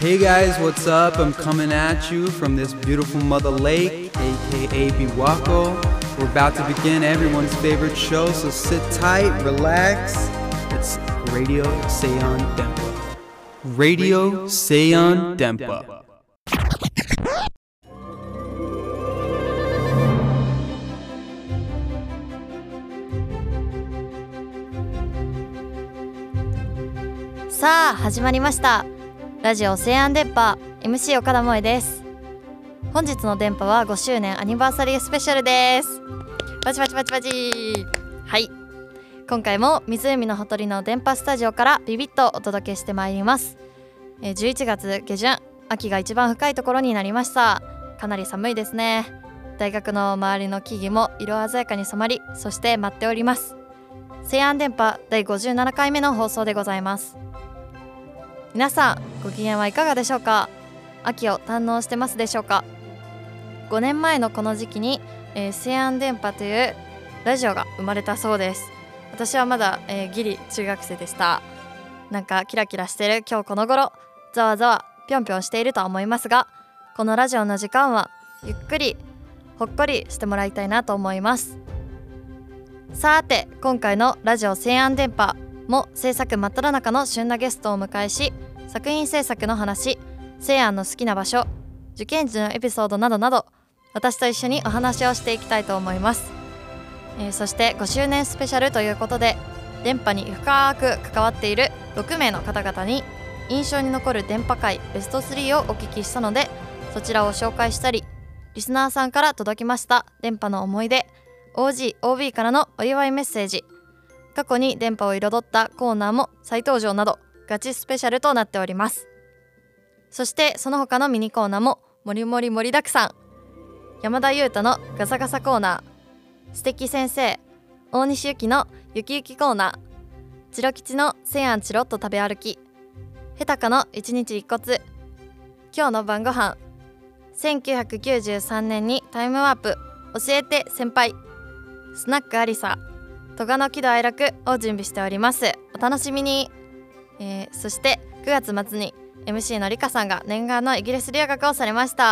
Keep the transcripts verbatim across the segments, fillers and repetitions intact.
Hey guys, what's up? I'm coming at you from this beautiful mother lake, aka Biwako. We're about to begin everyone's favorite show, so sit tight, relax. It's Radio Seion Denpa. Radio Seion Denpa. さあ始まりました。ラジオ西安電波 エムシー 岡田萌です。本日の電波はごしゅうねんアニバーサリースペシャルです。パチパチパチパチ。はい、今回も湖のほとりの電波スタジオからビビッとお届けしてまいります。えー、じゅういちがつ下旬、秋が一番深いところになりました。かなり寒いですね。大学の周りの木々も色鮮やかに染まり、そして舞っております。西安電波だいごじゅうななかいめの放送でございます。皆さんご機嫌はいかがでしょうか。秋を堪能してますでしょうか。ごねんまえのこの時期に、えー、西安電波というラジオが生まれたそうです。私はまだ、えー、ギリ中学生でした。なんかキラキラしてる今日この頃、ざわざわぴょんぴょんしているとは思いますが、このラジオの時間はゆっくりほっこりしてもらいたいなと思います。さて今回のラジオ西安電波も制作真っ只中の旬なゲストをお迎えし、作品制作の話、西安の好きな場所、受験時のエピソードなどなど、私と一緒にお話をしていきたいと思います。えー、そしてごしゅうねんスペシャルということで、電波に深く関わっているろくめいの方々に印象に残る電波界ベストスリーをお聞きしたので、そちらを紹介したり、リスナーさんから届きました電波の思い出、 オージー、オービー からのお祝いメッセージ、過去に電波を彩ったコーナーも再登場などガチスペシャルとなっております。そしてその他のミニコーナーももりもり盛りだくさん。山田優太のガサガサコーナー、素敵先生、大西ゆきのゆきゆきコーナー、チロ吉の西安チロッと食べ歩き、ヘタカの一日一骨、今日の晩ご飯、せんきゅうひゃくきゅうじゅうさんねんにタイムワープ、教えて先輩、スナックアリサ、戸賀の喜怒哀楽を準備しております。お楽しみに。えー、そしてくがつまつに エムシー のリカさんが念願のイギリス留学をされました。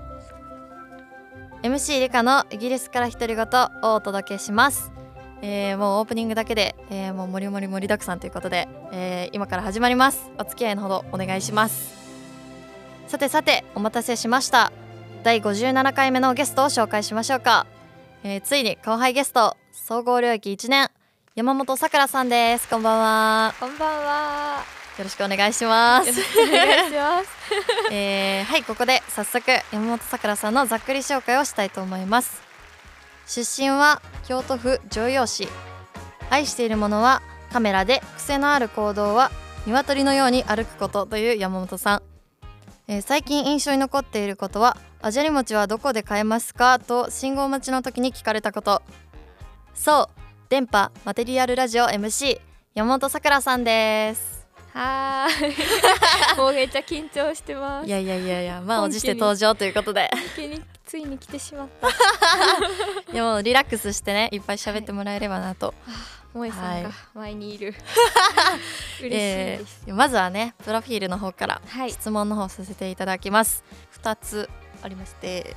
エムシー リカのイギリスから独り言をお届けします。えー、もうオープニングだけで、えー、もうもりもり盛りだくさんということで、えー、今から始まります。お付き合いのほどお願いします。さてさてお待たせしました。だいごじゅうななかいめのゲストを紹介しましょうか。えー、ついに後輩ゲスト、総合領域いちねん、山本さくらさんです。こんばんは。 こんばんは。 よろしくお願いします。 よろしくお願いします。 えー、はい、ここで早速山本さくらさんのざっくり紹介をしたいと思います。出身は京都府城陽市。愛しているものはカメラで、癖のある行動は鶏のように歩くことという山本さん。えー、最近印象に残っていることは、あじゃり餅はどこで買えますかと信号待ちの時に聞かれたこと。そう、電波マテリアルラジオ エムシー 山本さくらさんです。 はーい。もうめっちゃ緊張してます。 いやいやいやいや、満を持して登場ということでについに来てしまったいや、もうリラックスしてね、いっぱい喋ってもらえればなと。 萌さんが前にいる、 はい、 嬉しいです。 えー、まずはね、プロフィールの方から質問の方させていただきます。はい、ふたつありまして、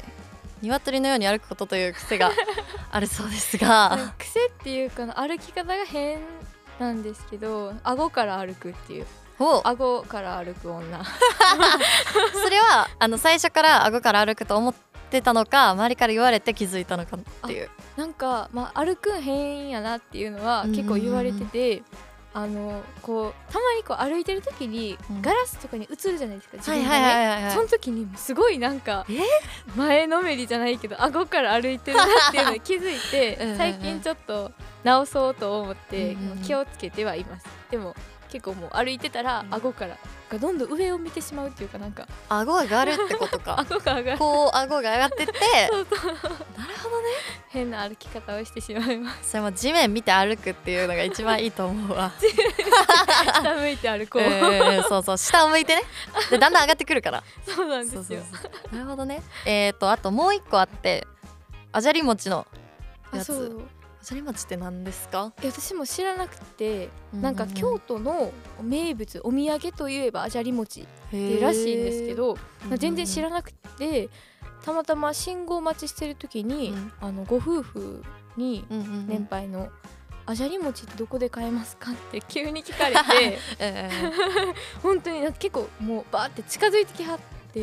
鶏のように歩くことという癖があるそうですが癖っていうか歩き方が変なんですけど、顎から歩くっていう、顎から歩く女それはあの最初から顎から歩くと思ってたのか、周りから言われて気づいたのかっていう。 なんか、まあ、歩くん変やなっていうのは結構言われてて、あのこうたまにこう歩いてる時にガラスとかに映るじゃないですか、自分がね。その時にすごいなんか前のめりじゃないけど顎から歩いてるなっていうのに気づいて最近ちょっと直そうと思って気をつけてはいます。でも結構もう歩いてたら顎からがどんどん上を見てしまうっていうか、なんか顎が上がるってことか顎が上がる、 こう顎が上がってってそうそう、 なるほどね、 変な歩き方をしてしまいます。 それも地面見て歩くっていうのが一番いいと思うわ下向いて歩こう、 えー、そうそう、下を向いてね、でだんだん上がってくるからそうなんですよ。 そうそうそう、なるほどね。えーとあともう一個あって、あじゃり餅のやつ、 あじゃり餅って何ですか？ いや私も知らなくて、なんか京都の名物お土産といえばあじゃり餅ってらしいんですけど、全然知らなくて、たまたま信号待ちしてる時に、うん、あのご夫婦に年配のあじゃり餅ってどこで買えますかって急に聞かれて本当になんか結構もうバーって近づいてきはって、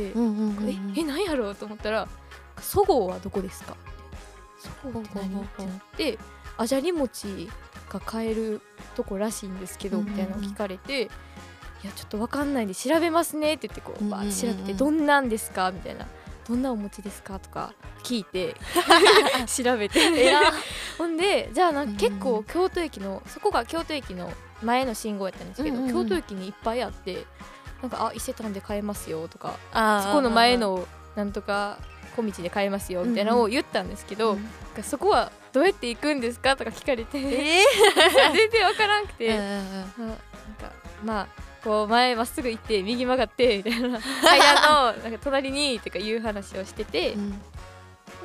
うんうんうん、ええ何やろうと思ったらそごうはどこですかそごうって何ってなってあじゃり餅が買えるとこらしいんですけど、うんうんうん、みたいなのを聞かれて、いやちょっと分かんないんで調べますねって言ってこうバーって調べて、どんなんですかみたいな、どんなお餅ですかとか聞いて調べてほんでじゃあなんか結構京都駅のそこが京都駅の前の信号やったんですけど、うんうんうん、京都駅にいっぱいあって、なんかあ伊勢丹で買えますよとかそこの前のなんとか小道で買えますよみたいなのを言ったんですけど、うんうん、そこはどうやって行くんですかとか聞かれて、えー、全然わからんくて、うんうん、なんかまあこう前まっすぐ行って右曲がってみたいな階段のなんか隣にとかいう話をしてて、うん、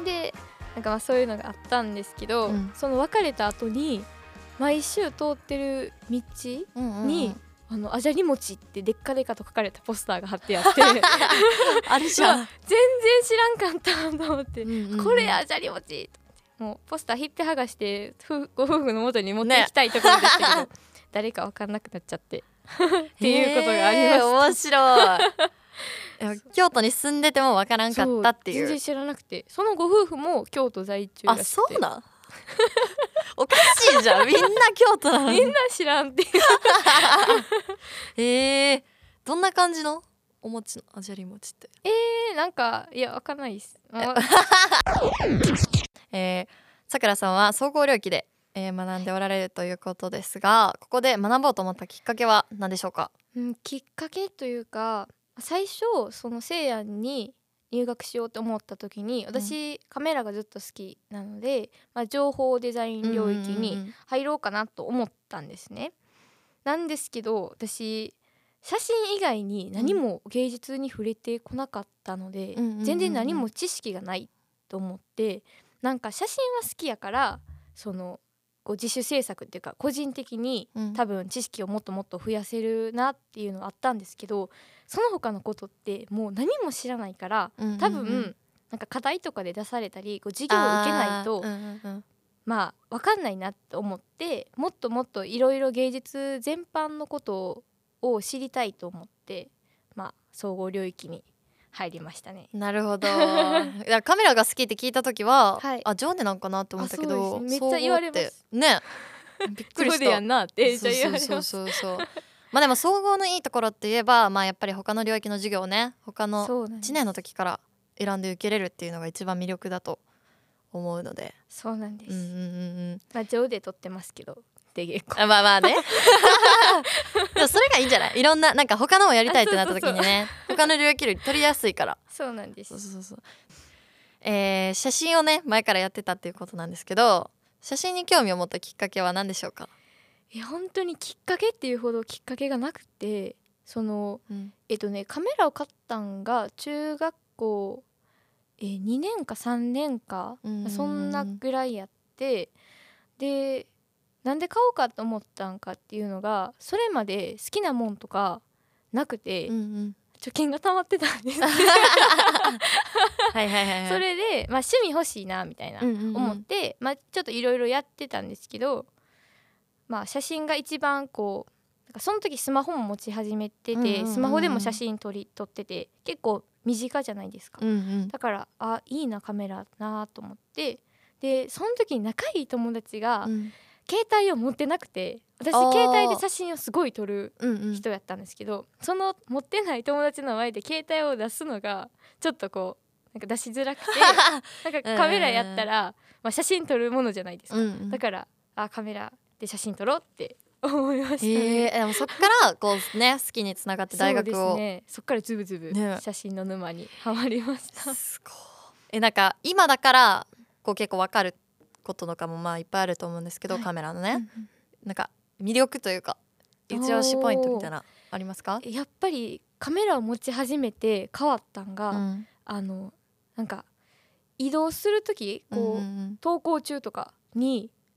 でなんかまあそういうのがあったんですけど、うん、その別れた後に毎週通ってる道に、うんうんうん、あのあじゃり餅ってでっかでかと書かれたポスターが貼ってあってあれじゃん全然知らんかったと思って、うんうんうん、これあじゃり餅もうポスターひっぺ剥がしてご夫婦の元に持っていきたいところでしたけど、ね、誰か分かんなくなっちゃってっていうことがありました。 面白い京都に住んでても分からんかったっていう。 全然知らなくて、そのご夫婦も京都在住らしくて。あ、 そうなんおかしいじゃんみんな京都なのにみんな知らんっていうえー、どんな感じのお餅のあじゃり餅って？ えー、なんかいや分かんないですえー、さくらさんは総合領域でえー、学んでおられるということですが、ここで学ぼうと思ったきっかけは何でしょうか？ うん、きっかけというか最初その西安に入学しようと思った時に私、うん、カメラがずっと好きなので、まあ、情報デザイン領域に入ろうかなと思ったんですね。なんですけど私写真以外に何も芸術に触れてこなかったので、うん、全然何も知識がないと思って、なんか写真は好きやからそのこう自主制作っていうか個人的に多分知識をもっともっと増やせるなっていうのはあったんですけど、その他のことってもう何も知らないから、うんうんうん、多分なんか課題とかで出されたりこう授業を受けないと、うんうんうん、まあ分かんないなと思って、もっともっといろいろ芸術全般のことを知りたいと思って、まあ総合領域に入りましたね。 なるほどいやカメラが好きって聞いた時は、はい、あジョーネなんかなって思ったけど、 めっちゃ言われますねびっくりした。そうでやんなってめっちゃ言われます。 そうそうそうそうまあでも総合のいいところって言えば、まあ、やっぱり他の領域の授業をね他のいちねんの時から選んで受けれるっていうのが一番魅力だと思うので。 そうなんです、 うんうんうん、 まあ上で撮ってますけどで結構あまあまあねでもそれがいいんじゃない？いろんななんか他のをやりたいってなった時にね他の領域より取りやすいから。 そうなんです。 そうそうそう、えー、写真をね前からやってたっていうことなんですけど、写真に興味を持ったきっかけは何でしょうか？ いや本当にきっかけっていうほどきっかけがなくて、その、うん、えっとねカメラを買ったんが中学校、えー、にねんかさんねんか、うんうん、そんなぐらいやって、でなんで買おうかと思ったんかっていうのが、それまで好きなもんとかなくて、うんうん、貯金が溜まってたんですはいはいはい、はい、それで、まあ、趣味欲しいなみたいな思って、うんうんうん、まあ、ちょっといろいろやってたんですけど、まあ、写真が一番こうなんかその時スマホも持ち始めてて、うんうんうん、スマホでも写真撮り撮ってて結構身近じゃないですか、うんうん、だからあいいなカメラなと思って、でその時に仲いい友達が、うん、携帯を持ってなくて、私携帯で写真をすごい撮る人やったんですけど、うんうん、その持ってない友達の前で携帯を出すのがちょっとこうなんか出しづらくてなんかカメラやったら、まあ、写真撮るものじゃないですか、うんうん、だからあカメラで写真撮ろうって思いましたね、 えー、でもそっからこうね好きにつながって大学をそうですね、そっからズブズブ写真の沼にハマりました、 ね、すごい。えなんか今だからこう結構分かることとかもまあいっぱいあると思うんですけど、はい、カメラのね、うんうん、なんか魅力というか一押しポイントみたいなありますか？ やっぱりカメラを持ち始めて変わったんが、うん、あのなんか移動する時こう、うんうん、登校中とかに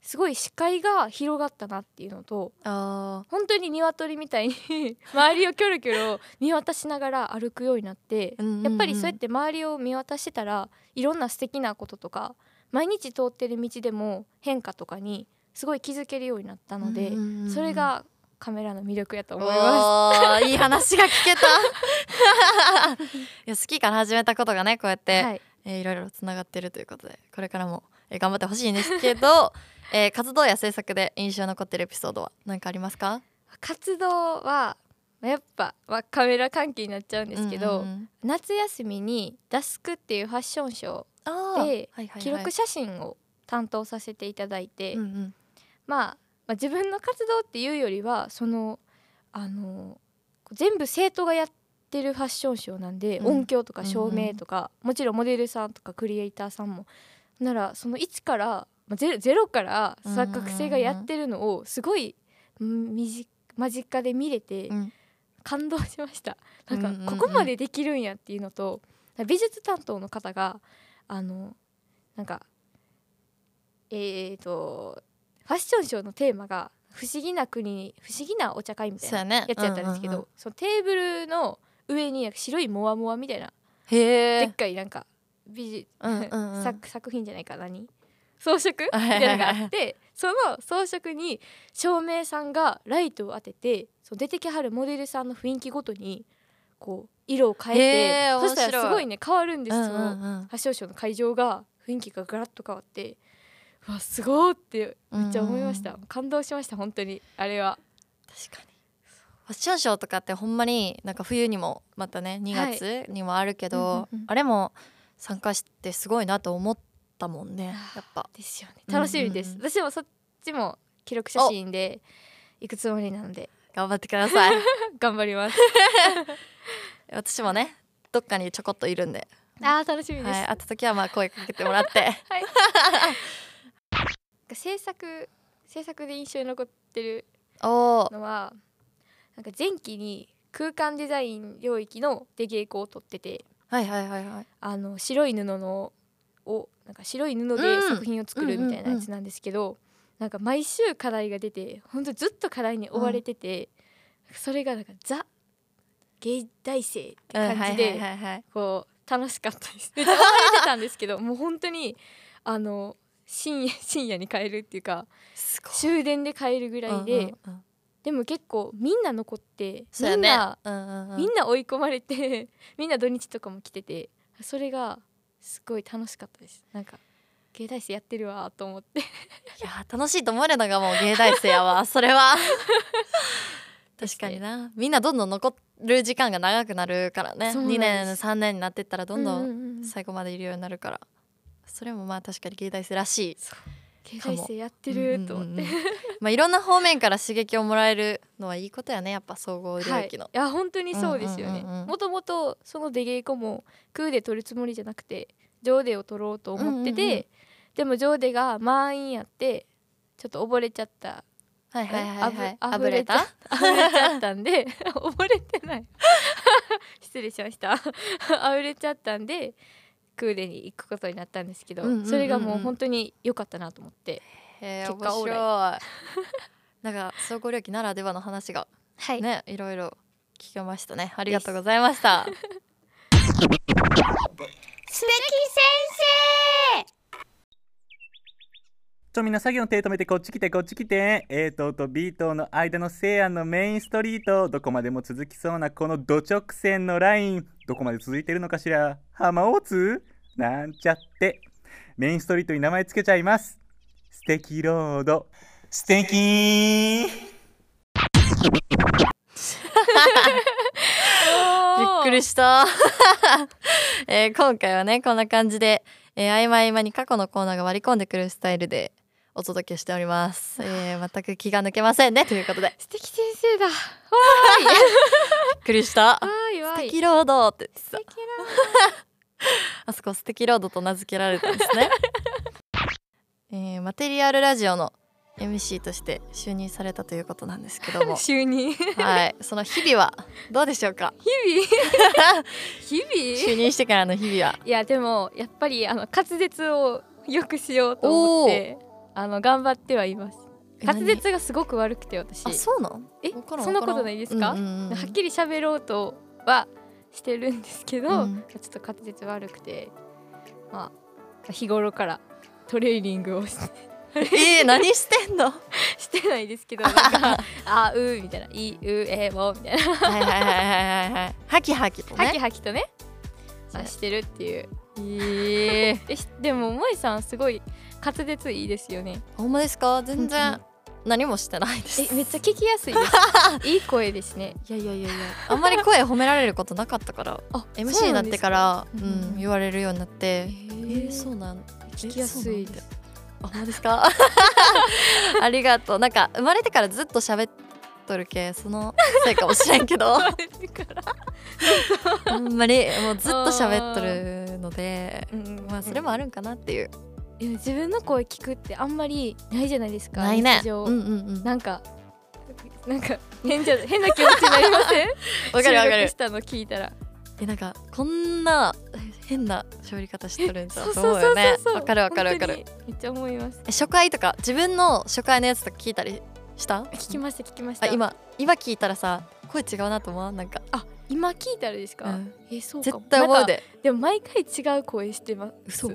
すごい視界が広がったなっていうのと、 あ本当に鶏みたいに周りをキョロキョロ見渡しながら歩くようになって、 うんうんうん、 やっぱりそうやって周りを見渡してたらいろんな素敵なこととか毎日通ってる道でも変化とかにすごい気づけるようになったので、 うんうんうん、 それがカメラの魅力やと思います。 いい話が聞けたいや好きから始めたことがねこうやって、はいえー、いろいろつながってるということでこれからも、えー、頑張ってほしいんですけどえー、活動や制作で印象に残ってるエピソードは何かありますか？ 活動はやっぱ、まあ、カメラ関係になっちゃうんですけど、うんうんうん、夏休みにダスクっていうファッションショーで記録写真を担当させていただいて、うんうん、まあ、まあ自分の活動っていうよりはそのあの全部生徒がやってるファッションショーなんで、うん、音響とか照明とか、うんうん、もちろんモデルさんとかクリエイターさんもならそのいちからゼロ、ゼロから学生がやってるのをすごい間近で見れて感動しました。なんかここまでできるんやっていうのと、美術担当の方があのなんかえーとファッションショーのテーマが不思議な国不思議なお茶会みたいなやつやったんですけど、うんうんうん、そのテーブルの上に白いモワモワみたいなでっかいなんか美術、うんうんうん、作, 作品じゃないか何装飾みたいなのがあってその装飾に照明さんがライトを当ててその出てきはるモデルさんの雰囲気ごとにこう色を変えて、そしたらすごいね変わるんです、うんうんうん、そのファッションショーの会場が雰囲気がガラッと変わって、うわすごーってめっちゃ思いました、うんうん、感動しました本当にあれは。 確かにファッションショーとかってほんまになんか冬にもまたねにがつにもあるけど、はいうんうんうん、あれも参加してすごいなと思ったもんねやっぱですよね。楽しみです、うんうん、私もそっちも記録写真で行くつもりなので頑張ってください頑張ります私もねどっかにちょこっといるんであー楽しみです、はい、 会った時はまあ声かけてもらって、はい、 制作制作で印象に残ってるのはなんか前期に空間デザイン領域の出稽古を取ってて、 はいはいはいはい、 あの白い布のをなんか白い布で作品を作るみたいなやつなんですけど、うんうんうんうん、なんか毎週課題が出て本当ずっと課題に追われてて、うん、それがなんかザ芸大生って感じでこう楽しかったです。めっちゃ追われてたんですけどもう本当にあの深夜深夜に帰るっていうか終電で帰るぐらいで、うんうんうん、でも結構みんな残ってみんな、ねうんうんうん、みんな追い込まれてみんな土日とかも来ててそれがすごい楽しかったです。なんか芸大生やってるわと思っていや楽しいと思えるのがもう芸大生やわそれは確かになみんなどんどん残る時間が長くなるからねにねんさんねんになってったらどんどん最後までいるようになるから、うんうんうん、それもまあ確かに芸大生らしい芸大生やってると思って、うんうんうん、 まあいろんな方面から刺激をもらえるのはいいことやねやっぱ総合領域の、 はい、いや本当にそうですよね、うんうんうんうん、もともとその出稽古も空で撮るつもりじゃなくて上出を撮ろうと思ってて、うんうんうん、でも上出が満員やってちょっと溺れちゃったはいはいはいはい、 あぶれたあぶれちゃったんで溺れてない失礼しましたあぶれちゃったんでクーデに行くことになったんですけど、うんうんうんうん、それがもう本当に良かったなと思ってへ結果オーライなんか総合領域ならではの話が、はい、ねいろいろ聞けましたねありがとうございました素敵先生ちょみんな作業の手止めてこっち来てこっち来て A 棟と B 棟の間の西安のメインストリートどこまでも続きそうなこのド直線のラインどこまで続いてるのかしら浜大津なんちゃってメインストリートに名前つけちゃいます素敵ロード素敵びっくりした、えー、今回はねこんな感じで、えー、合間合間に過去のコーナーが割り込んでくるスタイルでお届けしております、えー、全く気が抜けませんねということで素敵先生だわーいびっくりした素敵ロードって素敵ロードあそこ素敵ロードと名付けられたんですね、えー、マテリアルラジオの エムシー として就任されたということなんですけども就任はいその日々はどうでしょうか日々日々 就任してからの日々はいやでもやっぱりあの滑舌を良くしようと思ってあの頑張ってはいます。 え滑舌がすごく悪くて私。 あ、そうなん？ えわからんそんなことないですか？ うんうんうん、 はっきり喋ろうとはしてるんですけど、 うん、 ちょっと滑舌悪くて、まあ日頃からトレーニングをしてえー、何してんの？ してないですけど、なんかあうみたいな、いうえもみたいな、 はいはいはいはいはいハキハキとね、 ハキハキとね、あしてるっていう。 えー、 えでも萌えさんすごい滑舌いいですよね。 ほんまですか？全うんう然ん何もしてないです。 えめっちゃ聞きやすいですいい声ですね。 いやいやいやいや、あんまり声褒められることなかったからあエムシー になってからう、 うんうんん、言われるようになってええーー、そうなん聞きやすいです。 あ、ほんまですか？ありがとう。なんか生まれてからずっと喋っとるけそのせいかもしれんけどあんまりもうずっと喋っとるので、 うんうんうん、 まあそれもあるんかなっていう。 いや自分の声聞くってあんまりないじゃないですか。 ないね。 日常、 うんうんうん。 なんかなんか変じゃ変な気持ちになりません？ わかるわかる収録。したの聞いたらえ、なんかこんな変な喋り方してるんだそうとそうそう思うよね。 そうわかるわかるわかる。 本当にめっちゃ思います。 え、初回とか自分の初回のやつとか聞いたりした？ 聞きました聞きました。 あ、今今聞いたらさ声違うなと思う。なんかあ今聞いたらですか？ うん、 えそうか絶も。なんか対思うで。 でも毎回違う声してます。 嘘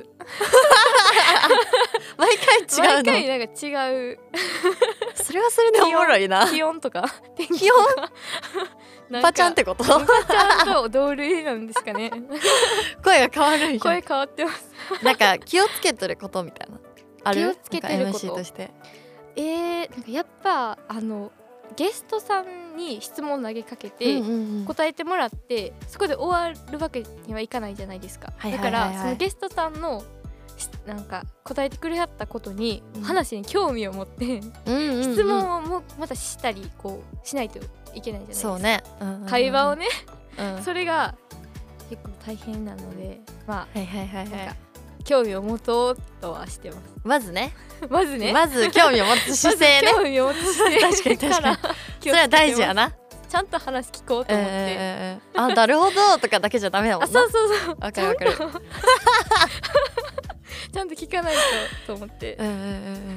毎回違うの。 毎回なんか違うそれはそれでおもろいな。 気温とか天気気と温かなんかパチャンってこと？ パチャンと同類なんですかね。 声が変わるんや。 声変わってます。 なんか気をつけてることみたいなある？ 気をつけてることなんか エムシー としてえー、なんかやっぱあのゲストさんに質問投げかけて、 うんうんうん、 答えてもらってそこで終わるわけにはいかないじゃないですか。 はいだはいはいはいからそのゲストさんのなんか答えてくれはったことに、 うん話に興味を持ってうんうんうん、 質問をもまたしたりこうしないといけないじゃないですか。 そうね、うんうんうん、 会話をね、 うん、 それが結構大変なので、まあはいはいはいはいなんか興味を持とうとはしてます。 まずねまずねまず興味を持つ姿勢ねまず興味を持つ姿勢確かに確かにからそれは大事やな。 ちゃんと話聞こうと思って、 えー、あ、なるほどとかだけじゃダメだもんな。 あそうそうそうわかるわかる。 ちゃんと聞かないとと思ってうんうんうんうん、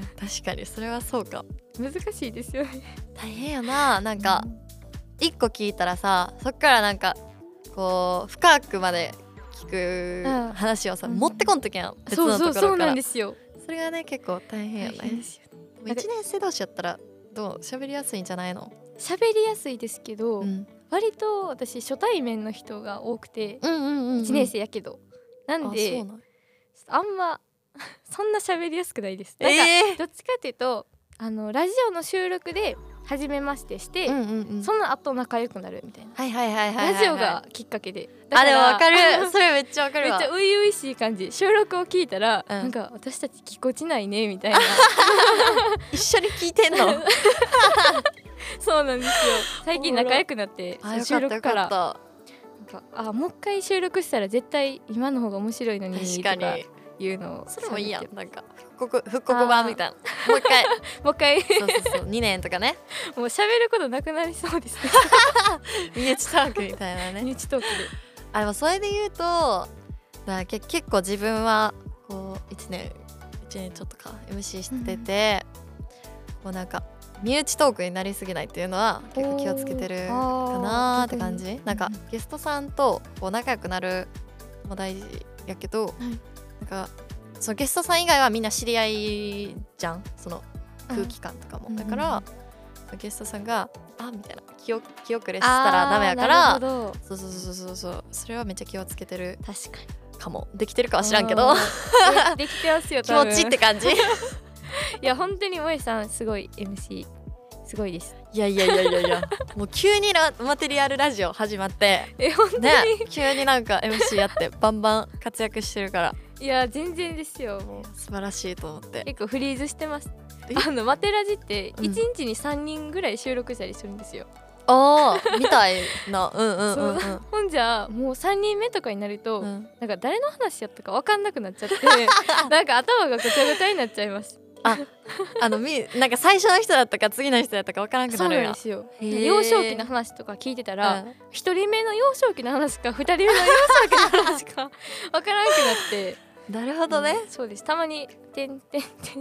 確かにそれはそうか。 難しいですよね。 大変やな。なんか一個聞いたらさ、そっからなんかこう深くまで聞く話をさ、 うん、 持ってこんときやん、別そうのところから。 そうそうなんですよ。 それがね結構大変やね。 大変ですよ。 いちねん生同士やったらどう喋りやすいんじゃないの？ 喋りやすいですけど、 うん、 割と私初対面の人が多くて、 うんうんうんうん、 いちねん生やけど、なんであ、そうなんあんまそんな喋りやすくないです。 えなんか、 ー、 どっちかっていうとあのラジオの収録で初めましてして、 うんうんうん、 その後仲良くなるみたいな、 はいはいはいはいはいはい、 ラジオがきっかけで。 あ、でもわかるそれめっちゃわかるわ。 めっちゃ初々しい感じ。収録を聞いたら、 うん、 なんか私たちぎこちないねみたいな一緒に聞いてんのそうなんですよ。最近仲良くなって収録からかなんかあもう一回収録したら絶対今の方が面白いのに確かにとかいうのをそれもいいやん。なんか復刻復刻版みたいな。もう一回もう一回そうそうそうにねんとかねもう喋ることなくなりそうですね身内トークみたいなね。 身内トークで。 あ、でもそれで言うとだけ結構自分はこういちねんいちねんちょっとか エムシー してて、うん、こうなんか身内トークになりすぎないっていうのは結構気をつけてるかなーって感じ。なんかゲストさんとこう仲良くなるも大事やけど、はい、なんかそのゲストさん以外はみんな知り合いじゃん、その空気感とかも、うん、だから、うん、ゲストさんがあみたいな気を気遅れしたらダメやから、そうそうそうそうそうそれはめっちゃ気をつけてる。 確かにかも。できてるかは知らんけどできてますよ気持ちって感じいや本当に萌さんすごい エムシー すごいです。 いやいやいやいやいやもう急にラマテリアルラジオ始まってえ本当に、 ね、急になんか エムシー やってバンバン活躍してるから、 いや全然ですよ。もう素晴らしいと思って。 結構フリーズしてます。あのマテラジっていちにちにさんにんぐらい収録したりするんですよ。 ああみたいなうんうんうんうん。 ほんじゃもうさんにんめとかになると、うん、なんか誰の話やったか分かんなくなっちゃってなんか頭がごちゃごちゃになっちゃいます。 ああのみなんか最初の人だったか次の人だったか分からなくなるやん。 そうなんですよ。幼少期の話とか聞いてたらひと、うん、りめの幼少期の話かふたりめの幼少期の話か分からなくなってなるほどね、 うん、そうです。たまにてんてんてんてん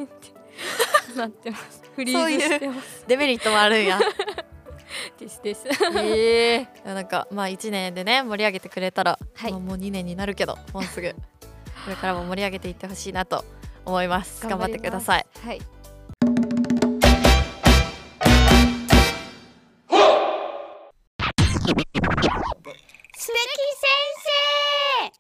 なってます。フリーズしてます。 デメリットもあるんや。 ですです。 ええー、なんかまあいちねんでね盛り上げてくれたら、 はい、 まあもうにねんになるけどもうすぐこれからも盛り上げていってほしいなと思います。頑張ってください。 はい。 素敵先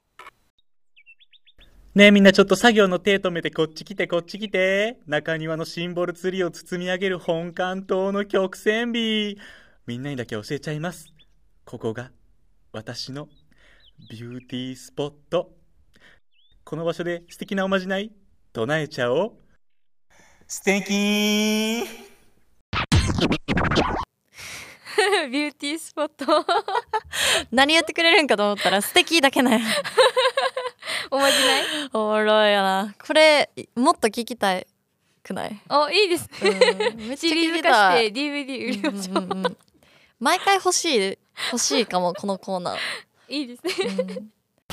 ねえみんなちょっと作業の手止めてこっち来てこっち来て。中庭のシンボルツリーを包み上げる本関東の曲線美。みんなにだけ教えちゃいます。ここが私のビューティースポット。この場所で素敵なおまじない唱えちゃおう。素敵ービューティースポット何言ってくれるんかと思ったら素敵だけなんや。 おまじない。 おもろいやな。これもっと聞きたいくない？ あ、いいですね。めっちゃ聞きたい。ディーブイディー 売りましょう。うんうんうん、 毎回欲しい欲しいかもこのコーナー。 いいですね。うん、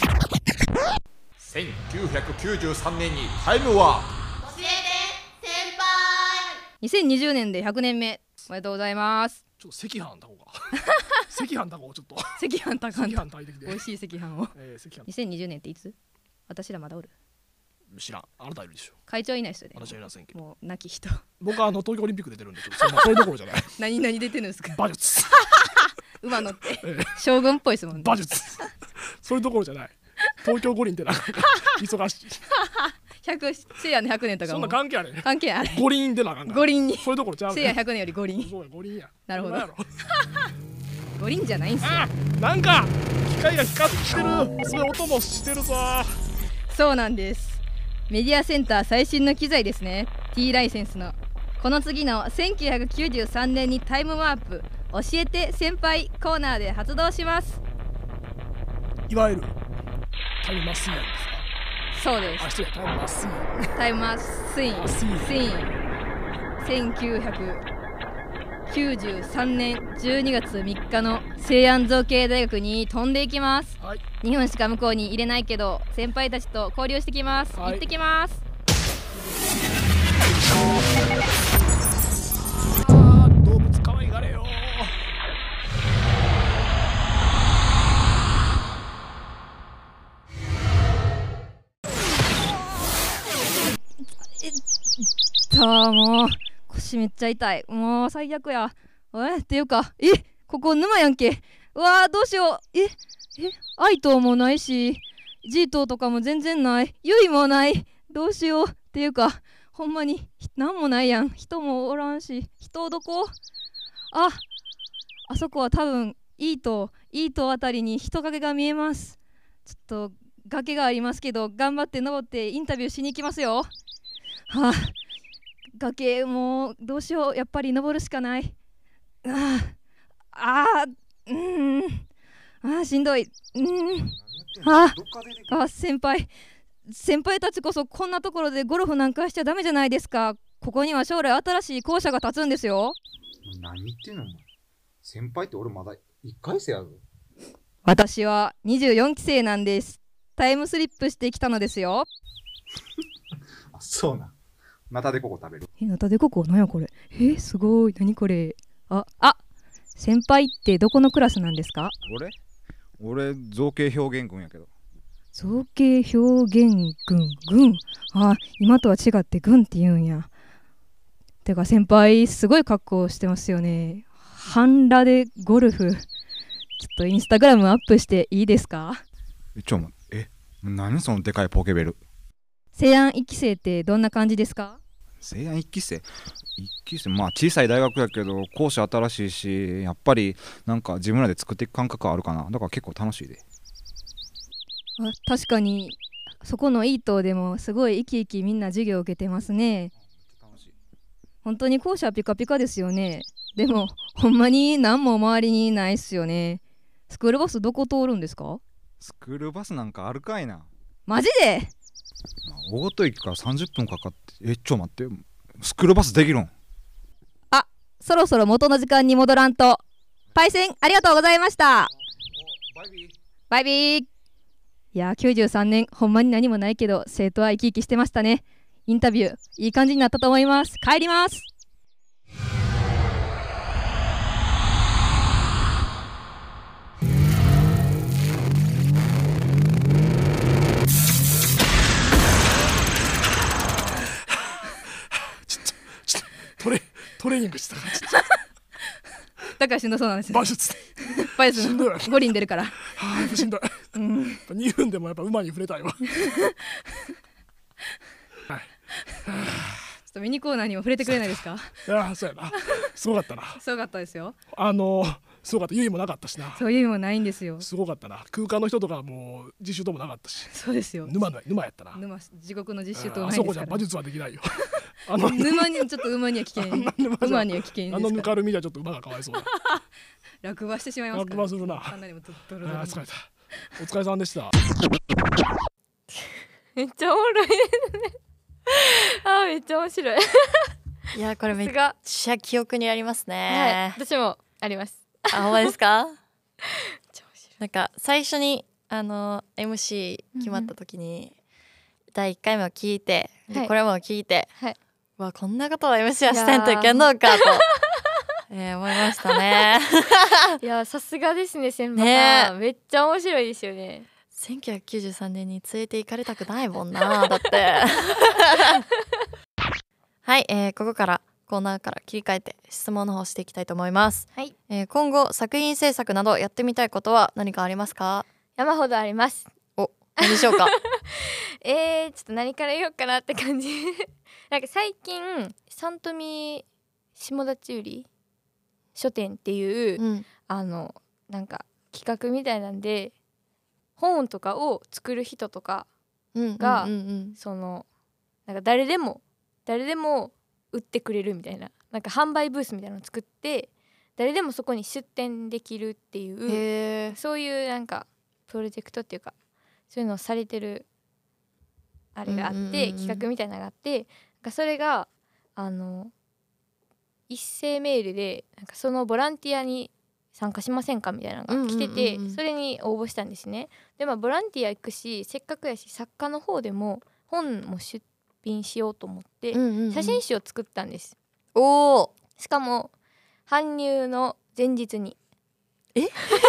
せんきゅうひゃくきゅうじゅうさんねんにタイムは教えて先輩。 にせんにじゅうねんでひゃくねんめおめでとうございます。 ちょっと赤飯炊こうか。赤飯炊こうちょっと。 赤飯炊かんと。 赤飯炊いてきて。 美味しい赤飯を。 えー、赤飯。 にせんにじゅうねんっていつ？私らまだおる？ 知らん。あなたいるでしょ。 会長いないっすよね。 私はいませんけど。 もう亡き人。 僕はあの東京オリンピック出てるんでちょっとそんなそれどころじゃない。 何何出てるんですか？ 馬術。 馬乗って、 ええ、 将軍っぽいですもんね。 馬術。それどころじゃない。東京五輪ってなんか忙しい。 百せいやのひゃくねんとかもそんな関係あるね。 関係ある。 五輪でなあかんから。 五輪に。 それどころちゃうね。 せいやひゃくねんより五輪。 そうや五輪や。 なるほど。五輪じゃないんすよ。 なんか機械が光ってる。それ音もしてるぞ。 そうなんです。メディアセンター最新の機材ですね。 T ライセンスのこの次のせんきゅうひゃくきゅうじゅうさんねんにタイムワープ教えて先輩コーナーで発動します。 いわゆるタイムマシーンですか？ そうです。 あ、失礼、タイムマシーン。 タイムマシーン。 シーン。せんきゅうひゃくきゅうじゅうさんねんじゅうにがつみっかの西安造形大学に飛んでいきます。はい、にふんしか向こうに入れないけど先輩たちと交流してきます。はい、行ってきます。 あー、動物かわいがれよ。 さあもう腰めっちゃ痛い。もう最悪や。えっていうかえここ沼やんけ。うわーどうしよう。ええ愛刀もないし G 刀とかも全然ない。ゆいもない。どうしよう。っていうかほんまになんもないやん。人もおらんし。人どこ？ああそこは多分いいといいとあたりに人影が見えます。ちょっと崖がありますけど頑張って登ってインタビューしに行きますよ。はあ崖もうどうしよう。やっぱり登るしかない。あああうんあしんどい。うんああ先輩先輩たちこそこんなところでゴルフなんかしちゃダメじゃないですか。ここには将来新しい校舎が建つんですよ。 何言ってんの？先輩って俺まだいっかい生やぞ。 私はにじゅうよんき生なんです。タイムスリップしてきたのですよ。 あ、そうな。ナタデココ食べる？ え、ナタデココなんやこれ。え、すごい。何これ。あ、あ、先輩ってどこのクラスなんですか？ 俺俺造形表現群やけど。 造形表現群群あ、今とは違って群って言うんや。てか先輩すごい格好してますよね。半裸でゴルフ。ちょっとインスタグラムアップしていいですか？ え、ちょ待って、え、何そのでかいポケベル。 西安いっき生ってどんな感じですか？ 西安いっき生いっき生まあ小さい大学やけど校舎新しいし、やっぱりなんか自分らで作っていく感覚あるかな。だから結構楽しいで。 あ、確かにそこのいい棟でもすごい生き生きみんな授業を受けてますね。 楽しい。 本当に校舎ピカピカですよね。でもほんまに何も周りにないっすよね。スクールバスどこ通るんですか？ スクールバスなんかあるかいな。 マジで？ まあ、大戸駅からさんじゅっぷんかかって。え、ちょ待って、スクールバスできるん？ あ、そろそろ元の時間に戻らんと。パイセンありがとうございました。 バイビー。 バイビー。いやきゅうじゅうさんねんほんまに何もないけど生徒は生き生きしてましたね。 インタビューいい感じになったと思います。帰ります。 トレトレーニングしてたからちょっとだからしんどそうなんですよ。 馬術馬術の五輪出るから。 はあ、やっぱしんどい、うん、やっぱにふんでもやっぱ馬に触れたいわはい、 ちょっとミニコーナーにも触れてくれないですか。 いやそうやな、すごかったなすごかったですよ。 あのすごかった、ゆいもなかったしな。 そういう意味もないんですよ。 すごかったな。空間の人とかもう実習ともなかったし。 そうですよ。 沼の沼やったな。 沼地獄の実習とないですから。 あそこじゃ馬術はできないよ。 あの沼にちょっと馬には危険。馬には危険ですから。 あのぬかるみじゃちょっと馬がかわいそうだ。 落馬してしまいますから。 落馬するな。 かなりもドロドロ。 あ疲れた。お疲れさんでした。 めっちゃおもろいですね。あめっちゃ面白い。 いやこれめっちゃ記憶にありますね。 はい、私もあります。 あほんまですか。なんか最初にあの エムシー 決まった時に、うん、だいいっかいめを聞いて、はい、これも聞いて、はい、わこんなことを エムシー はしてんといけんのかと、えー、思いましたね。 いやさすがですね先輩さん、ね、めっちゃ面白いですよね。 せんきゅうひゃくきゅうじゅうさんねんに連れて行かれたくないもんなだってはい、えー、ここからコーナーから切り替えて質問の方していきたいと思います、はいえー、今後作品制作などやってみたいことは何かありますか。 山ほどあります。 お何でしょうか。 えー、ちょっと何から言おうかなって感じなんか最近三富下立売書店っていう、うん、あのなんか企画みたいなんで本とかを作る人とかが、うんうんうんうん、そのなんか誰でも誰でも売ってくれるみたいななんか販売ブースみたいなのを作って誰でもそこに出店できるっていうそういうなんかプロジェクトっていうかそういうのをされてるあれがあって、うんうんうん、企画みたいなのがあってなんかそれがあの一斉メールでなんかそのボランティアに参加しませんかみたいなのが来てて、うんうんうんうん、それに応募したんですね。でまあボランティア行くしせっかくやし作家の方でも本も出品しようと思って、うんうんうん、写真集を作ったんです。 おーしかも搬入の前日にえ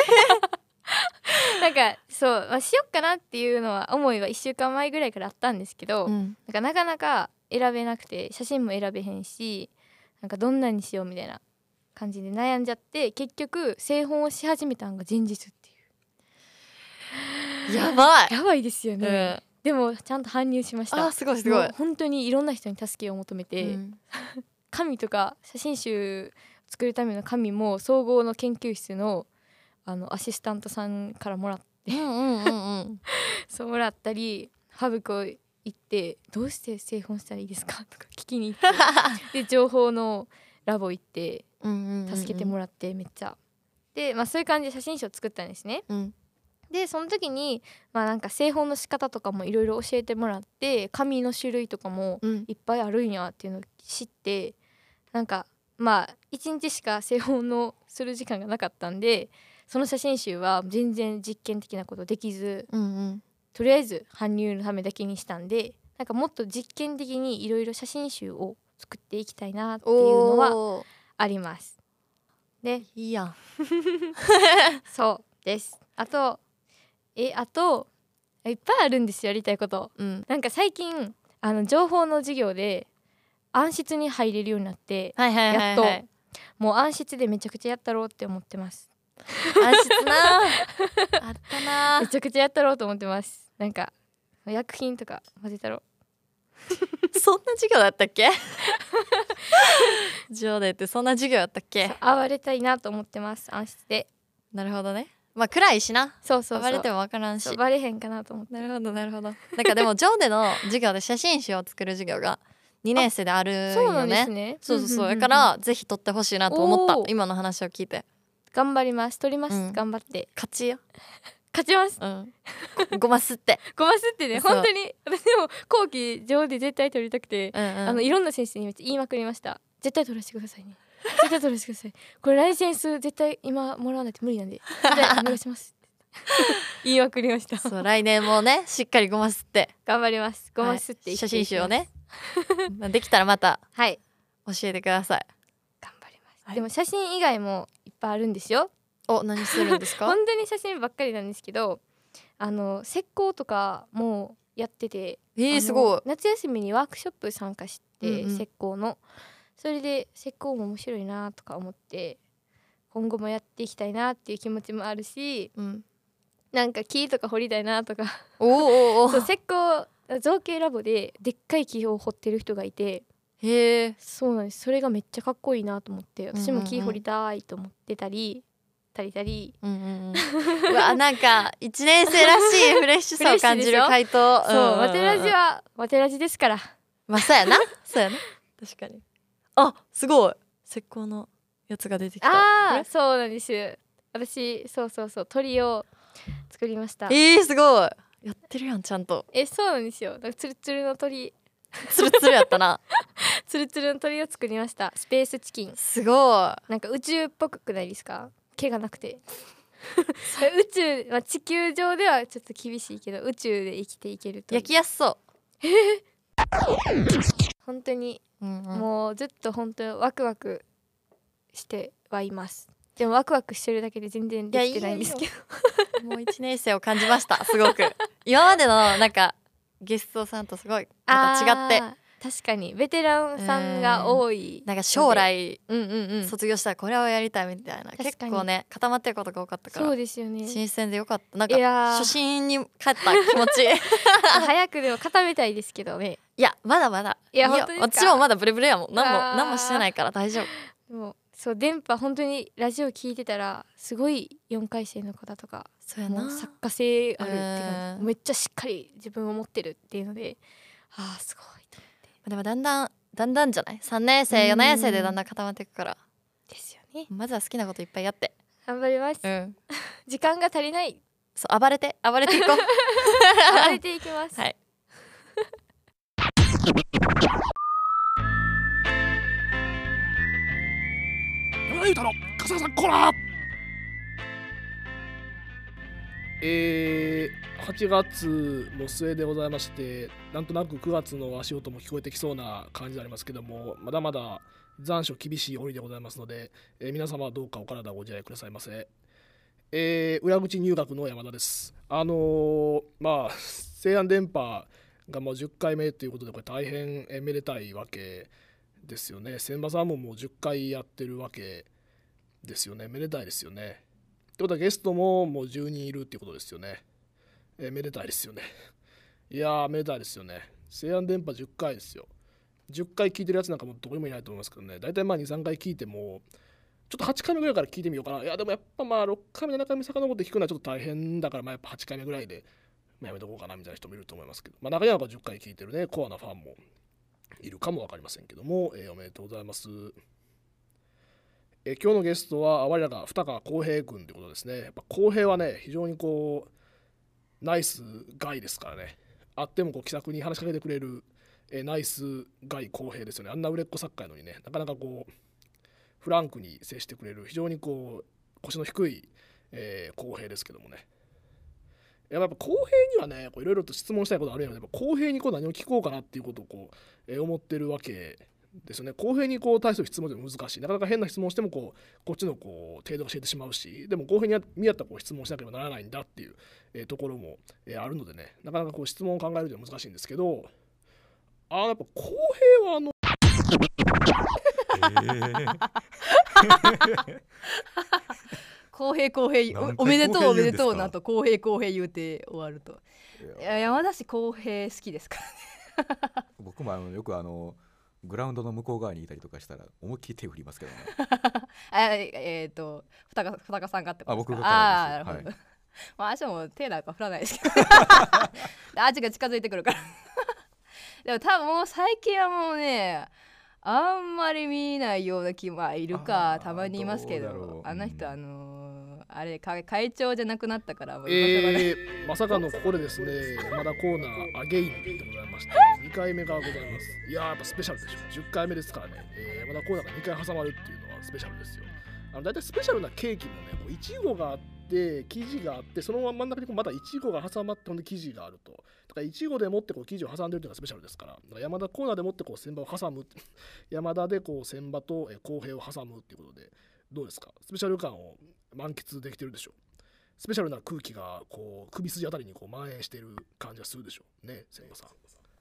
なんかそう、まあ、しよっかなっていうのは思いはいっしゅうかんまえぐらいからあったんですけど、うん、なんかなかなか選べなくて写真も選べへんしなんかどんなにしようみたいな感じで悩んじゃって結局製本をし始めたのが前日っていうやばいやばいですよね、うん、でもちゃんと搬入しました。 あすごいすごい本当にいろんな人に助けを求めて、うん、紙とか写真集作るための紙も総合の研究室のあのアシスタントさんからもらって、うんうんうんうん、そうもらったりハブコ行ってどうして製本したらいいですかとか聞きに行ってで情報のラボ行って助けてもらってめっちゃで、まあ、そういう感じで写真集を作ったんですね、うん、でその時に、まあ、なんか製本の仕方とかもいろいろ教えてもらって紙の種類とかもいっぱいあるんやっていうのを知って、うん、なんかまあいちにちしか製本のする時間がなかったんでその写真集は全然実験的なことできず、うんうん、とりあえず搬入のためだけにしたんでなんかもっと実験的にいろいろ写真集を作っていきたいなっていうのはあります。でいいやんそうです。あとえあといっぱいあるんですよやりたいこと、うん、なんか最近あの情報の授業で暗室に入れるようになって、はいはいはいはい、やっともう暗室でめちゃくちゃやったろうって思ってます。 暗室なあったなめちゃくちゃやったろうと思ってます。なんか薬品とか混ぜたろうそんな授業だったっけジョーデってそんな授業だったっけ。 暴れたいなと思ってます暗室で。 なるほどね。まあ暗いしな。 そうそうそう暴れても分からんしバレへんかなと思って。 なるほどなるほど。なんかでもジョーデの授業で写真集を作る授業がにねん生であるよね。 そうなんですね。 そうそうそうだからぜひ撮ってほしいなと思った今の話を聞いて。 頑張ります撮ります、うん、頑張って勝ちよ勝ちます、 うん、ごますってごますってね本当に私も後期上で絶対撮りたくて、うんうん、あのいろんな先生にめっちゃ言いまくりました。絶対撮らせてくださいね絶対撮らせてくださいこれライセンス絶対今もらわないと無理なんで絶対お願いします言いまくりました。 そう来年もねしっかりごますって頑張ります。ごますって、 はい、写真集をねできたらまたはい教えてください。 頑張ります、はい、でも写真以外もいっぱいあるんですよ。 お、何するんですか？ 本当に写真ばっかりなんですけど、あの石膏とかもやってて、 えー、すごい。 夏休みにワークショップ参加して、 うんうん、 石膏のそれで石膏も面白いなとか思って今後もやっていきたいなっていう気持ちもあるし、うん、なんか木とか掘りたいなとかおーおーそう石膏造形ラボででっかい木を掘ってる人がいて、 へえ、 そうなんです。それがめっちゃかっこいいなと思って、私も木掘りたいと思ってたりたりたり、 うんうんうん、うわ、なんか一年生らしいフレッシュさを感じる回答。 そう、わてラジはわてラジですから。 まあそうやなそうやな、確かに。あ、すごい、石膏のやつが出てきた。 ああ、そうなんです。私そうそうそう鳥を作りました。 えー、すごい、やってるやんちゃんと。 え、そうなんですよ。だからツルツルの鳥ツルツルやったなツルツルの鳥を作りました。スペースチキン。 すごい、 なんか宇宙っぽくないですか？毛がなくて宇宙、まあ、地球上ではちょっと厳しいけど宇宙で生きていけると焼きやすそう。 本当に、うんうん、もうずっと本当ワクワクしてはいます。でもワクワクしてるだけで全然できてないんですけどもう一年生を感じましたすごく今までのなんかゲストさんとすごいまた違って、 確かにベテランさんが多い、 なんか将来、 うんうんうん、 卒業したらこれをやりたいみたいな結構ね固まってることが多かったから、 そうですよね、 新鮮でよかった。なんか初心に帰った気持ち早くでも固めたいですけどね。 いやまだまだ、 いや本当ですか？ 私もまだブレブレやもん。何も何もしてないから大丈夫。 でもそう電波本当にラジオ聞いてたらすごいよんかい生の方とか、 そうやな、 もう作家性あるっていうか、めっちゃしっかり自分を持ってるっていうので、あーすごいと思って。 でもだんだんだんだんじゃない、さんねん生よねん生でだんだん固まっていくからですよね。 まずは好きなこといっぱいやって頑張ります、うん、時間が足りない。 そう暴れて暴れていこう暴れていきます。 はい山田裕太の笠原さんコーナー。えー、はちがつも末でございまして、なんとなくくがつの足音も聞こえてきそうな感じでありますけども、まだまだ残暑厳しい折でございますので、えー、皆様はどうかお体ご自愛くださいませ。えー、裏口入学の山田です。あのー、まあ西安電波がもうじゅっかいめということで、これ大変めでたいわけですよね。千葉さんももうじゅっかいやってるわけですよね。めでたいですよね。ってことはゲストももうじゅうにんいるっていうことですよね。えー、めでたいですよね。いやーめでたいですよね。西安電波じゅっかいですよ。じゅっかい聞いてるやつなんかもどこにもいないと思いますけどね。だいたいまあにさんかい聞いてもちょっとはちかいめぐらいから聞いてみようかな。いやでもやっぱまあろっかいめななかいめ遡って聞くのはちょっと大変だから、まあやっぱはちかいめぐらいでやめとこうかなみたいな人もいると思いますけど、まあ中にはじゅっかい聞いてるねコアなファンもいるかも分かりませんけども、えー、おめでとうございます。えー、今日のゲストは我らが二川浩平君ということですね。やっぱ浩平はね非常にこうナイスガイですからね。あってもこう気さくに話しかけてくれる、えー、ナイスガイ浩平ですよね。あんな売れっ子作家やのにね、なかなかこうフランクに接してくれる非常にこう腰の低い、えー、浩平ですけどもね。やっぱ浩平にはねいろいろと質問したいことあるやん。やっぱ浩平にこう何を聞こうかなっていうことをこう、えー、思ってるわけですよね。浩平にこう対する質問でも難しい。なかなか変な質問してもこうこっちのこう程度を教えてしまうし、でも浩平に見合ったこう質問しなければならないんだっていう、えー、ところも、えー、あるのでね、なかなかこう質問を考えるのは難しいんですけど、あやっぱ浩平はあの公平公平 お, おめでとうおめでとうなと公平公平言うて終わると、いや山田氏公平好きですからね僕もあのよくあのグラウンドの向こう側にいたりとかしたら思いっきり手振りますけどねえっ、ー、と二川二川さんがってことですか。 あ僕がああなるほど、はい、 まあ私も手なんか振らないですけどアジが近づいてくるからでも多分もう最近はもうねあんまり見ないような気もいるか、たまにいますけど、あの人、うん、あのー、あれ会長じゃなくなったからもうえー、まさかのここでですねまだコーナーアゲインでございましてにかいめがございます。いやーやっぱスペシャルでしょ。じゅっかいめですからね、えー、まだコーナーがにかい挟まるっていうのはスペシャルですよ。あのだいたいスペシャルなケーキもねこういちごがあっで生地があって、その真ん中にこうまたいちごが挟まってほんで生地があると。だからいちごでもってこう生地を挟んでるというのがスペシャルですから、だから山田コーナーでもってこう千葉を挟む山田でこう千葉と公平を挟むっていうことで、どうですか？スペシャル感を満喫できてるでしょう。スペシャルな空気がこう首筋あたりにこう蔓延している感じがするでしょうね、千葉さん。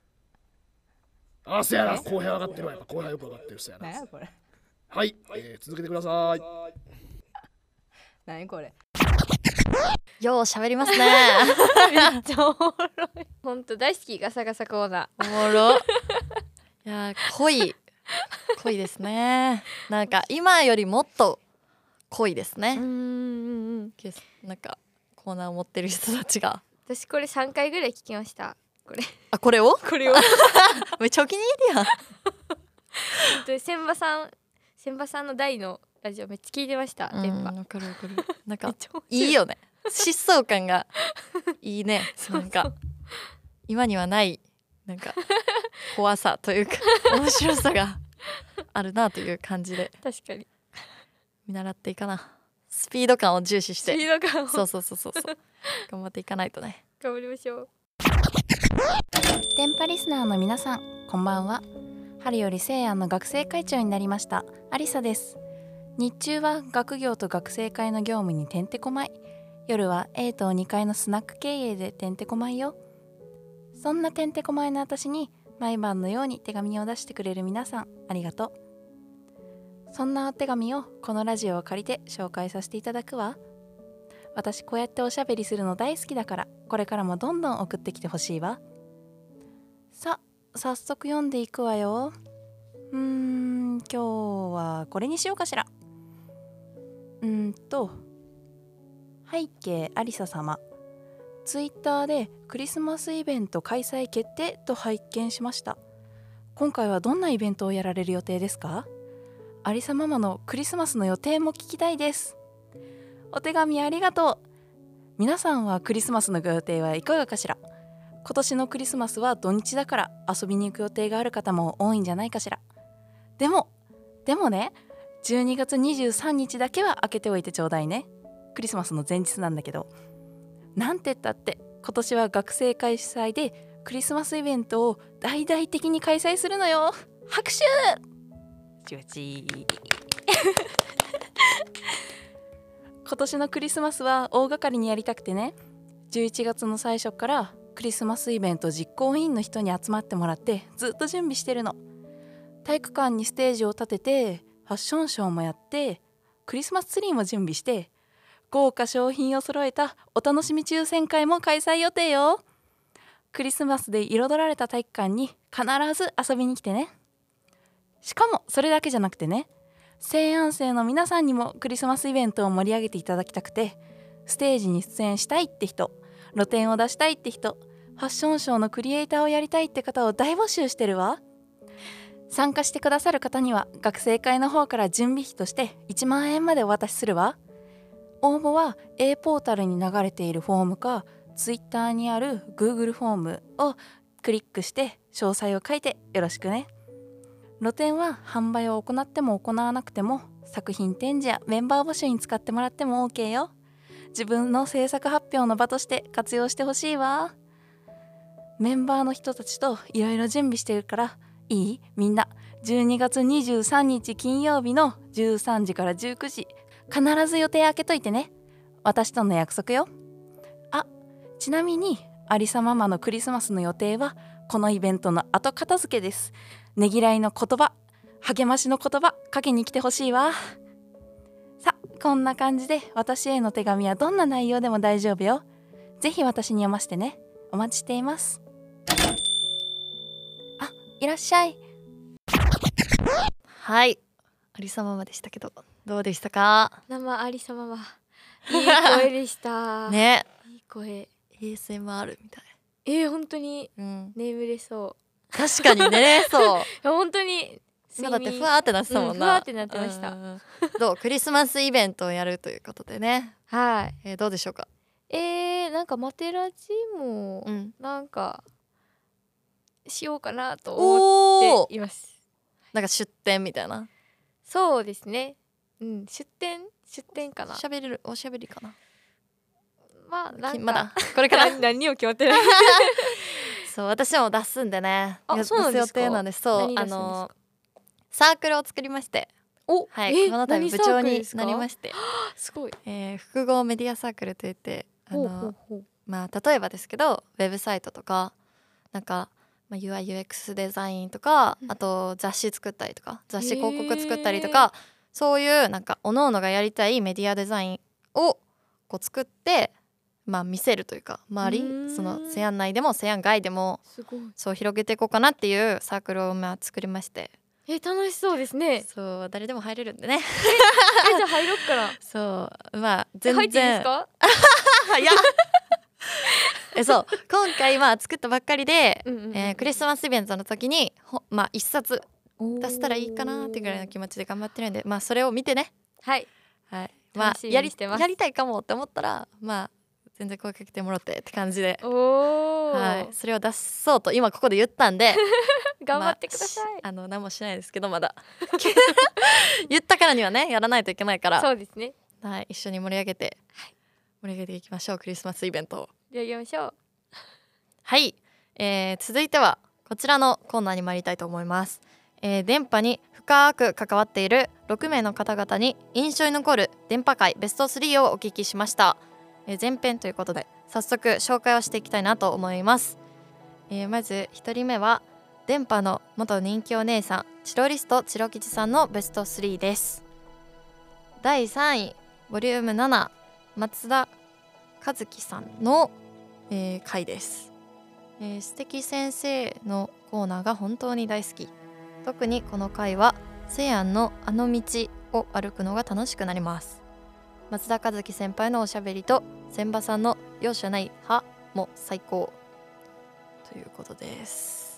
あ、そやな、公平上がってるわ。やっぱ公平よく上がってる。そやな。 何やこれ。 はい、えー、続けてください。 何これ。 よう喋りますね。 めっちゃおもろい。本当大好きガサガサコーナー。おもろ。いや濃い濃いですね。なんか今よりもっと濃いですね。 うんうんうん。 なんかコーナーを持ってる人たちが。 私これさんかいぐらい聞きました。これ。 あ、これを？ これを。 めっちゃお気に入りやん。 で千葉さん千葉さんの大のラジオめっちゃ聞いてました。電波。 わかるわかる。なんかいいよね。疾走感がいいね。なんか今にはないなんか怖さというか面白さがあるなという感じで。 確かに。 見習っていかな。スピード感を重視して。 スピード感を。 そうそうそうそうそう。頑張っていかないとね。 頑張りましょう。 電波リスナーの皆さん、こんばんは。春より西安の学生会長になりましたアリサです。日中は学業と学生会の業務にてんてこまい、夜は エー棟にかいのスナック経営でてんてこまいよ。そんなてんてこまいの私に毎晩のように手紙を出してくれる皆さん、ありがとう。そんなお手紙をこのラジオを借りて紹介させていただくわ。私こうやっておしゃべりするの大好きだから、これからもどんどん送ってきてほしいわ。さ、早速読んでいくわよ。うーん、今日はこれにしようかしら。うーんと背景ありさ様、ツイッターでクリスマスイベント開催決定と拝見しました。今回はどんなイベントをやられる予定ですか？ありさママのクリスマスの予定も聞きたいです。お手紙ありがとう。皆さんはクリスマスのご予定はいかがかしら？今年のクリスマスは土日だから遊びに行く予定がある方も多いんじゃないかしら。でもでもね、じゅうにがつにじゅうさんにちだけは開けておいてちょうだいね。クリスマスの前日なんだけど。なんて言ったって今年は学生会主催でクリスマスイベントを大々的に開催するのよ。拍手チュチー今年のクリスマスは大掛かりにやりたくてね、じゅういちがつの最初からクリスマスイベント実行委員の人に集まってもらってずっと準備してるの。体育館にステージを立ててファッションショーもやってクリスマスツリーも準備して豪華商品を揃えたお楽しみ抽選会も開催予定よ。クリスマスで彩られた体育館に必ず遊びに来てね。しかもそれだけじゃなくてね、西安生の皆さんにもクリスマスイベントを盛り上げていただきたくて、ステージに出演したいって人、露店を出したいって人、ファッションショーのクリエイターをやりたいって方を大募集してるわ。参加してくださる方には学生会の方から準備費としていちまんえんまでお渡しするわ。応募は A ポータルに流れているフォームか Twitter にある Google フォームをクリックして詳細を書いてよろしくね。露店は販売を行っても行わなくても作品展示やメンバー募集に使ってもらっても OK よ。自分の制作発表の場として活用してほしいわ。メンバーの人たちといろいろ準備してるからいい？みんなじゅうにがつにじゅうさんにち金曜日のじゅうさんじからじゅうくじ必ず予定開けといてね。私との約束よ。あ、ちなみにありさママのクリスマスの予定はこのイベントの後片付けです。ねぎらいの言葉、励ましの言葉かけに来てほしいわ。さ、こんな感じで私への手紙はどんな内容でも大丈夫よ。ぜひ私に読ませてね。お待ちしています。あ、いらっしゃい。 はい、ありさママでしたけどどうでしたか？ 生ありさママ、いい声でしたね、 いい声。 エーエスエムアール みたい。 えー、本当に、 うん、 眠れそう。 確かに寝れそう本当に今だってふわーってなってたもんな、 うん、ふわーってなってました。 どうクリスマスイベントをやるということでね。 はい、 えー、どうでしょうか？ えー、なんかマテラジもなんかしようかなと思っています。 なんか出店みたいな。 そうですね、うん、出店出店かな。 しゃべるおしゃべりかな。 まあなんかまだこれから何にも決まってないそう私も出すんでね。 あ、そうなんですか。 出す予定なんです。そうあのサークルを作りまして、 おはいこの度部長になりまして、 すごい、 えー、複合メディアサークルといってあのほうほうほうまあ例えばですけどウェブサイトとかなんか、まあ、ユーアイユーエックス デザインとか、あと雑誌作ったりとか雑誌広告作ったりとか、そういうなんか各々がやりたいメディアデザインをこう作ってまあ見せるというか周りその西安内でも西安外でもそう広げていこうかなっていうサークルをまあ作りまして。 え楽しそうですね。 そう誰でも入れるんでね。 えじゃあ入ろっかな。 そうまあ全然入っていいですか。 いやえそう今回まあ作ったばっかりで、うんうんうん、えー、クリスマスイベントの時にほまあ一冊出せたらいいかなってぐらいの気持ちで頑張ってるんで、まあそれを見てね。 はいはい。まあやりやりたいかもって思ったらまあ全然声かけてもらってって感じで、 お、 はい、それを出そうと今ここで言ったんで頑張ってください。 まあ、あの何もしないですけどまだ言ったからにはねやらないといけないから、 そうですね、 はい、一緒に盛り上げて、はい、盛り上げていきましょうクリスマスイベントを。 やりましょう。 はい、えー、続いてはこちらのコーナーに参りたいと思います。えー、電波に深く関わっているろくめいの方々に印象に残る電波界ベストスリーをお聞きしました。えー、前編ということで早速紹介をしていきたいなと思います。えー、まずひとりめは電波の元人気お姉さんチロリストチロ吉さんのベストスリーです。だいさんいボリュームなな松田和樹さんの、えー、回です。えー、素敵先生のコーナーが本当に大好き。特にこの回は西安のあの道を歩くのが楽しくなります。松田和樹先輩のおしゃべりと千葉さんの容赦ない歯も最高ということです。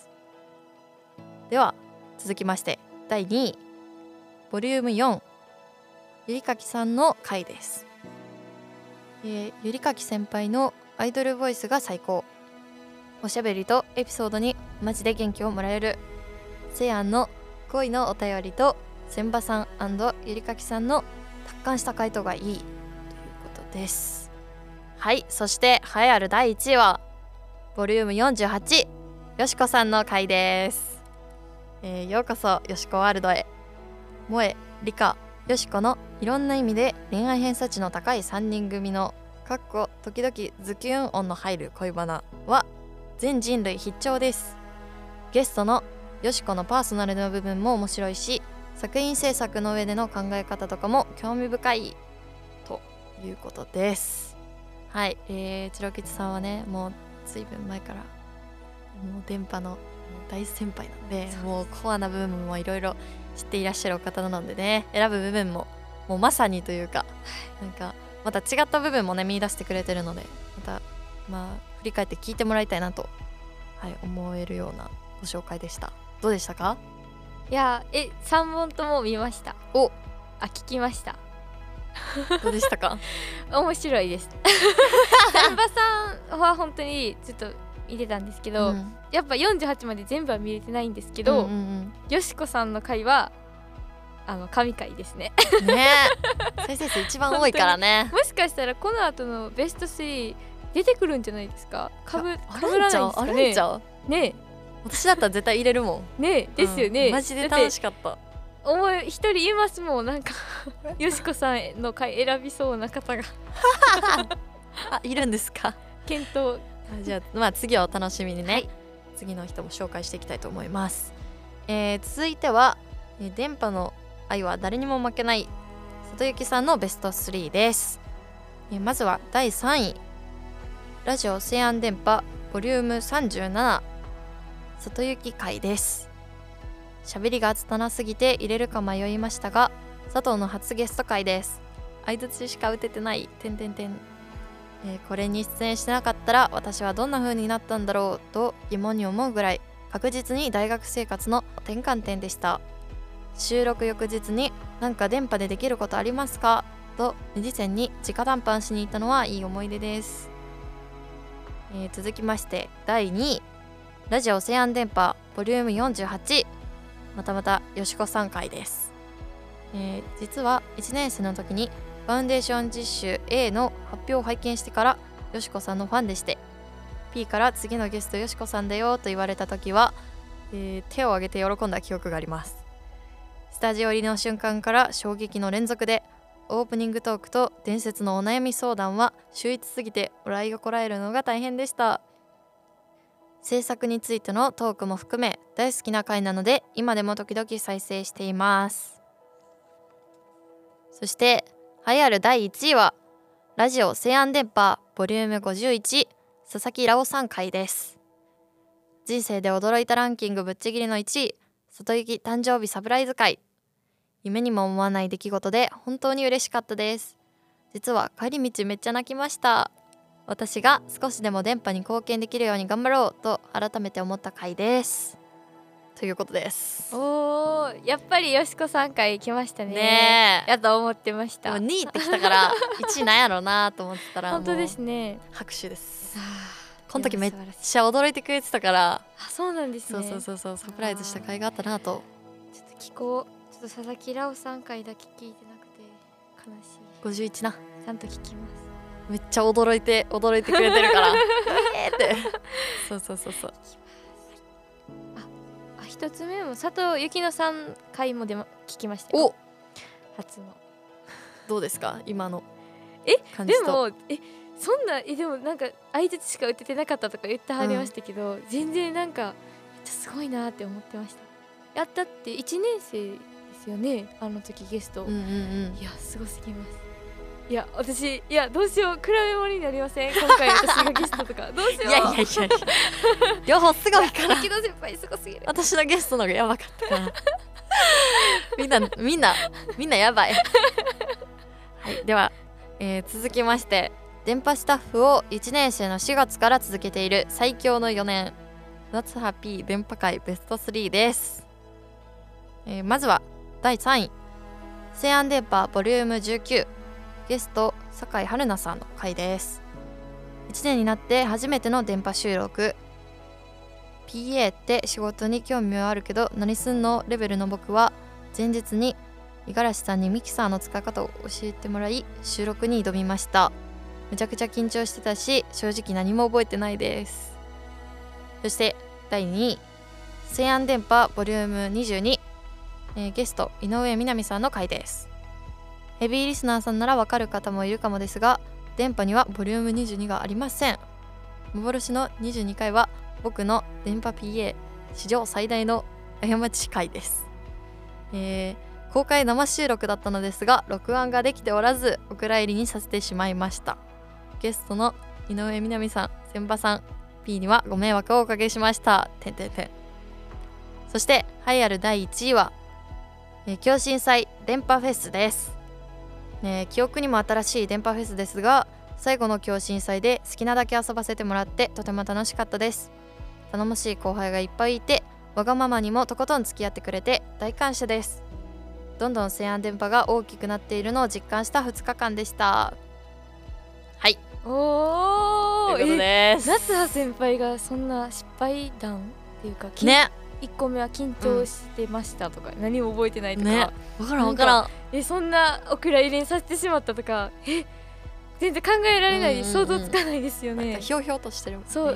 では続きましてだいにいボリュームよんゆりかきさんの回です。えー、ゆりかき先輩のアイドルボイスが最高。おしゃべりとエピソードにマジで元気をもらえる。西安の恋のお便りと千葉さん&ゆりかきさんの達観した回答がいいということです。はい、そして栄えあるだいいちいはボリュームよんじゅうはちよしこさんの回です。えー、ようこそよしこワールドへ。萌え、りか、よしこのいろんな意味で恋愛偏差値の高いさんにん組のかっこ時々ズキュン音の入る恋バナは全人類必聴です。ゲストのよしこのパーソナルの部分も面白いし作品制作の上での考え方とかも興味深いということです。はい、えー、チロキチさんはねもうずいぶん前からもう電波の大先輩なんで、もうコアな部分もいろいろ知っていらっしゃる方なのでね、選ぶ部分ももうまさにというかなんかまた違った部分もね見出してくれてるので、またまあ振り返って聞いてもらいたいなと、はい、思えるようなご紹介でした。どうでしたか？ いやえさんぼんとも見ました。 おあ聞きました。 どうでしたか？ 面白いです。千葉さんは本当にずっと見てたんですけど、うん、やっぱよんじゅうはちまで全部は見れてないんですけど、うんうんうん、よしこさんの回はあの神回ですね。 ね再生数一番多いからね。 もしかしたらこの後のベストスリー出てくるんじゃないですか？かぶかぶらないですかね。 あるんちゃう？ ね私だったら絶対入れるもん。 ねですよね、 うん、マジで楽しかった。 思い一人いますもん、なんかよしこさんの回選びそうな方があいるんですか？ 検討。 じゃあ、まあ、次はお楽しみにね、はい、次の人も紹介していきたいと思います。えー、続いては、えー、電波の愛は誰にも負けない里幸さんのベストスリーです。えー、まずはだいさんいラジオ西安電波ボリュームさんじゅうなな里幸会です。喋りが拙すぎて入れるか迷いましたが佐藤の初ゲスト会です。相槌しか打ててないてんてんてん、えー、これに出演してなかったら私はどんな風になったんだろうと疑問に思うぐらい確実に大学生活の転換点でした。収録翌日になんか電波でできることありますかと二次戦に直談判しに行ったのはいい思い出です。えー、続きましてだいにいラジオ西安電波ボリュームよんじゅうはちまたまたよしこさん回です。えー、実はいちねん生の時にファウンデーション実習 A の発表を拝見してからよしこさんのファンでして、 P から次のゲストよしこさんだよと言われた時は、えー、手を挙げて喜んだ記憶があります。スタジオ入りの瞬間から衝撃の連続で、オープニングトークと伝説のお悩み相談は秀逸すぎて笑いがこらえるのが大変でした。制作についてのトークも含め大好きな回なので、今でも時々再生しています。そして栄えあるだいいちいはラジオ西安電波ボリュームごじゅういち、佐々木ラオさん回です。人生で驚いたランキングぶっちぎりのいちい、外行き誕生日サプライズ会。夢にも思わない出来事で本当に嬉しかったです。実は帰り道めっちゃ泣きました。私が少しでも電波に貢献できるように頑張ろうと改めて思った回です。ということです。 おー、やっぱりよしこさん回来ましたね。 ねえ、 やと思ってました。 にいってきたからいちいなんやろうなと思ってたら本当ですね。 拍手です。この時めっちゃ驚いてくれてたから。 あ、そうなんですね。 そうそうそうそう、サプライズした回があったなと。 ちょっと聞こう。ちょっと佐々木ラオさん回だけ聞いてなくて悲しい。 ごじゅういちな。 ちゃんと聞きます。 めっちゃ驚いて驚いてくれてるからえーってそうそうそうそう。 あ、一つ目も佐藤幸乃さん回もでも聞きましたよ。 お、 初のどうですか今のえ感じと。 でもえそんなえでもなんか相手しか打ててなかったとか言ってはりましたけど、うん、全然なんかめっちゃすごいなって思ってました。やったっていちねん生ですよね、あの時ゲスト。 うんうんうん、 いやすごすぎます。いや私いやどうしよう、比べ物になりません今回私がゲストとかどうしよう。 いやいやいやいや両方すごいから。 秋野先輩すごすぎる。 私のゲストの方がやばかったからみんなみんなみんなやばいはい、では、えー、続きまして電波スタッフをいちねん生のしがつから続けている最強のよねん夏ハッピー電波界ベストスリーです。えー、まずはだいさんい西安電波ボリュームじゅうきゅう、ゲスト酒井春菜さんの回です。いちねんになって初めての電波収録。 ピーエー って仕事に興味はあるけど何すんのレベルの僕は前日に五十嵐さんにミキサーの使い方を教えてもらい収録に挑みました。めちゃくちゃ緊張してたし正直何も覚えてないです。そしてだいにい西安電波ボリュームにじゅうに、えー、ゲスト井上みなみさんの回です。ヘビーリスナーさんならわかる方もいるかもですが、電波にはボリュームにじゅうにがありません。幻のにじゅうにかいは僕の電波 ピーエー 史上最大の過ち回です。えー、公開生収録だったのですが録音ができておらずお蔵入りにさせてしまいました。ゲストの井上みなみさん、千葉さん、P にはご迷惑をおかけしました。てんてんてん。そして栄えあるだいいちいは、えー、共振祭電波フェスです。ね、記憶にも新しい電波フェスですが最後の共振祭で好きなだけ遊ばせてもらってとても楽しかったです。頼もしい後輩がいっぱいいてわがままにもとことん付き合ってくれて大感謝です。どんどん西安電波が大きくなっているのを実感したふつかかんでした。はい、 おー、 ということです。 夏葉先輩がそんな失敗談っていうかね、 いっこめは緊張してましたとか、うん、何も覚えてないとか、 ね、分からん分からん。 えそんなお蔵入りにさせてしまったとかえ全然考えられないです、うんうんうん、想像つかないですよね。 ひょうひょうとしてるもんね。 そう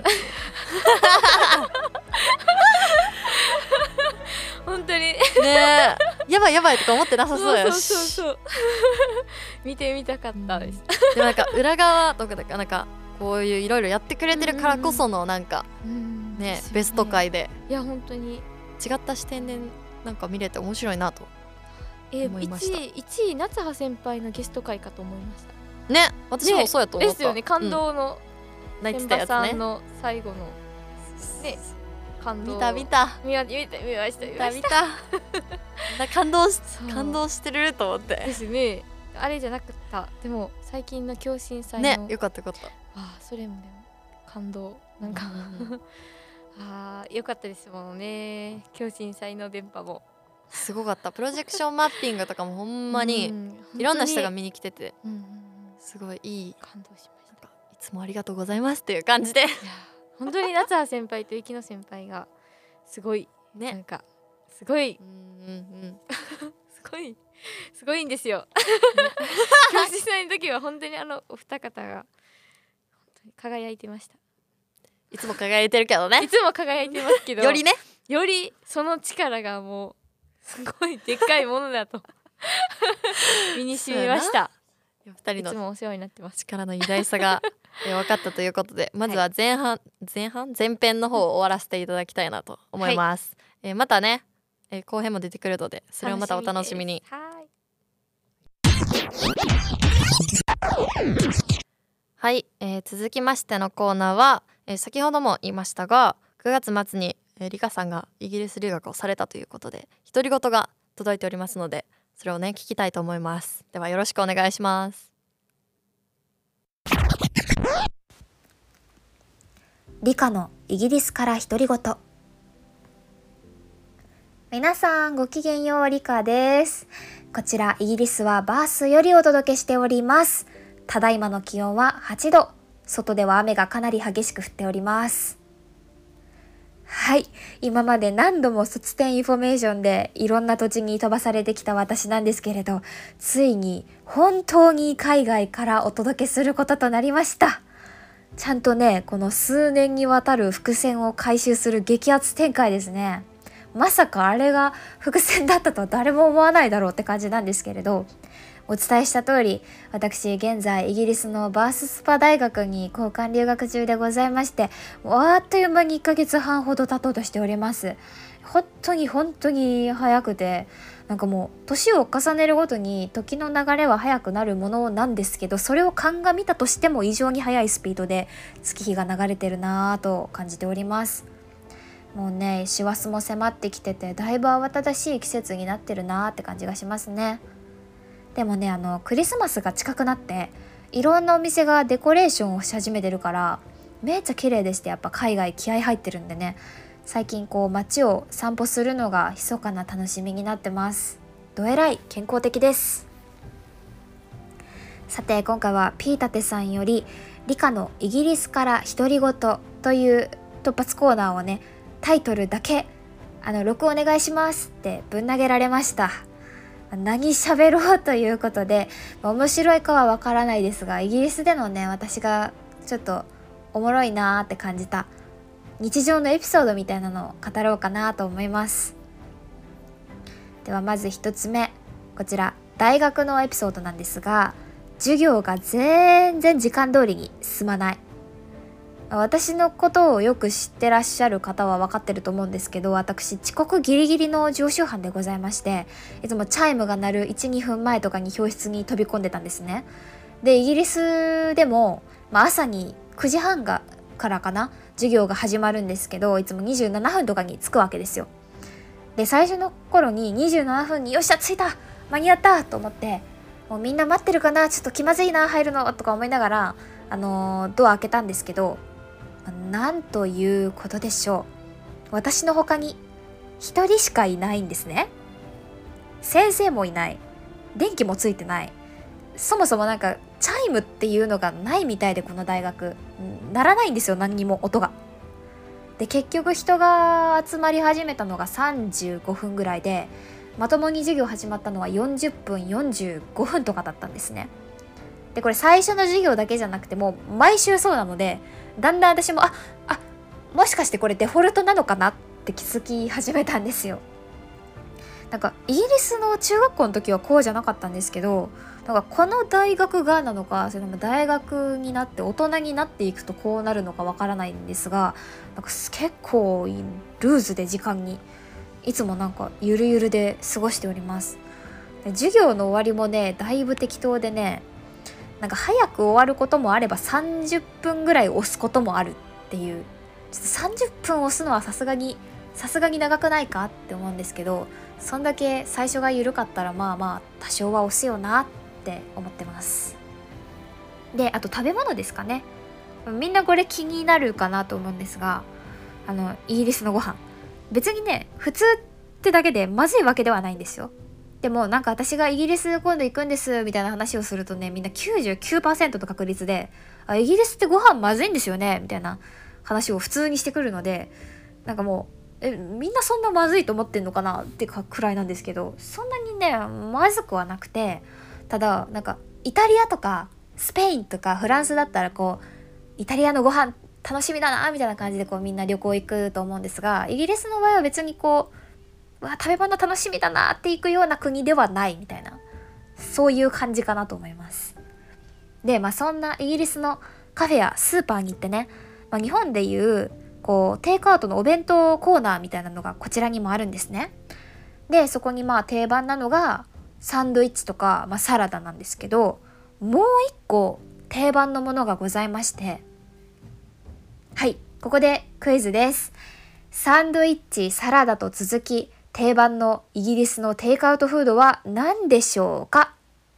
本当にねやばいやばいとか思ってなさそうやし。 そうそうそうそう見てみたかったです、 うん、でもなんか裏側とかなんかなんかこういういろいろやってくれてるからこそのなんか、うんうん、ね、ベスト回でいや本当に違った視点でなんか見れて面白いなと思いました。 えー、いちいいちい夏葉先輩のゲスト回かと思いましたね。私もそうやと思った、 ですよね。感動の千葉さんの最後のね感動見た見た見ました見ました見た見たな感動し感動してると思ってですね。あれじゃなくったでも最近の共振祭のね、よかったよかった。 あそれもでも感動なんか、うん、あよかったですもんね。共振祭の電波もすごかった。プロジェクションマッピングとかもほんまにいろんな人が見に来てて、うんうん、すごいいい感動しました。 いつもありがとうございますっていう感じで本当に夏葉先輩と雪乃先輩がすごいね、なんかすごい、うんうんうん、すごいすごいんですよ。教師祭の時は本当にあのお二方が本当輝いてました。 いつも輝いてるけどね。 いつも輝いてますけどよりねよりその力がもうすごいでっかいものだと身に染みました。 ふたりのいつもお世話になってます。 力の偉大さが分かったということで、まずは前半、はい、前半前編の方を終わらせていただきたいなと思います、はい、えー、またね、えー、後編も出てくるのでそれをまたお楽しみに。はい、えー、続きましてのコーナーは、えー、先ほども言いましたがくがつ末に、えー、リカさんがイギリス留学をされたということで独り言が届いておりますのでそれをね聞きたいと思います。ではよろしくお願いします。 リカのイギリスから独り言。皆さんごきげんよう、リカです。こちらイギリスはバースよりお届けしております。ただいまの気温ははちど、外では雨がかなり激しく降っております。はい、今まで何度も卒展インフォメーションでいろんな土地に飛ばされてきた私なんですけれど、ついに本当に海外からお届けすることとなりました。ちゃんとね、この数年にわたる伏線を回収する激アツ展開ですね。まさかあれが伏線だったとは誰も思わないだろうって感じなんですけれど、お伝えした通り、私現在イギリスのバーススパ大学に交換留学中でございまして、あっという間にいっかげつはんほど経とうとしております。本当に本当に早くて、なんかもう年を重ねるごとに時の流れは早くなるものなんですけど、それを鑑みたとしても異常に速いスピードで月日が流れてるなぁと感じております。もうね、師走も迫ってきてて、だいぶ慌ただしい季節になってるなぁって感じがしますね。でもね、あのクリスマスが近くなっていろんなお店がデコレーションをし始めてるからめっちゃ綺麗でして、やっぱ海外気合入ってるんでね、最近こう街を散歩するのが密かな楽しみになってます。どえらい健康的です。さて今回はピータテさんよりリカのイギリスから独り言という突発コーナーをね、タイトルだけあの録音お願いしますってぶん投げられました。何喋ろうということで、面白いかはわからないですが、イギリスでのね、私がちょっとおもろいなーって感じた日常のエピソードみたいなのを語ろうかなと思います。ではまず一つ目、こちら大学のエピソードなんですが、授業が全然時間通りに進まない。私のことをよく知ってらっしゃる方は分かってると思うんですけど、私遅刻ギリギリの常習犯でございまして、いつもチャイムが鳴る いちにふんまえとかに教室に飛び込んでたんですね。でイギリスでも、まあ、朝にくじはんがからかな授業が始まるんですけど、いつもにじゅうななふんとかに着くわけですよ。で最初の頃ににじゅうななふんによっしゃ着いた間に合ったと思って、もうみんな待ってるかな、ちょっと気まずいな入るのとか思いながら、あのー、ドア開けたんですけど、なんということでしょう、私の他に一人しかいないんですね。先生もいない、電気もついてない、そもそもなんかチャイムっていうのがないみたいで、この大学鳴らないんですよ、何にも音が。で結局人が集まり始めたのがさんじゅうごふんぐらいで、まともに授業始まったのはよんじゅっぷんよんじゅうごふんとかだったんですね。でこれ最初の授業だけじゃなくてもう毎週そうなので、だんだん私もああもしかしてこれデフォルトなのかなって気づき始めたんですよ。なんかイギリスの中学校の時はこうじゃなかったんですけど、なんかこの大学がなのか、それとも大学になって大人になっていくとこうなるのかわからないんですが、なんか結構ルーズで時間にいつもなんかゆるゆるで過ごしております。で授業の終わりもねだいぶ適当でね、なんか早く終わることもあればさんじゅっぷんぐらい押すこともあるっていう、ちょっとさんじゅっぷん押すのはさすがにさすがに長くないかって思うんですけど、そんだけ最初が緩かったらまあまあ多少は押すよなって思ってます。であと食べ物ですかね。みんなこれ気になるかなと思うんですが、あのイギリスのご飯別にね普通ってだけでまずいわけではないんですよ。でもなんか私がイギリス今度行くんですみたいな話をするとね、みんな きゅうじゅうきゅうパーセント の確率であイギリスってご飯まずいんですよねみたいな話を普通にしてくるので、なんかもうえみんなそんなまずいと思ってんのかなってかくらいなんですけど、そんなにねまずくはなくて、ただなんかイタリアとかスペインとかフランスだったらこうイタリアのご飯楽しみだなみたいな感じでこうみんな旅行行くと思うんですが、イギリスの場合は別にこう、うわ食べ物楽しみだなって行くような国ではないみたいな、そういう感じかなと思います。で、まあそんなイギリスのカフェやスーパーに行ってね、まあ、日本でいうこうテイクアウトのお弁当コーナーみたいなのがこちらにもあるんですね。でそこにまあ定番なのがサンドイッチとか、まあ、サラダなんですけど、もう一個定番のものがございまして、はい、ここでクイズです。サンドイッチ、サラダと続き定番のイギリスのテイクアウトフードは何でしょうか？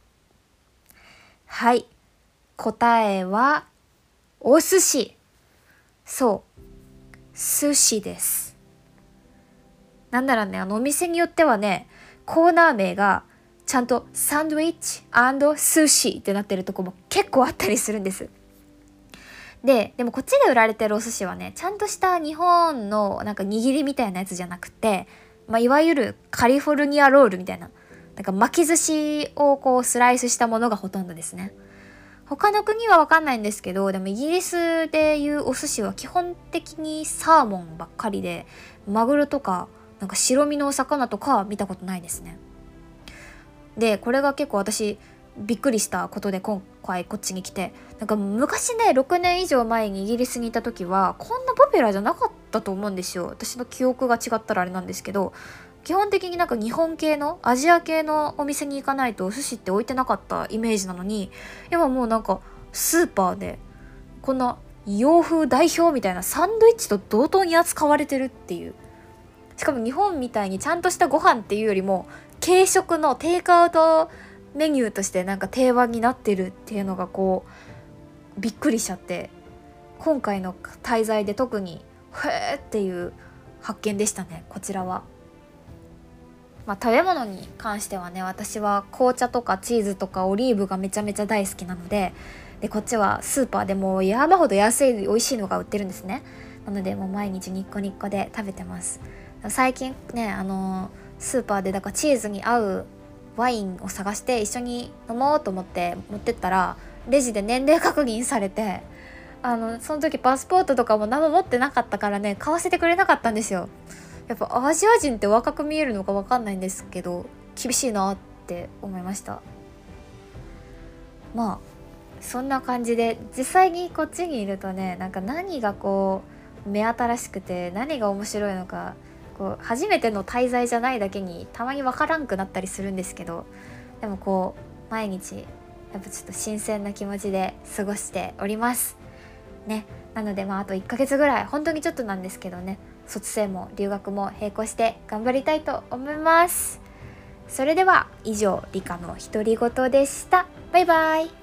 はい、答えはお寿司。そう、寿司です。なんだろうね、あのお店によってはね、コーナー名がちゃんとサンドイッチ&寿司ってなってるとこも結構あったりするんです。で、でもこっちで売られてるお寿司はね、ちゃんとした日本のなんか握りみたいなやつじゃなくて、まあ、いわゆるカリフォルニアロールみたいな、なんか巻き寿司をこうスライスしたものがほとんどですね。他の国はわかんないんですけど、でもイギリスでいうお寿司は基本的にサーモンばっかりで、マグロとかなんか白身のお魚とかは見たことないですね。でこれが結構私びっくりしたことで、今回こっちに来て、なんか昔ねろくねん以上前にイギリスにいた時はこんなポピュラーじゃなかったと思うんですよ。私の記憶が違ったらあれなんですけど、基本的になんか日本系のアジア系のお店に行かないとお寿司って置いてなかったイメージなのに、今もうなんかスーパーでこんな洋風代表みたいなサンドイッチと同等に扱われてるっていう、しかも日本みたいにちゃんとしたご飯っていうよりも軽食のテイクアウトメニューとしてなんか定番になってるっていうのがこうびっくりしちゃって、今回の滞在で特にへーっていう発見でしたね、こちらは。まあ、食べ物に関してはね、私は紅茶とかチーズとかオリーブがめちゃめちゃ大好きなので、でこっちはスーパーでも山ほど安い美味しいのが売ってるんですね。なのでもう毎日ニッコニッコで食べてます。最近ね、あのー、スーパーでだからチーズに合うワインを探して一緒に飲もうと思って持ってったら、レジで年齢確認されて、あのその時パスポートとかも何も持ってなかったからね、買わせてくれなかったんですよ。やっぱアジア人って若く見えるのか分かんないんですけど、厳しいなって思いました。まあそんな感じで、実際にこっちにいるとね、なんか何がこう目新しくて何が面白いのか、こう初めての滞在じゃないだけにたまに分からんくなったりするんですけど、でもこう毎日やっぱちょっと新鮮な気持ちで過ごしておりますね。なのでまああといっかげつぐらい、本当にちょっとなんですけどね、卒生も留学も並行して頑張りたいと思います。それでは以上、理科の独り言でした。バイバイ。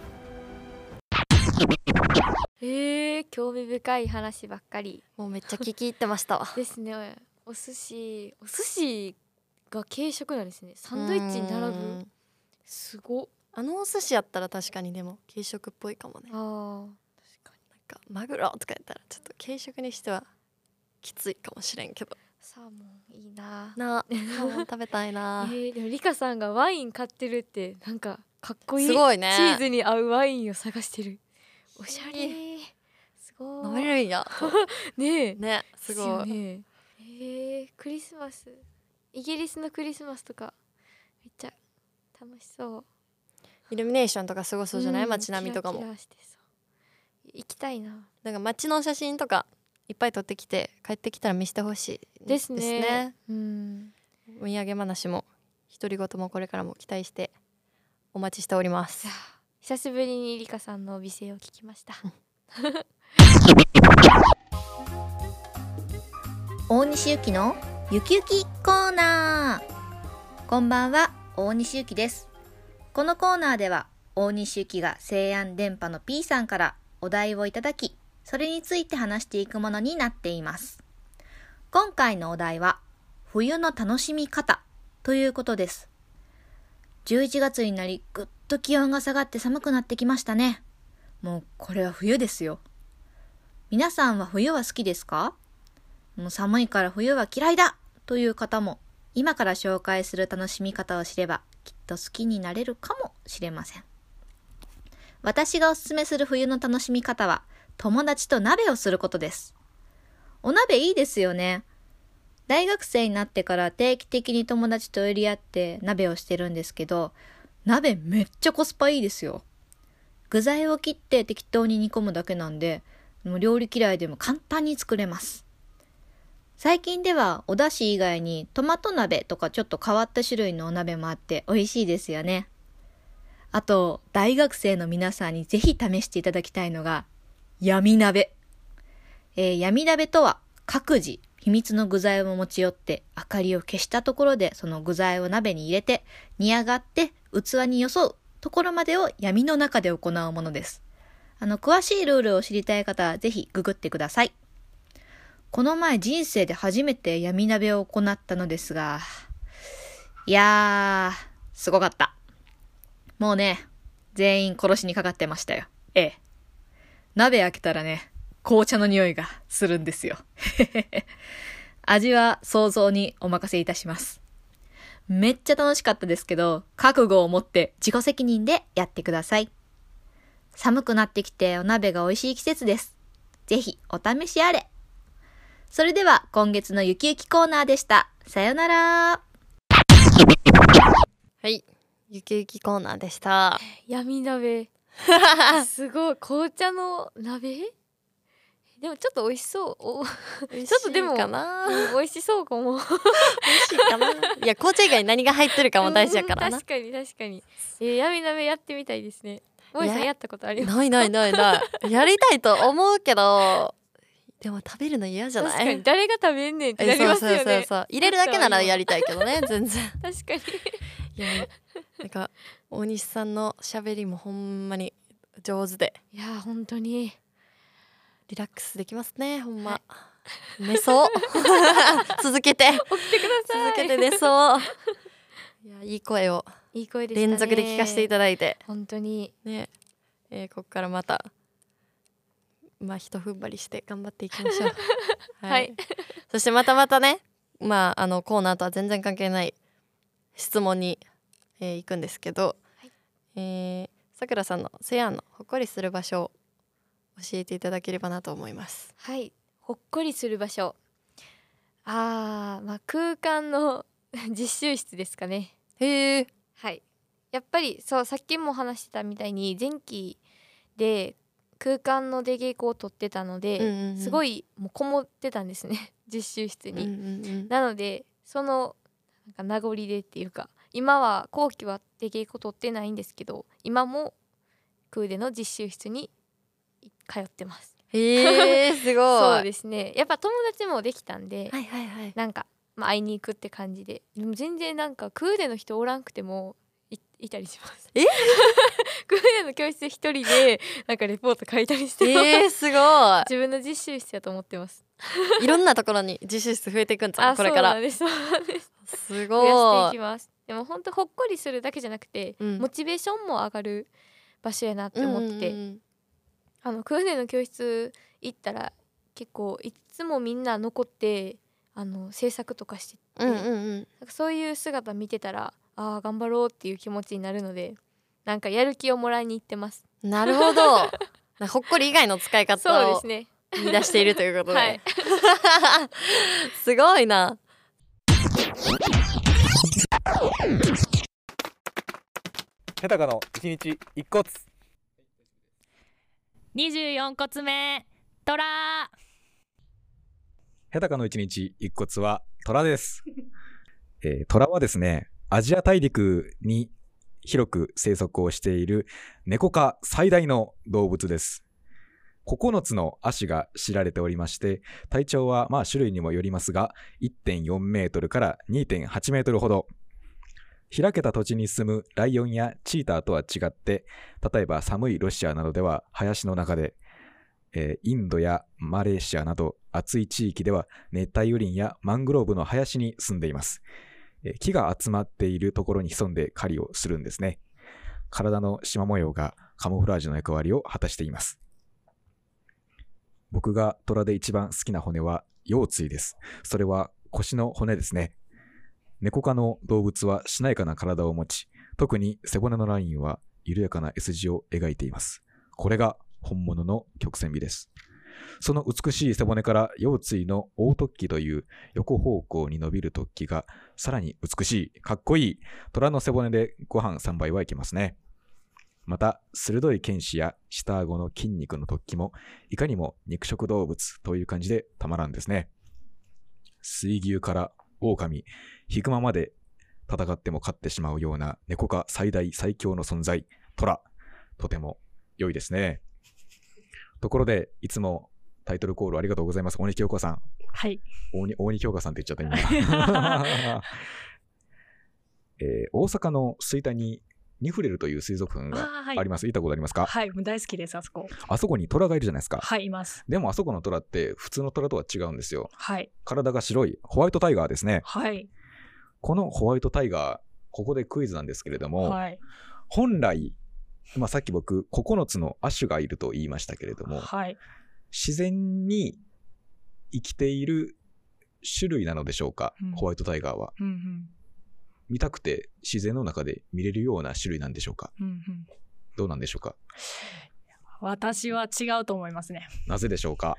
えー、興味深い話ばっかり。 もうめっちゃ聞き入ってましたわですね。お寿司お寿司が軽食なんですね。サンドイッチに並ぶ、すご。 あのお寿司やったら確かにでも軽食っぽいかもね。 あ確かになんかマグロとかやったらちょっと軽食にしてはきついかもしれんけど。 サーモンいいななサーモン食べたいなえー、でもリカさんがワイン買ってるってなんかかっこいい。 すごいね。 チーズに合うワインを探してる。おしゃれ、すごい。 飲めるんやねえね、すごいね。えー、クリスマス、イギリスのクリスマスとかめっちゃ楽しそう。 イルミネーションとかすごそうじゃない、 うん、 街並みとかも。 キラキラしてそう。行きたいな。 なんか街の写真とかいっぱい撮ってきて帰ってきたら見せてほしいですね。 ですね。 うん。 お土産話も独り言もこれからも期待してお待ちしております。 久しぶりにリカさんの美声を聞きました大西ゆきのゆきゆきコーナー。こんばんは、大西ゆきです。このコーナーでは大西ゆきが西安電波の P さんからお題をいただき、それについて話していくものになっています。今回のお題は冬の楽しみ方ということです。じゅういちがつになりぐっと気温が下がって寒くなってきましたね。もうこれは冬ですよ。皆さんは冬は好きですか？もう寒いから冬は嫌いだという方も、今から紹介する楽しみ方を知ればきっと好きになれるかもしれません。私がおすすめする冬の楽しみ方は友達と鍋をすることです。お鍋いいですよね。大学生になってから定期的に友達と寄り合って鍋をしてるんですけど、鍋めっちゃコスパいいですよ。具材を切って適当に煮込むだけなんで、もう料理嫌いでも簡単に作れます。最近ではお出汁以外にトマト鍋とかちょっと変わった種類のお鍋もあって美味しいですよね。あと、大学生の皆さんにぜひ試していただきたいのが闇鍋。えー、闇鍋とは各自秘密の具材を持ち寄って明かりを消したところでその具材を鍋に入れて煮上がって器によそうところまでを闇の中で行うものです。あの詳しいルールを知りたい方はぜひググってください。この前人生で初めて闇鍋を行ったのですが、いやーすごかった。もうね全員殺しにかかってましたよ。ええ、鍋開けたらね紅茶の匂いがするんですよ。味は想像にお任せいたします。めっちゃ楽しかったですけど、覚悟を持って自己責任でやってください。寒くなってきてお鍋が美味しい季節です。ぜひお試しあれ。それでは今月のゆきゆきコーナーでした。さよなら。 はい、ゆきゆきコーナーでした。 闇鍋すごい、紅茶の鍋でもちょっと美味しそうおちょっとでもかな、 うん、美味しそうかも美味しいかな。いや紅茶以外何が入ってるかも大事やからな、 うん、確かに確かに、えー、闇鍋やってみたいですね。もえさんやったことあります？ ないないないないやりたいと思うけどでも食べるの嫌じゃない？ 確かに誰が食べんねんってなりますよね。 そうそうそうそう、入れるだけならやりたいけどね全然確かに。 いやなんか大西さんのしゃべりもほんまに上手で、 いや本当にリラックスできますね。ほんま、はい、寝そう続けて起きてください。 続けて寝そういやいい声をいい声でしたね。 連続で聞かせていただいて本当にね、えー、ここからまたまあ一踏ん張りして頑張っていきましょうはい、はい、そしてまたまたね、まああのコーナーとは全然関係ない質問に、えー、行くんですけど、はい、えー、さくらさんのセアンのほっこりする場所を教えていただければなと思います。 はい、ほっこりする場所、あー、まあ、空間の実習室ですかね。 へー、 はい、やっぱりそうさっきも話してたみたいに前期で空間の出稽古を取ってたので、うんうんうん、すごいもうこもってたんですね実習室に、うんうんうん、なのでそのなんか名残でっていうか、今は後期は出稽古取ってないんですけど今も空での実習室に通ってます。 へーすごいそうですね、やっぱ友達もできたんで、 はいはいはい、 なんか、まあ、会いに行くって感じで、でも全然なんか空での人おらんくても い, いたりします。 え空での教室一人でなんかレポート書いたりしてます。 えー、すごい自分の実習室やと思ってます。 いろんなところに実習室増えていくんじゃんこれから。 そうなんですそうなんですすごい増やしていきます。でも本当ほっこりするだけじゃなくて、 うん、 モチベーションも上がる場所やなって思ってて、うんうんうん、あの空での教室行ったら結構いつもみんな残ってあの制作とかしてて、 うんうんうん、 なんかそういう姿見てたらあー頑張ろうっていう気持ちになるので、なんかやる気をもらいに行ってます。 なるほどほっこり以外の使い方を見出しているということで、はい、すごいな。 ヘタカのいちにちいっこつにじゅうよんこつめトラ。 ヘタカのいちにちいっこつはトラです、えー、トラはですねアジア大陸に広く生息をしているネコ科最大の動物です。ここのつの足が知られておりまして、体長はまあ種類にもよりますが いってんよんメートルから にてんはちメートルほど。開けた土地に住むライオンやチーターとは違って、例えば寒いロシアなどでは林の中で、えー、インドやマレーシアなど暑い地域では熱帯雨林やマングローブの林に住んでいます。えー、木が集まっているところに潜んで狩りをするんですね。体の縞模様がカモフラージュの役割を果たしています。僕がトラで一番好きな骨は腰椎です。それは腰の骨ですね。ネコ科の動物はしなやかな体を持ち、特に背骨のラインは緩やかな S 字を描いています。これが本物の曲線美です。その美しい背骨から腰椎の大突起という横方向に伸びる突起がさらに美しい、かっこいい虎の背骨でご飯さんばいはいけますね。また鋭い剣士や下顎の筋肉の突起もいかにも肉食動物という感じでたまらんですね。水牛から狼、ヒグマまで戦っても勝ってしまうような猫科最大最強の存在、虎、とても良いですね。ところでいつもタイトルコールありがとうございます。大西京子さん。 はい。 大西大西京子さんって言っちゃった今、えー。大阪の吹田にニフレルという水族館があります。行ったことありますか？ はい、もう大好きです、あそこ。 あそこに虎がいるじゃないですか。 はい、います。 でもあそこの虎って普通の虎とは違うんですよ。 はい。 体が白いホワイトタイガーですね。 はい。 このホワイトタイガー、ここでクイズなんですけれども、 はい、 本来、まあ、さっき僕ここのつの亜種がいると言いましたけれども、 はい、 自然に生きている種類なのでしょうか、うん、ホワイトタイガーは、 うんうん、 見たくて自然の中で見れるような種類なんでしょうか、 うんうん、 どうなんでしょうか。 私は違うと思いますね。 なぜでしょうか。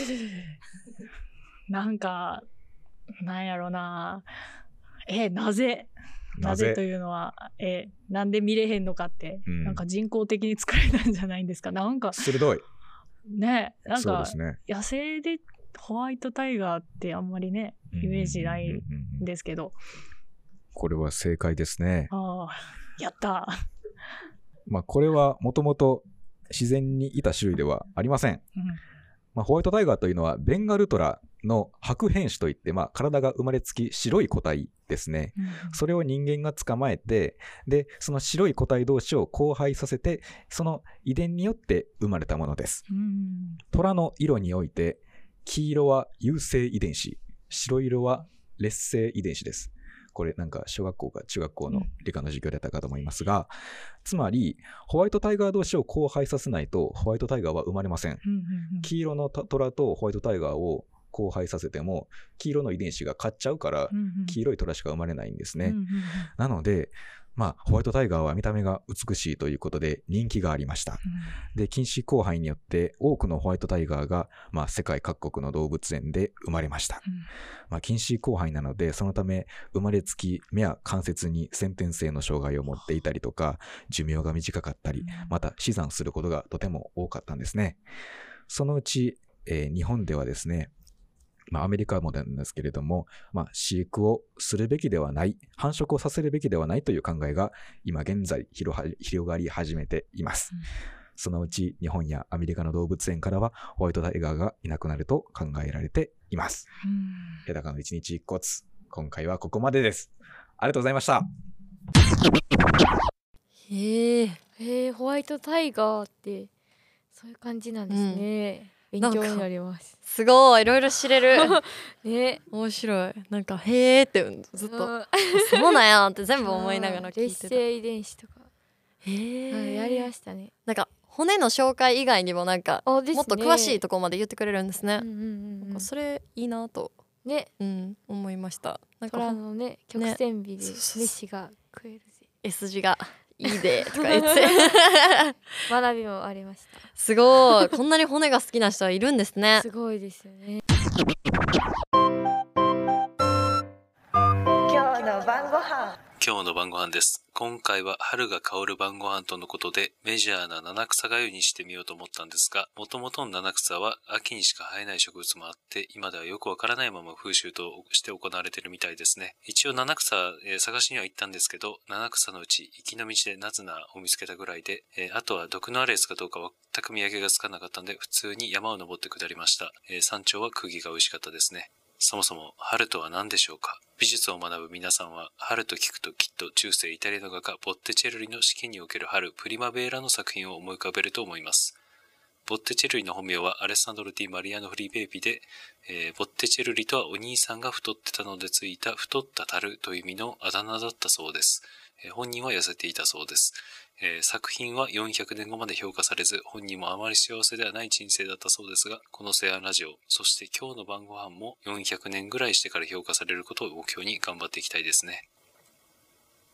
なんかなんやろなえなぜなぜというのはえなんで見れへんのかって、うん、なんか人工的に作られたんじゃないんですか。なんか鋭いね、なんか、 ね、 野生でホワイトタイガーってあんまりねイメージないんですけど、 これは正解ですね。 ああ、やったまあこれはもともと自然にいた種類ではありません、うんまあ、ホワイトタイガーというのはベンガルトラの白変種といって、まあ、体が生まれつき白い個体ですね、うん、それを人間が捕まえて、でその白い個体同士を交配させて、その遺伝によって生まれたものです、うん、虎の色において黄色は有性遺伝子、白色は劣性遺伝子です。これなんか小学校か中学校の理科の授業だったかと思いますが、うん、つまりホワイトタイガー同士を交配させないとホワイトタイガーは生まれません、うんうんうん、黄色の虎とホワイトタイガーを交配させても黄色の遺伝子が勝っちゃうから、うんうん、黄色い虎しか生まれないんですね、うんうんうん、なのでまあ、ホワイトタイガーは見た目が美しいということで人気がありました、うん、で禁止交配によって多くのホワイトタイガーが、まあ、世界各国の動物園で生まれました、うんまあ、禁止交配なのでそのため生まれつき目や関節に先天性の障害を持っていたりとか寿命が短かったり、うん、また死産することがとても多かったんですね。そのうち、えー、日本ではですね、まあ、アメリカもなんですけれども、まあ、飼育をするべきではない、繁殖をさせるべきではないという考えが今現在広がり始めています、うん、そのうち日本やアメリカの動物園からはホワイトタイガーがいなくなると考えられています、うん、ヘダカの一日一骨、今回はここまでです。ありがとうございました。 へえへえ、ホワイトタイガーってそういう感じなんですね、うん、勉強になります。 すごい、いろいろ知れるね、面白い。なんかへーってずっとそうなんやって全部思いながら聞いてた。 劣性遺伝子とかへーやりましたね。 なんか骨の紹介以外にもなんか、ね、もっと詳しいところまで言ってくれるんですね、うんうんうん、なんかそれいいなとね、うん、思いました。なんか虎のね曲線美で飯が食えるぜ、 S 字がいいでとか言って学びもありました。 すごい、こんなに骨が好きな人はいるんですね。 すごいですよね。 今日の晩ご飯今日の晩ご飯です。今回は春が香る晩ご飯とのことでメジャーな七草がゆにしてみようと思ったんですが、もともとの七草は秋にしか生えない植物もあって、今ではよくわからないまま風習として行われているみたいですね。一応七草、えー、探しには行ったんですけど、七草のうち行きの道でナズナを見つけたぐらいで、えー、あとは毒のあるやつかどうか全く見分けがつかなかったので、普通に山を登って下りました。えー、山頂は空気が美味しかったですね。そもそも春とは何でしょうか。美術を学ぶ皆さんは春と聞くときっと中世イタリアの画家ボッテチェルリの四季における春プリマベーラの作品を思い浮かべると思います。ボッテチェルリの本名はアレッサンドロ・ディ・マリアノ・フリベーピで、えー、ボッテチェルリとはお兄さんが太ってたのでついた太った樽という意味のあだ名だったそうです。えー、本人は痩せていたそうです。えー、作品はよんひゃくねんごまで評価されず、本人もあまり幸せではない人生だったそうですが、このセアンラジオ、そして今日の晩ご飯もよんひゃくねんぐらいしてから評価されることを目標に頑張っていきたいですね。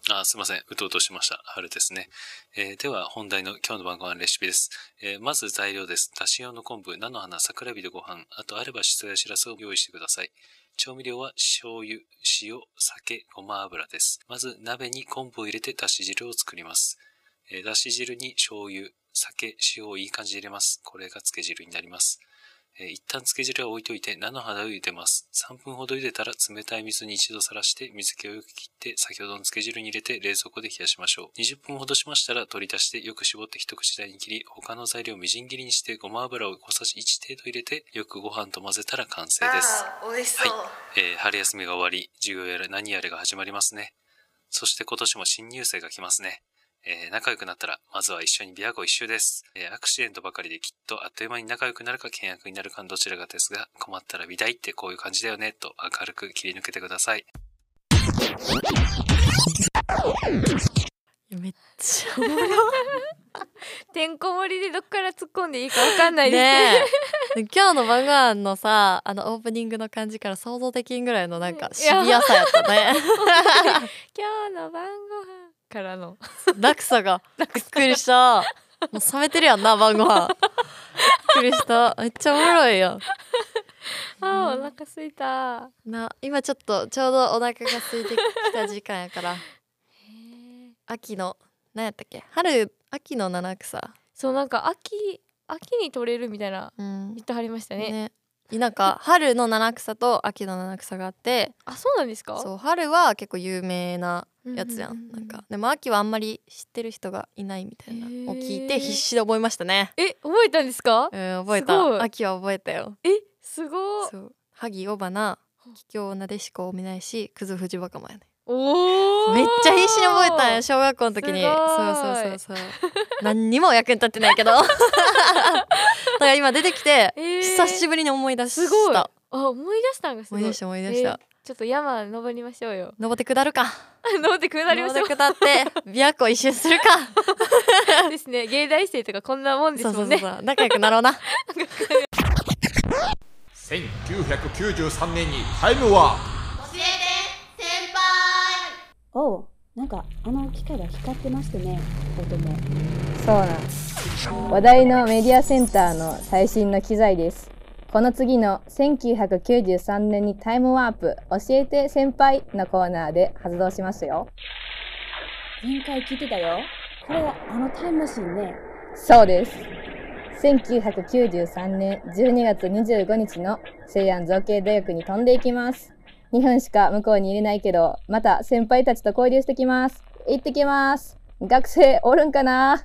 あ、すいません。うとうとしました。春ですね。えー、では、本題の今日の晩ご飯レシピです。えー、まず材料です。だし用の昆布、菜の花、桜火でご飯、あとあればしそやしらすを用意してください。調味料は醤油、塩、酒、ごま油です。まず、鍋に昆布を入れてだし汁を作ります。えー、だし汁に醤油、酒、塩をいい感じで入れます。これが漬け汁になります。えー、一旦漬け汁は置いといて菜の花を茹でます。さんぷんほど茹でたら冷たい水に一度さらして水気をよく切って先ほどの漬け汁に入れて冷蔵庫で冷やしましょう。にじゅっぷんほどしましたら取り出してよく絞って一口大に切り、他の材料をみじん切りにしてごま油を小さじいち程度入れてよくご飯と混ぜたら完成です。 あー、美味しそう。 はい、えー、春休みが終わり、授業やら何やらが始まりますね。そして今年も新入生が来ますね。えー、仲良くなったら、まずは一緒に琵琶湖一周です。えー、アクシデントばかりできっとあっという間に仲良くなるか険悪になるかどちらかですが、困ったら美大ってこういう感じだよね、と明るく切り抜けてください。 めっちゃおもろい。 てんこ盛りでどっから突っ込んでいいかわかんないですねえ。今日の晩ご飯のさ、あのオープニングの感じから想像できんぐらいのなんかシビアさやったね。 今日の晩ご飯からの落差がびっくりした。もう冷めてるやんな晩ご飯。びっくりした。めっちゃおもろいよ。 あー、お腹すいたな。今ちょっとちょうどお腹が空いてきた時間やから。秋の何やったっけ、春秋の七草。 そう、なんか秋秋に取れるみたいな、うん、言ってはりましたね。 ね、なんか春の七草と秋の七草があって、 あ、そうなんですか。 そう、春は結構有名なやつやん、うんうんうん、なんかでも秋はあんまり知ってる人がいないみたいなのを聞いて必死で覚えましたね。 え、覚えたんですか。 うん、覚えた。秋は覚えたよ。 え、すごい。そう、 萩尾花、桔梗なでしこお見ないし、くず藤若葉やね。 おー、 めっちゃ必死に覚えたんや、小学校の時に。そうそうそうそう。何にも役に立ってないけど。だから今出てきて、えー、久しぶりに思い出した。 すごい。あ、思い出したんがすごい。 思い出した思い出した。 えー、ちょっと山登りましょうよ。 登って下るか。 登って下りましょう。 登って下って琵琶湖一周するか。 ですね。芸大生とかこんなもんですもんね。 そうそうそう、仲良くなろうな。 せんきゅうひゃくきゅうじゅうさんねんにタイムワープ。 おう、なんかあの機械が光ってましてね、音も。そうなんです。話題のメディアセンターの最新の機材です。この次のせんきゅうひゃくきゅうじゅうさんねんにタイムワープ教えて先輩のコーナーで発動しますよ。前回聞いてたよ。これがあのタイムマシンね。そうです。せんきゅうひゃくきゅうじゅうさんねんじゅうにがつにじゅうごにちの西安造形大学に飛んでいきます。にふんしか向こうにいれないけど、また先輩たちと交流してきます。行ってきます。学生おるんかな。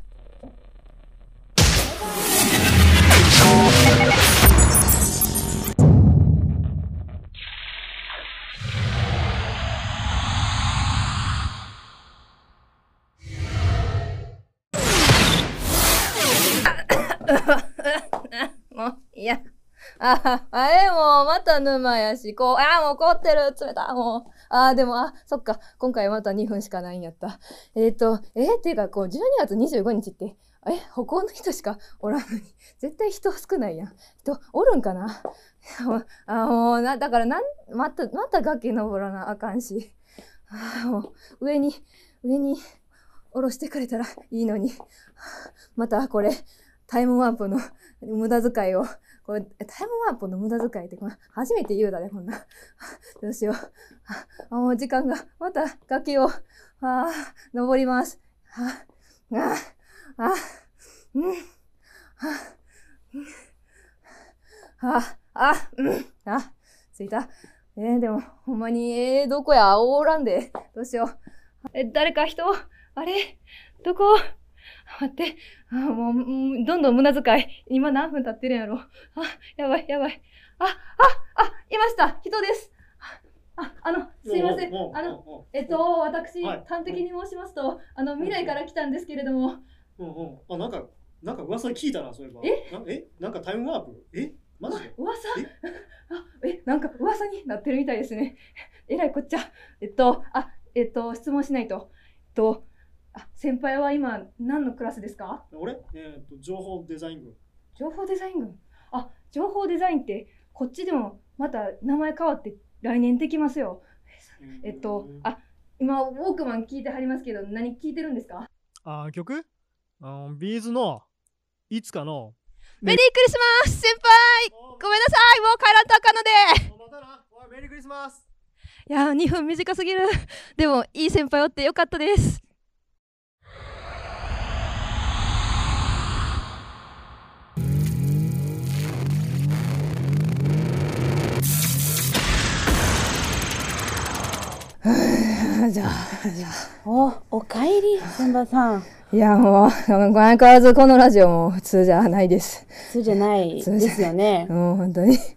もういや。あ、あれもうまた沼やし、こう、あ、もう凍ってる、冷た、もう。あ、でも、あ、そっか、今回またにふんしかないんやった。えっと、えー、っていうか、こう、じゅうにがつにじゅうごにちって、え、歩行の人しかおらんのに、絶対人少ないやん。人、おるんかな。あ、もう、な、だから、なん、また、また崖登らなあかんし。あ、もう、上に、上に、下ろしてくれたらいいのに。また、これ、タイムワープの無駄遣いを、これタイムワープの無駄遣いってこれ初めて言うだね、こんな。どうしよう。あ、もう時間が、また崖を、あ、登ります。あ、あ、あ、うん、あ、あ、うん、あ、着いた。えー、でも、ほんまに、えー、どこや、おらんで。どうしよう。え、誰か人、あれどこ待って。あ、もう、どんどん無駄遣い。今何分経ってるんやろ。あ、やばい、やばい。あ、あ、あ、いました人です。あ、あの、すいません。あの、えっと、私、はい、端的に申しますと、あの、未来から来たんですけれども。 うんうん。あ、なんか、なんか噂聞いたな、そういえば。 えなえなんかタイムワープえマジで噂えあ、え、なんか噂になってるみたいですね。えらいこっちゃ。えっと、あ、えっと、質問しないと。えっと、あ、先輩は今何のクラスですか？ 俺、えー、と情報デザイン群。 情報デザイン群。あ、情報デザインってこっちでもまた名前変わって来年できますよ。えっと、あ、 今ウォークマン聞いてはりますけど、何聞いてるんですか？ あー曲あービーズのいつかのメリークリスマス先輩、ごめんなさい、もう帰らんとあかんので。 メリークリスマス。 いやーにふん短すぎる。でもいい先輩おってよかったです。 じゃあ、じゃあ。お、おかえり、千葉さん。いや、もう、相変わらずこのラジオも普通じゃないです。 普通じゃないですよね。 もう本当に。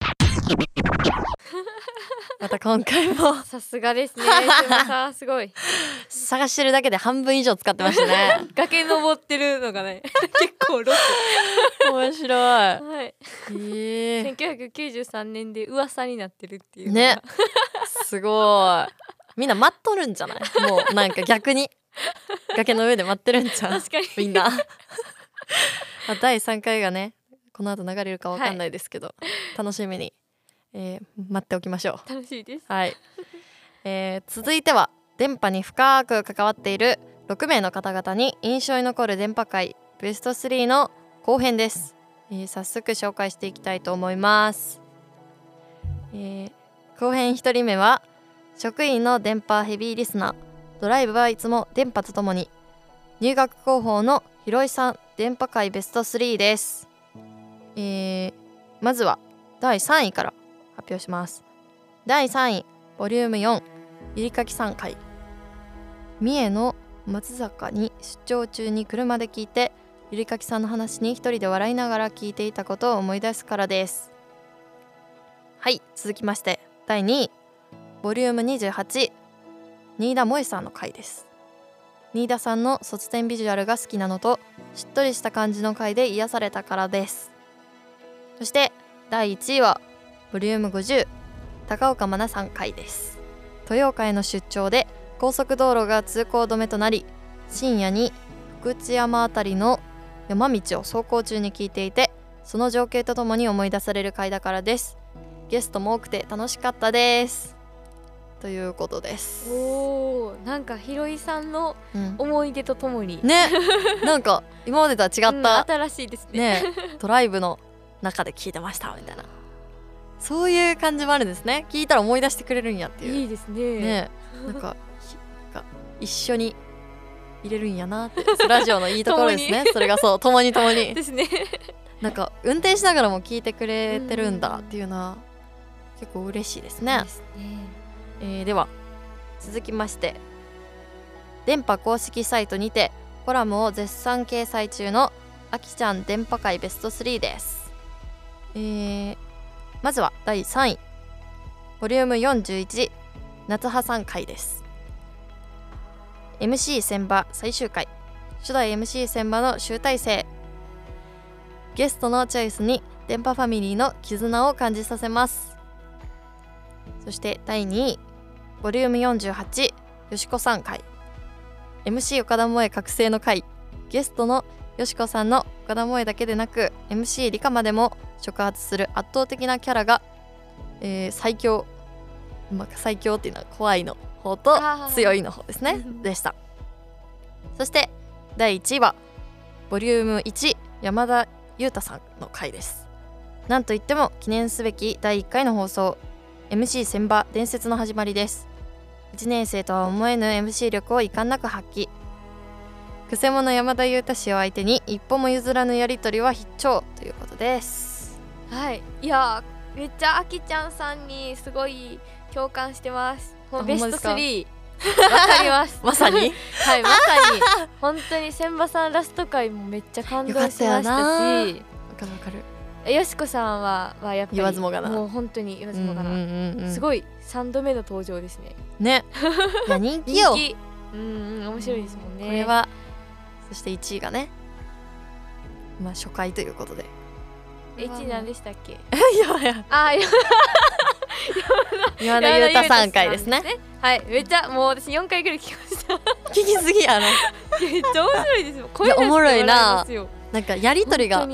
また今回もさすがですね。千葉さんすごい。 探してるだけで半分以上使ってましたね。 崖登ってるのがね、結構ロス。面白い。 はい。 えー、 せんきゅうひゃくきゅうじゅうさんねんで噂になってるっていうね。すごい。みんな待っとるんじゃない？もうなんか逆に崖の上で待ってるんじゃん。 確かにみんな。まあだいさんかいがね、この後流れるかわかんないですけど、はい、楽しみに、えー、待っておきましょう。楽しいです。 はい。えー、続いては電波に深く関わっているろくめいの方々に印象に残る電波界ベストスリーの後編です。えー、早速紹介していきたいと思います。えー、後編ひとりめは職員の電波ヘビーリスナー、ドライブはいつも電波とともに、入学広報のひろいさん電波界ベストスリーです。えー、まずはだいさんいから発表します。だいさんいボリュームよんゆりかきさん回。三重の松坂に出張中に車で聞いて、ゆりかきさんの話に一人で笑いながら聞いていたことを思い出すからです。はい、続きましてだいにいボリュームにじゅうはち新田萌さんの回です。新田さんの卒展ビジュアルが好きなのと、しっとりした感じの回で癒されたからです。そしてだいいちいはボリュームごじゅう高岡真奈さん回です。豊岡への出張で高速道路が通行止めとなり、深夜に福知山あたりの山道を走行中に聞いていて、その情景とともに思い出される回だからです。ゲストも多くて楽しかったです、ということです。 おー、なんかひろいさんの思い出とともに、 うん、ね、なんか今までとは違った、うん、 新しいですね。 ね、ドライブの中で聞いてましたみたいな、そういう感じもあるんですね。聞いたら思い出してくれるんやっていう。 いいですね。 ね、なんか一緒に入れるんやなって、ラジオのいいところですね。それがそう、共に共にですね。 なんか運転しながらも聞いてくれてるんだっていうのは結構嬉しいですね。 ですね。 えー、では続きまして、電波公式サイトにてコラムを絶賛掲載中のあきちゃん電波界ベストスリーです。えー、まずはだいさんいボリュームよんじゅういち夏葉さん回です。 エムシー 千葉最終回、初代 エムシー 千葉の集大成、ゲストのチョイスに電波ファミリーの絆を感じさせます。そしてだいにいボリュームよんじゅうはちよしこさん回、 エムシー 岡田萌覚醒の回、ゲストのよしこさんの岡田萌だけでなく エムシー 理科までも触発する圧倒的なキャラが、えー、最強、まあ、最強っていうのは怖いの方と強いの方ですねでした。そしてだいいちいはボリュームいち山田裕太さんの回です。なんといっても記念すべきだいいっかいの放送、 エムシー 千葉伝説の始まりです。いちねん生とは思えぬ エムシー 力を遺憾なく発揮、くせ者山田裕太氏を相手に一歩も譲らぬやり取りは必聴ということです。 はい、いやめっちゃあきちゃんさんにすごい共感してます。もうベストスリーわかりますまさにはい、まさに本当に千葉さんラスト回もめっちゃ感動しましたし、わかるわかる。 よしこさんははやっぱり言わずもがな、 もう本当に言わずもがな、うんうんうん、すごいさんどめの登場ですね。 ねいや人気よ。 人気、うんうん、面白いですもんね。 これはそしていちいがね、まあ初回ということで、 いちい何でしたっけ？ いやいやあいや山田裕太さん回ですね。 はい、めっちゃもう私よんかいぐらい聞きました聞きすぎやろめっちゃ面白いですよ。 いやおもろいな。なんかやりとりが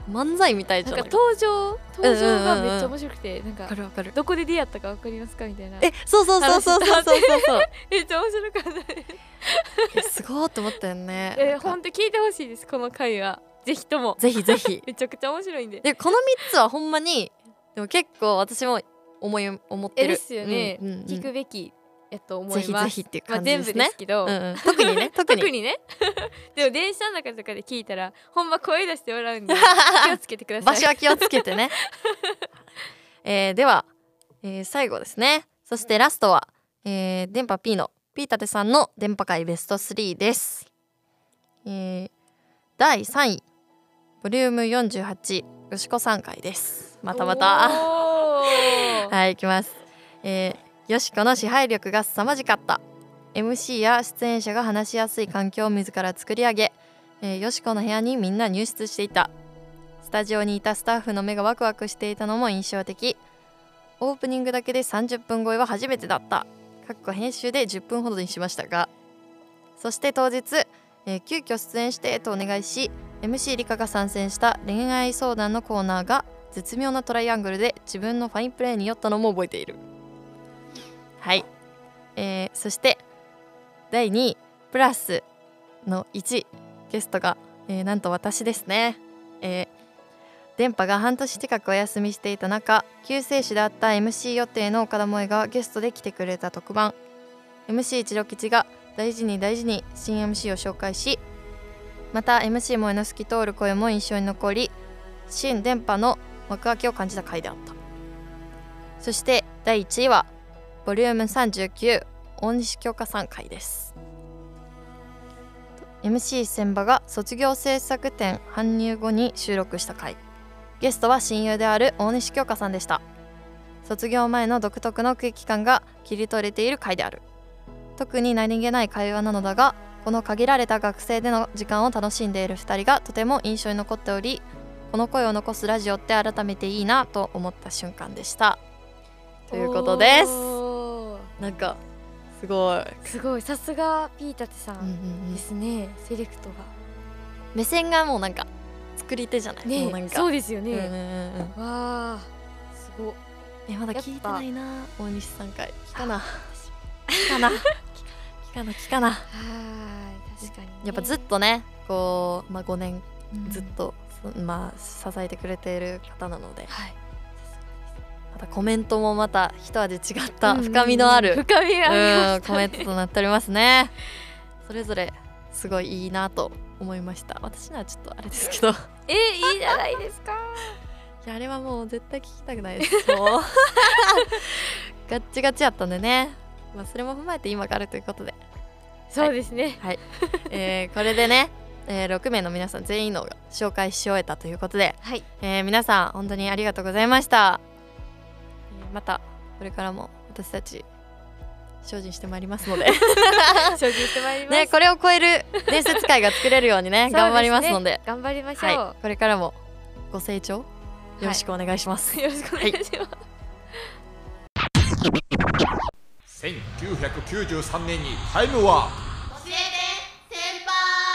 漫才みたいじゃないなんか登場登場がめっちゃ面白くて、なんかわかるわかる。 どこで出会ったかわかりますかみたいな。 え、そうそうそうそうそうそうそうそう。 めっちゃ面白かったね。 すごーって思ったよね。 え、ほんと聞いてほしいですこの回は。ぜひとも。 ぜひぜひ。 めちゃくちゃ面白いんで。 でこのみっつはほんまにでも結構私も思い思ってる。 えですよね。 うんうんうん、 聞くべき。やと思います。 ぜひぜひっていう感じですね。 まあ、全部ですけど、 うんうん、特にね特に特にねでも電車の中とかで聞いたらほんま声出して笑うんで気をつけてください。 場所は気をつけてね、えー、では、えー、最後ですね。そしてラストは、えー、電波 P のピータテさんの電波界ベストスリーです、えー、だいさんいボリュームよんじゅうはちよしこさん回です。またまたはいいきます、えーよしこの支配力が凄まじかった。 エムシー や出演者が話しやすい環境を自ら作り上げ、えー、よしこの部屋にみんな入室していた。スタジオにいたスタッフの目がワクワクしていたのも印象的。オープニングだけでさんじゅっぷん超えは初めてだった。かっこ編集でじゅっぷんほどにしましたが、そして当日、えー、急遽出演してとお願いし エムシー リカが参戦した恋愛相談のコーナーが絶妙なトライアングルで自分のファインプレーに酔ったのも覚えている。はい、えー、そしてだいにいプラスのいちゲストが、えー、なんと私ですね、えー、電波が半年近くお休みしていた中、救世主であった エムシー 予定の岡田萌がゲストで来てくれた特番。 エムシー 一郎吉が大事に大事に新 エムシー を紹介し、また エムシー 萌の透き通る声も印象に残り、新電波の幕開けを感じた回であった。そしてだいいちいはボリュームさんじゅうきゅう大西京香さん回です。 エムシー 千葉が卒業制作展搬入後に収録した回。ゲストは親友である大西京香さんでした。卒業前の独特の空気感が切り取れている回である。特に何気ない会話なのだが、この限られた学生での時間を楽しんでいるふたりがとても印象に残っており、この声を残すラジオって改めていいなと思った瞬間でしたということです。なんかすごいすごい、さすがピータテさんですね、うんうんうん、セレクトが目線がもうなんか作り手じゃない、 ね、 もうなんかそうですよね、 うんうんうん、 わあすごい。 えまだ聞いてないな大西さん回。聞かな聞かな聞かな聞かなはい確かに、ね、 やっぱずっとねこう、まあ、ごねんずっと、うん、まあ支えてくれている方なので、はい、またコメントもまた一味違った深みのある、 うん、深みがありましたね、 コメントとなっておりますね。それぞれすごいいいなと思いました。私にはちょっとあれですけどえー、いいじゃないですかいやあれはもう絶対聞きたくないですもうガッチガチやったんでね、まあ、それも踏まえて今があるということで、 そうですねはい、はいえー、これでね、えー、ろくめいの皆さん全員の紹介し終えたということで、はいえー、皆さん本当にありがとうございました。またこれからも私たち精進してまいりますので精進してまいります、 ね、これを超える伝説界が作れるようにね頑張りますので頑張りましょう、 はい、これからもご清聴よろしくお願いします、 はい、よろしくお願いします、はいせんきゅうひゃくきゅうじゅうさんねんにタイムワープ。 教えて先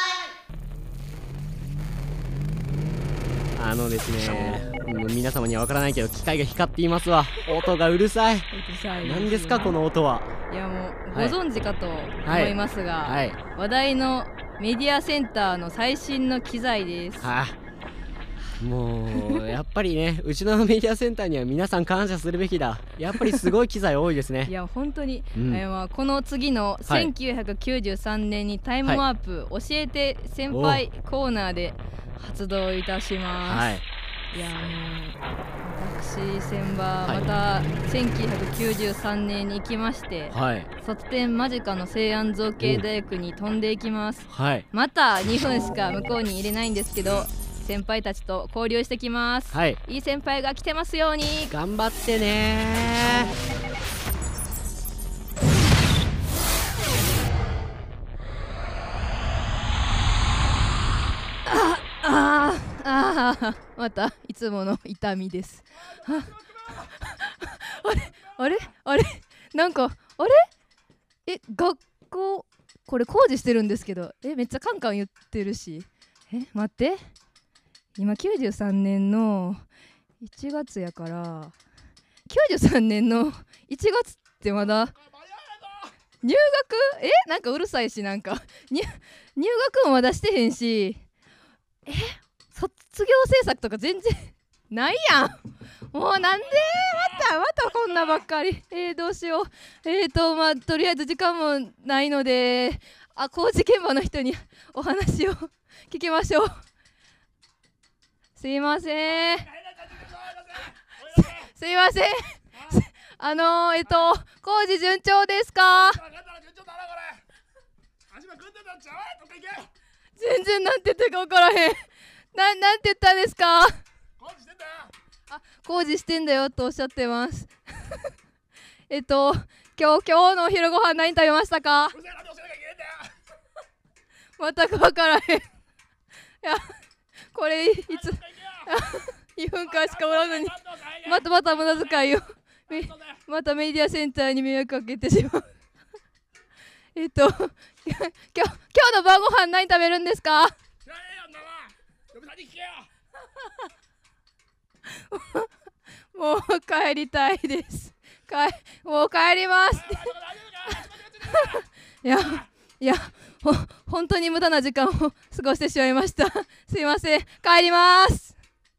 輩。 あのですね、皆様にはわからないけど機械が光っていますわ。音がうるさい。うるさい。何ですかこの音は。 いやもうご存知かと思いますが、はいはい、話題のメディアセンターの最新の機材です。 はあもうやっぱりねうちのメディアセンターには皆さん感謝するべきだ。やっぱりすごい機材多いですねいや本当に、うんえー、この次のせんきゅうひゃくきゅうじゅうさんねんにタイムワープ、はい、教えて先輩コーナーで発動いたします、はい、いやもう私千葉またせんきゅうひゃくきゅうじゅうさんねんに行きまして、はい、卒展間近の西安造形大学に飛んでいきます、はい、またにふんしか向こうに入れないんですけど先輩たちと交流してきます、はい、いい先輩が来てますように頑張ってねああああまたいつもの痛みですあれあれあれなんかあれえ学校これ工事してるんですけどえめっちゃカンカン言ってるしえ待って今きゅうじゅうさんねんのいちがつやからきゅうじゅうさんねんのいちがつってまだ入学えなんかうるさいしなんか入入学もまだしてへんしえ卒業制作とか全然ないやんもうなんでまたまたこんなばっかりえー、どうしようえーとまあとりあえず時間もないのであ工事現場の人にお話を聞きましょうすいません す, すいませんあのー、えっと工事順調ですか全然なんて言ってるか分からへんな, なんて言ったんですかあ工事してんだよとおっしゃってますえっと今日今日のお昼ご飯何食べましたか全く分からへんいやこれいつにふんかんしかおらずにまたまた無駄遣いをまたメディアセンターに迷惑かけてしまうえっと今日今日の晩ご飯何食べるんですかもう帰りたいですかもう帰りますいやいやほ本当に無駄な時間を過ごしてしまいましたすいません帰ります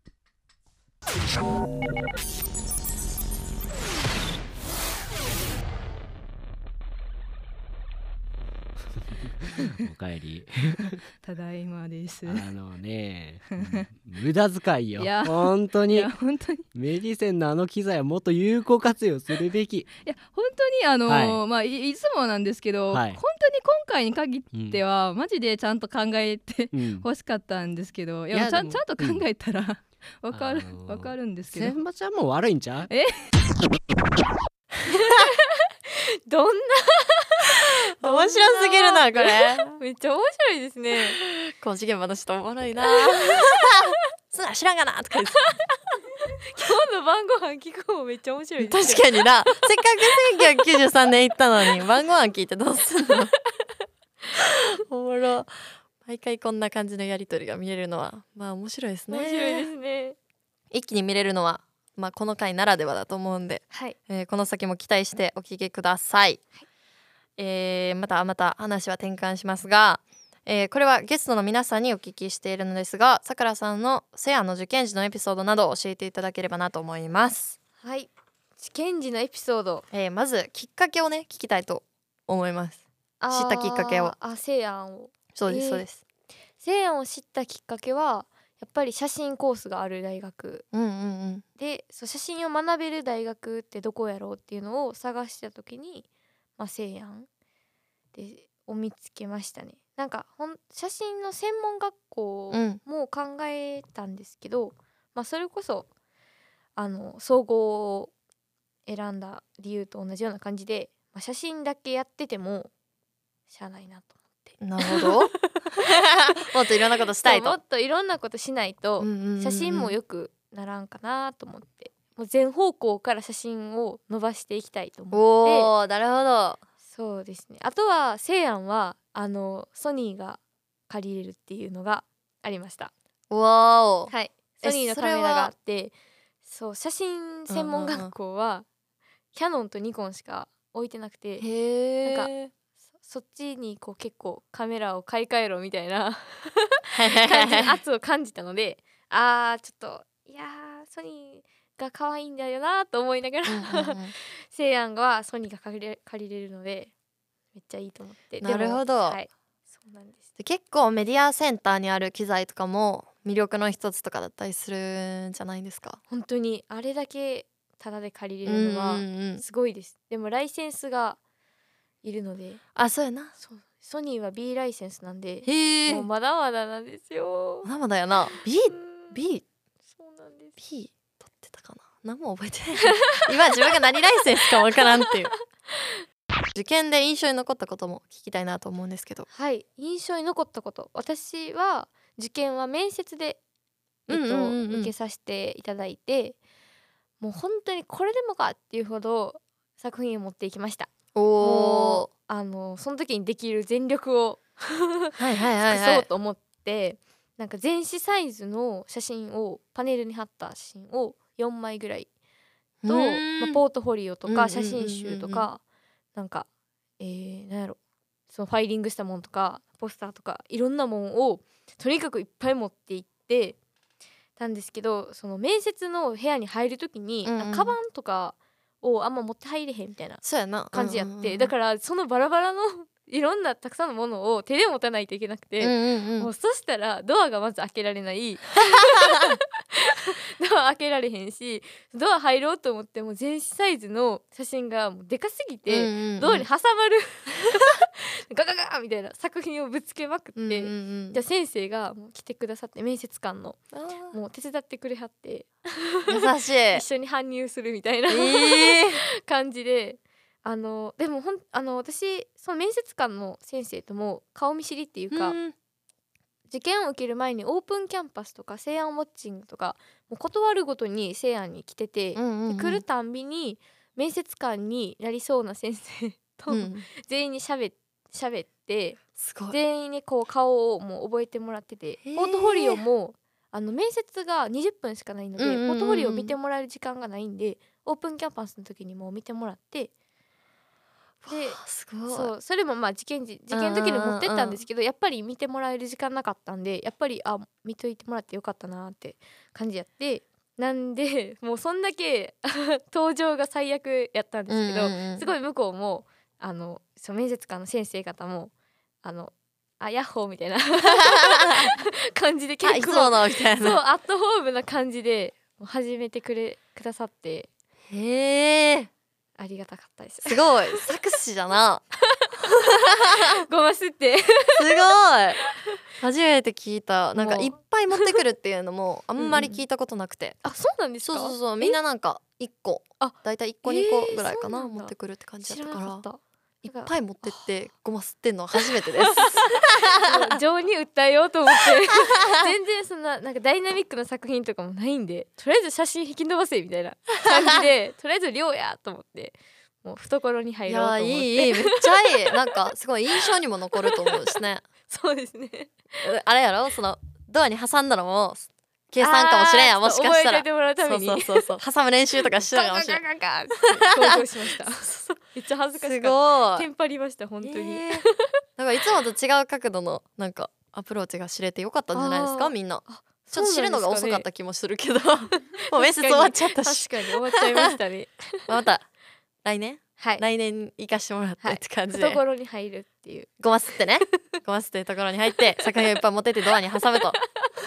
おかえりただいまですあのね無駄遣いよいや本当にいや本当にメディセンのあの機材はもっと有効活用するべきいや本当にあのーはいまあ い, いつもなんですけど、 はい本当に今回に限っては、うん、マジでちゃんと考えて欲しかったんですけど、うん、いやちゃんちゃんと考えたら、うん、分かる、あのー、分かるんですけど千葉ちゃんも悪いんちゃうえどんな面白すぎるなこれめっちゃ面白いですね工事現場の人おもろいなそんな知らんがなとか言って今日の晩ご飯聞く方めっちゃ面白いです確かになせっかくせんきゅうひゃくきゅうじゅうさんねん行ったのに晩ご飯聞いてどうすんのおもろ毎回こんな感じのやり取りが見れるのはまあ面白いですね面白いですね一気に見れるのはまあこの回ならではだと思うんで、 はいえー、この先も期待してお聞きください、はいえー、またまた話は転換しますが、えー、これはゲストの皆さんにお聞きしているのですがさくらさんのセアの受験時のエピソードなどを教えていただければなと思います。 はい受験時のエピソード、 えー、まずきっかけをね聞きたいと思います。知ったきっかけをあセアンをそうです、えー、そうですセアンを知ったきっかけはやっぱり写真コースがある大学、 うんうんうん、 でそう写真を学べる大学ってどこやろうっていうのを探した時に、まあ、セイアンでを見つけましたね。なんかほん写真の専門学校も考えたんですけど、うんまあ、それこそあの総合を選んだ理由と同じような感じで、まあ、写真だけやっててもしゃあないなと。 なるほどもっといろんなことしたいともっといろんなことしないと写真もよくならんかなと思って、もう全方向から写真を伸ばしていきたいと思っておーなるほどそうですね。あとはセイアンはあのソニーが借りれるっていうのがありました。 わおはいソニーのカメラがあってそう写真専門学校はキヤノンとニコンしか置いてなくてへなんかそっちにこう結構カメラを買い替えろみたいな感じの圧を感じたのであーちょっといやーソニーが可愛いんだよなと思いながらセイアンはソニーが借りれ、借りれるのでめっちゃいいと思ってなるほど、 はい、そうなんです。 で結構メディアセンターにある機材とかも魅力の一つとかだったりするんじゃないですか。 本当にあれだけタダで借りれるのはすごいです、うんうんうん、でもライセンスがいるのであそうやなそうソニーは B ライセンスなんでへもうまだまだなんですよ。 まだまだやな B, B そうなんです B 取ってたかな何も覚えてない今自分が何ライセンスかわからんっていう受験で印象に残ったことも聞きたいなと思うんですけど。 はい印象に残ったこと私は受験は面接で、えっとうんうんうんうん、受けさせていただいてもう本当にこれでもかっていうほど作品を持っていきました。 おあのその時にできる全力をはいはいはい、はい、 尽くそうと思ってなんか全紙サイズの写真をパネルに貼った写真をよんまいぐらいと、まあ、ポートフォリオとか写真集とかなんか、えー、なんやろそのファイリングしたもんとかポスターとかいろんなもんをとにかくいっぱい持って行ってたんですけど、その面接の部屋に入る時に、うんうん、カバンとかをあんま持って入れへんみたいな感じやって、うんうんうん、だからそのバラバラのいろんなたくさんのものを手で持たないといけなくて、うんうんうん、もうそしたらドアがまず開けられないドア開けられへんし、ドア入ろうと思っても全紙サイズの写真がもうでかすぎて、うんうんうん、ドアに挟まるガガガガみたいな作品をぶつけまくって、うんうんうん、じゃあ先生がもう来てくださって、面接官のもう手伝ってくれはって優しい一緒に搬入するみたいな、えー、感じで、あのでもほんあの私その面接官の先生とも顔見知りっていうか、うん、受験を受ける前にオープンキャンパスとか西安ウォッチングとかもう断るごとに西安に来てて、うんうんうん、で来るたんびに面接官になりそうな先生と、うん、全員にしゃべしゃべって全員にこう顔をもう覚えてもらってて、ポートフォリオもあの面接がにじゅっぷんしかないので、うんうんうん、ポートフォリオを見てもらえる時間がないんでオープンキャンパスの時にもう見てもらって、ですごいそうそれもまあ受験時受験の時に持ってったんですけど、やっぱり見てもらえる時間なかったんで、やっぱりあ見といてもらってよかったなって感じやって、なんでもうそんだけ登場が最悪やったんですけど、うんうんうん、すごい向こうもあのそう面接官の先生方もあのあヤッホーみたいな感じで結構いつものみたいな、 そうアットホームな感じで始めてくれくださって、 へえありがたかったです。 すごい作詞だなごますってすごい初めて聞いた。なんかいっぱい持ってくるっていうのもあんまり聞いたことなくてあ、そうなんですか。 そうそうそう、みんななんかいっこあだいたいいっこにこぐらいかな、持ってくるって感じだったからいっぱい持ってってごま吸ってんのは初めてです情に訴えようと思って全然そんななんかダイナミックな作品とかもないんで、とりあえず写真引き伸ばせみたいな感じでとりあえず量やと思ってもう懐に入ろうと思って。 いやいいいいめっちゃいいなんかすごい印象にも残ると思うしねそうですねあれやろ、そのドアに挟んだのも計算かもしれんや、もしかしたら覚えてもらうためにそうそうそうそう挟む練習とかしてたかもしれんガンガンガンガン登場しましためっちゃ恥ずかしかったテンパりました本当に、えー、 なんかいつもと違う角度のなんかアプローチが知れてよかったんじゃないですかみんな。ちょっと知るのが遅かった気もするけどもう面接終わっちゃったし確かに終わっちゃいましたねまた来年、 はい、 来年行かしてもらってって感じで、 はい、懐に入るっていうごま吸ってねごま吸ってところに入って作品をいっぱい持ってってドアに挟むと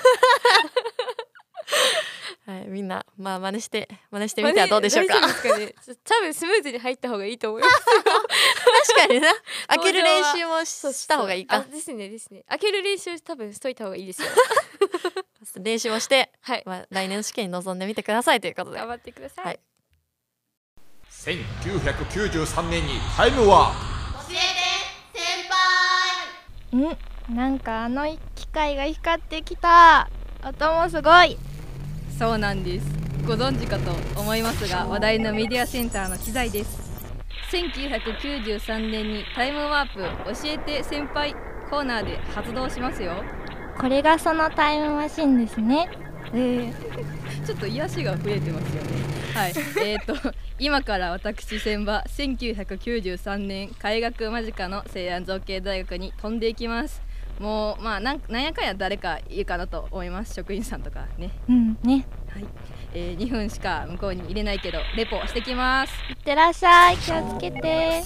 はい、みんなまあ真似して真似してみてはどうでしょうか。 大丈夫ですかね。多分スムーズに入った方がいいと思います確かにな開ける練習もした方がいいか。 そうそうですねですね開ける練習多分しといた方がいいですよ練習もして、 はい、 まあ、来年の試験に臨んでみてくださいということで頑張ってください、 はい、 せんきゅうひゃくきゅうじゅうさんねんにタイムワープ。 教えて先輩。 んなんかあの機械が光ってきた。音もすごい。 そうなんです。ご存知かと思いますが、話題のメディアセンターの機材です。せんきゅうひゃくきゅうじゅうさんねんにタイムワープ教えて先輩コーナーで発動しますよ。 これがそのタイムマシンですね。 えー、ちょっと癒しが増えてますよね。はい、えーと今から私千葉せんきゅうひゃくきゅうじゅうさんねん開学間近の西安造形大学に飛んでいきます。もうまあなん、なんやかんや誰かいるかなと思います。職員さんとかね。 うんね。 はい、えー、にふんしか向こうに入れないけどレポしてきます。 いってらっしゃい。気をつけて。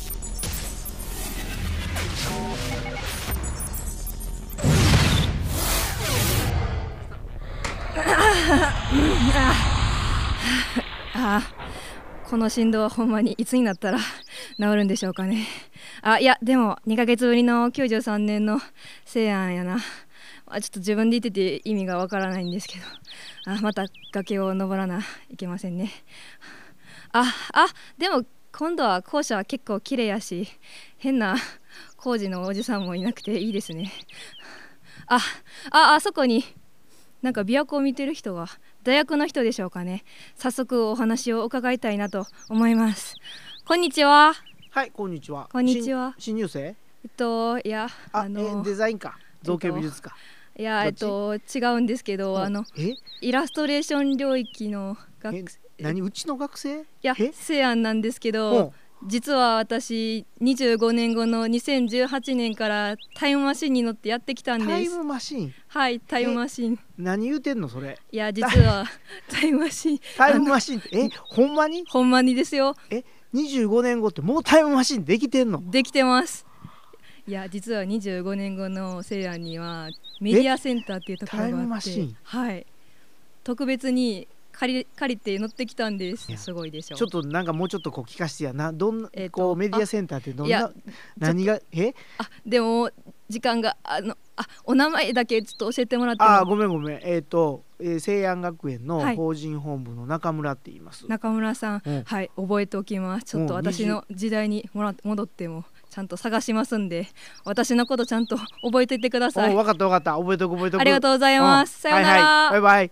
ああ、この振動はほんまにいつになったら治るんでしょうかね。あ、いやでもにかげつぶりのきゅうじゅうさんねんの西安やな。あ、ちょっと自分で言ってて意味がわからないんですけど、あ、また崖を登らないけませんね。ああ、でも今度は校舎は結構綺麗やし、変な工事のおじさんもいなくていいですね。ああ、あそこになんか琵琶湖を見てる人が大学の人でしょうかね。早速お話を伺いたいなと思います。こんにちは。 はい、こんにちは。 こんにちは。 新入生？ えっといやあのデザインか造形美術か。 いやえっと違うんですけど、あのイラストレーション領域の学生。 何うちの学生？ いやセアンなんですけど、実は私にじゅうごねんごのにせんじゅうはちねんからタイムマシンに乗ってやってきたんです。 タイムマシン？ はい、タイムマシン。 何言うてんのそれ？ いや実はタイムマシン。 タイムマシンってえほんまに？ ほんまにですよ。 えにじゅうごねんごってもうタイムマシンできてんの？ できてます。いや実はにじゅうごねんごのセアンにはメディアセンターっていうところがあって、タイムマシン？はい、特別に借り借りて乗ってきたんです。すごいでしょ。 ちょっとなんかもうちょっとこう聞かせてやな。どんな、えー、こうメディアセンターってどんな何がえ？ あでも時間があのあお名前だけちょっと教えてもらっても。 あごめんごめんえっ、ー、と、えー、西安学園の法人本部の中村って言います。 はい、中村さん、うん、はい覚えておきます。ちょっと私の時代にもら戻ってもちゃんと探しますんで、私のことちゃんと覚えていってください。 分かった分かった覚えとく覚えとく。 ありがとうございます。うん、さようなら。 はいはい、バイバイ。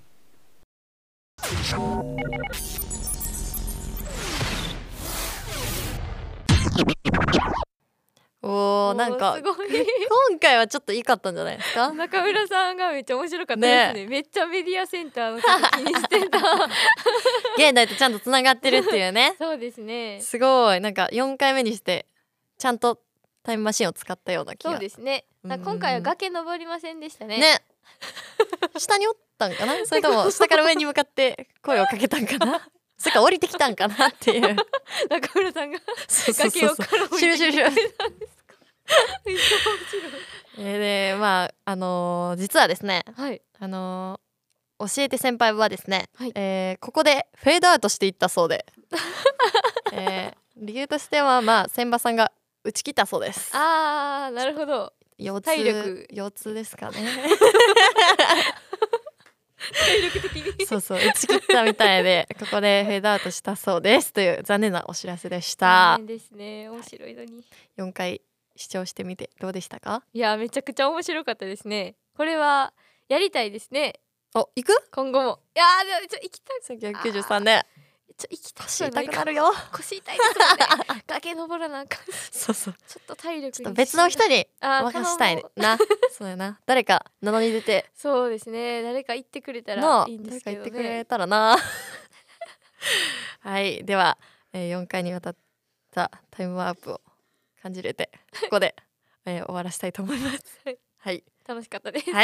おーなんか今回はちょっといいかったんじゃないですか。 中村さんがめっちゃ面白かったですね。めっちゃメディアセンターのこと気にしてた現代とちゃんとつながってるっていうね。 そうですね。 すごいなんかよんかいめにしてちゃんとタイムマシンを使ったような気が。 そうですね。今回は崖登りませんでしたね。 ね下におったんかなそれとも下から上に向かって声をかけたんかなそれか降りてきたんかなっていう中村さんが崖をから降りてきてくれたんですか。めっちゃ面白い。 えー、でまああのー、実はですね、 はい、 あのー、教えて先輩はですね、はい、えー、ここでフェードアウトしていったそうで、えー、理由としてはまあ千葉さんが打ち切ったそうです。 あーなるほど。 腰痛体力腰痛ですかね体力的にそうそう打ち切ったみたいでここでフェードアウトしたそうですという残念なお知らせでした。 残念ですね。面白いのに。 よんかい視聴してみてどうでしたか？ いやめちゃくちゃ面白かったですね。これはやりたいですね。 お行く？ 今後も。いやーでもちょ行きたい。 せんきゅうひゃくきゅうじゅうさんねんちょ行きたい。 腰痛くなるよ。 腰痛いですもんね。崖登らなあかん。 そうそう。 ちょっと体力ちょっと別の人に任したいねな。そうやな。誰か名乗り出て。 そうですね。誰か言ってくれたらいいんですけどね。 誰か言ってくれたらな。はいでは、えー、よんかいにわたったタイムワープを感じれてここで、えー、終わらせたいと思います。はい。 楽しかったです。 はい。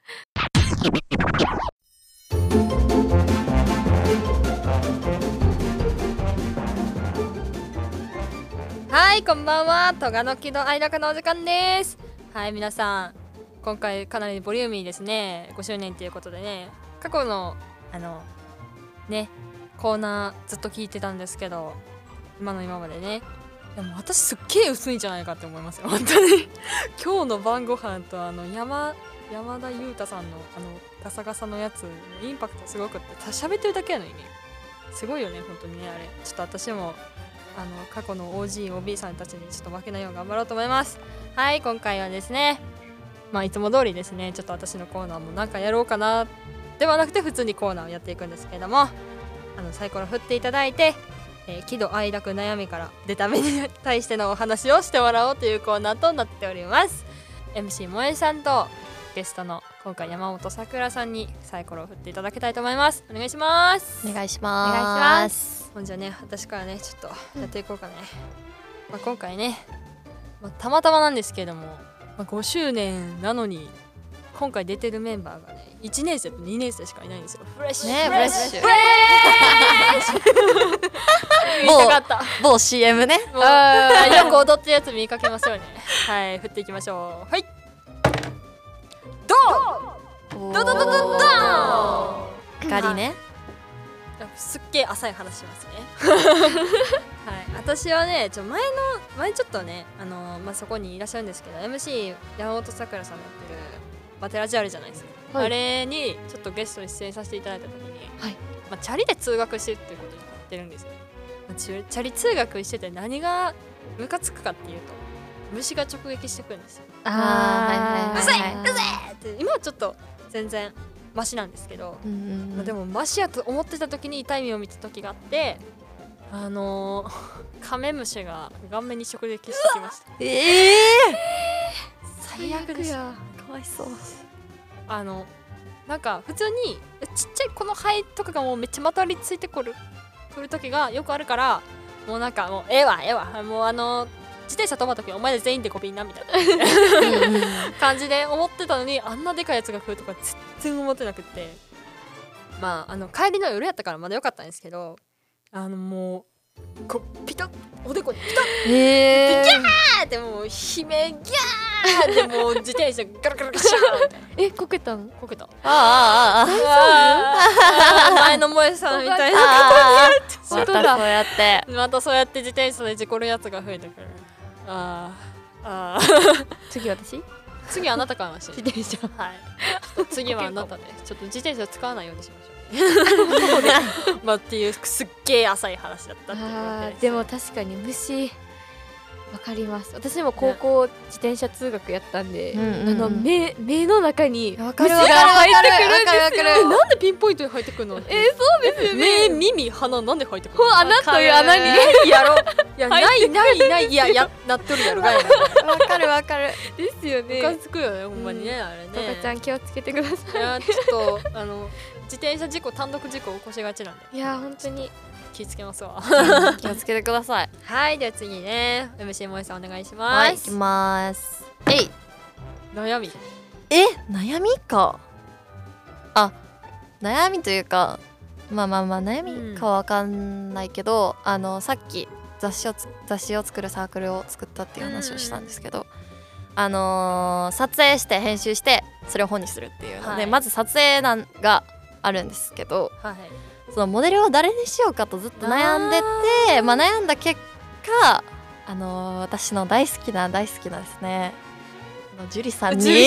はいこんばんは。戸賀の木戸愛楽のお時間です。はい皆さん今回かなりボリューミーですね。ごしゅうねんということでね過去のあのねコーナーずっと聞いてたんですけど今の今までねでも私すっげえ薄いんじゃないかって思いますよ本当に今日の晩ご飯とあの山山田裕太さんのあのガサガサのやつインパクトすごくって喋ってるだけやのにねすごいよね本当にね。あれちょっと私もあの過去の オージー、オービー さんたちにちょっと負けないよう頑張ろうと思います。はい今回はですねまあいつも通りですねちょっと私のコーナーもなんかやろうかなではなくて普通にコーナーをやっていくんですけれどもあのサイコロ振っていただいて、えー、喜怒哀楽悩みから出た目に対してのお話をしてもらおうというコーナーとなっております。 エムシー 萌えさんとゲストの今回山本さくらさんにサイコロを振っていただきたいと思います。お願いします。 お願いします。 お願いします。ほんじゃね私からねちょっとやっていこうかね、まあ、今回ね、まあ、たまたまなんですけども、まあ、ごしゅうねんなのに今回出てるメンバーがねいちねん生とにねん生しかいないんですよ。フレッシュねフレッシュフレッシュ言いたかった某 シーエム ねあよく踊ってるやつ見かけますよねはい振っていきましょう。はいドーンドドドドドーン光ねすっげえ浅い話しますねはい私はねちょ前の前ちょっとねあのー、まあそこにいらっしゃるんですけど エムシー 山本さくらさんがやってるバテラジあるじゃないですか、はい、あれにちょっとゲストに出演させていただいた時に、はいまあ、チャリで通学してるっていうことになってるんですよ、まあ、チャリ通学してて何がムカつくかっていうと虫が直撃してくるんですよ。 あーうぜえうぜえって今はちょっと全然マシなんですけど、うんうんうんまあ、でもマシやと思ってた時に痛い目を見た時があってあのー、カメムシが顔面に直撃してきました。 えー、 最悪でした。 かわいそうあのなんか普通にちっちゃいこのハエとかがもうめっちゃまとわりついてくるくる時がよくあるから、もうなんかもうええわええわもうあの自転車止まった時お前ら全員でごびんなみたいな感じで思ってたのに、あんなでかいやつが来るとか全然思ってなくって、まああの帰りの夜やったからまだよかったんですけど、あのもうこうピタッおでこにピタッへーでギャーってもう悲鳴ギャーってもう自転車ガラガラガシャーってえこけたの？ こけた。 あああああ前の萌えさんみたいなまたそうやってまたそうやって自転車で事故るやつが増えてくる。あーあー次私？ 次あなたかもしれない。 自転車はい次はあなたでちょっと自転車使わないようにしましょうまあっていうすっげえ浅い話だったっていうわけです。 でも確かに虫わかります。私も高校自転車通学やったんで、 うんあの目目の中に虫がかる入ってくるんわかるわですかるよ。 なんでピンポイントに入ってくるの？ えー、そうですよね。 目耳鼻なんで入ってくるの？ ほ穴という穴にやろいやないないないいややなっとるやろがやわかるわかるですよね。 ムカつくよねほんまにね、あれね。 とかちゃん気をつけてください。 いやちょっとあの自転車事故単独事故起こしがちなんで。 いや本当に気をつけますわ。 気をつけてください。 はいでは次ね エムシー 萌さんお願いします。 はい、いきますえい悩みえ悩みかあ悩みというかまあまあまあ悩みかはわかんないけど、うん、あのさっき雑誌をつ雑誌を作るサークルを作ったっていう話をしたんですけど、うん、あのー、撮影して編集してそれを本にするっていうので、はい、まず撮影なんがあるんですけど、はい、そのモデルを誰にしようかとずっと悩んでてまあ、悩んだ結果、あのー、私の大好きな大好きなですねあのジュリさんにジュリ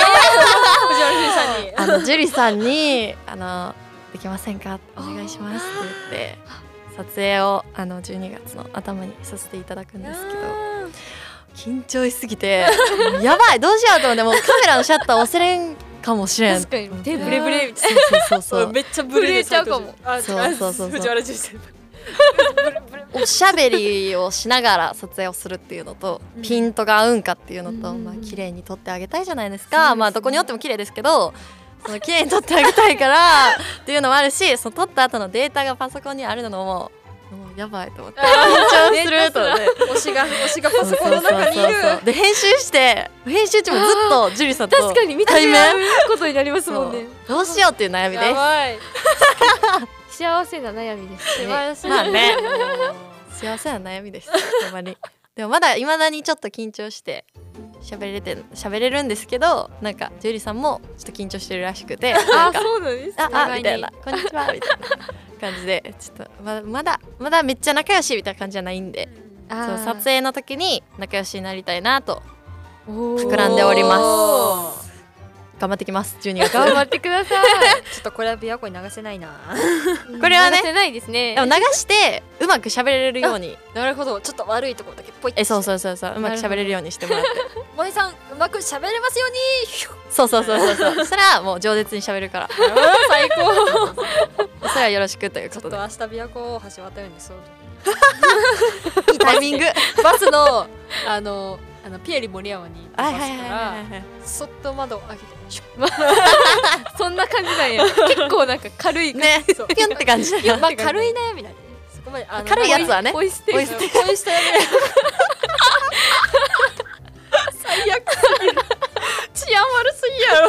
さんにあのジュリさんにあのできませんかお願いしますって言って撮影をあのじゅうにがつの頭にさせていただくんですけど緊張しすぎてやばいどうしようと思ってもうカメラのシャッター押せれんかもしれん。 確かに手ブレブレみたいな。そうそうそうそうめっちゃブレちゃうかも。 そうそうそう藤原純正おしゃべりをしながら撮影をするっていうのと、うん、ピントが合うんかっていうのと、うん、まあ綺麗に撮ってあげたいじゃないですか。すね、まあどこにおっても綺麗ですけどその綺麗に撮ってあげたいからっていうのもあるしその撮った後のデータがパソコンにあるのももうやばいと思って緊張すると思って推しが推しがパソコンの中にいるで編集して編集中もずっとジュリさんと確かに見た目合うことになりますもんね。 どうしようっていう悩みです。 やばい幸せな悩みですね。 まあね幸せな悩みですほんまに。でもまだ未だにちょっと緊張して喋れて喋れるんですけど、なんかジュリさんもちょっと緊張してるらしくてあそうなんです。 ああみたいなこんにちはみたいな感じでちょっと ま, まだまだめっちゃ仲良しみたいな感じじゃないんで、そう撮影の時に仲良しになりたいなと膨らんでおります。頑張ってきますじゅうにがつ頑張ってくださいちょっとこれは琵琶湖に流せないなこれはね流せないですね。 でも流してうまく喋れるように。 なるほどちょっと悪いところだけポイッえそうそうそうそううまく喋れるようにしてもらって萌さんうまく喋れますようにそうそうそうそうそうそしたらもう饒舌に喋るから最高それはよろしくということでちょっと明日琵琶湖を橋渡るようにそういいタイミングバスのあのあのピエリ森山にバスからそっと窓を開けてそんな感じなんや結構なんか軽いねピュンって感じだよ。 まあ軽い悩みなんでそこまで軽いやつはねポイ捨てポイ捨て最悪すぎる治安悪すぎやろ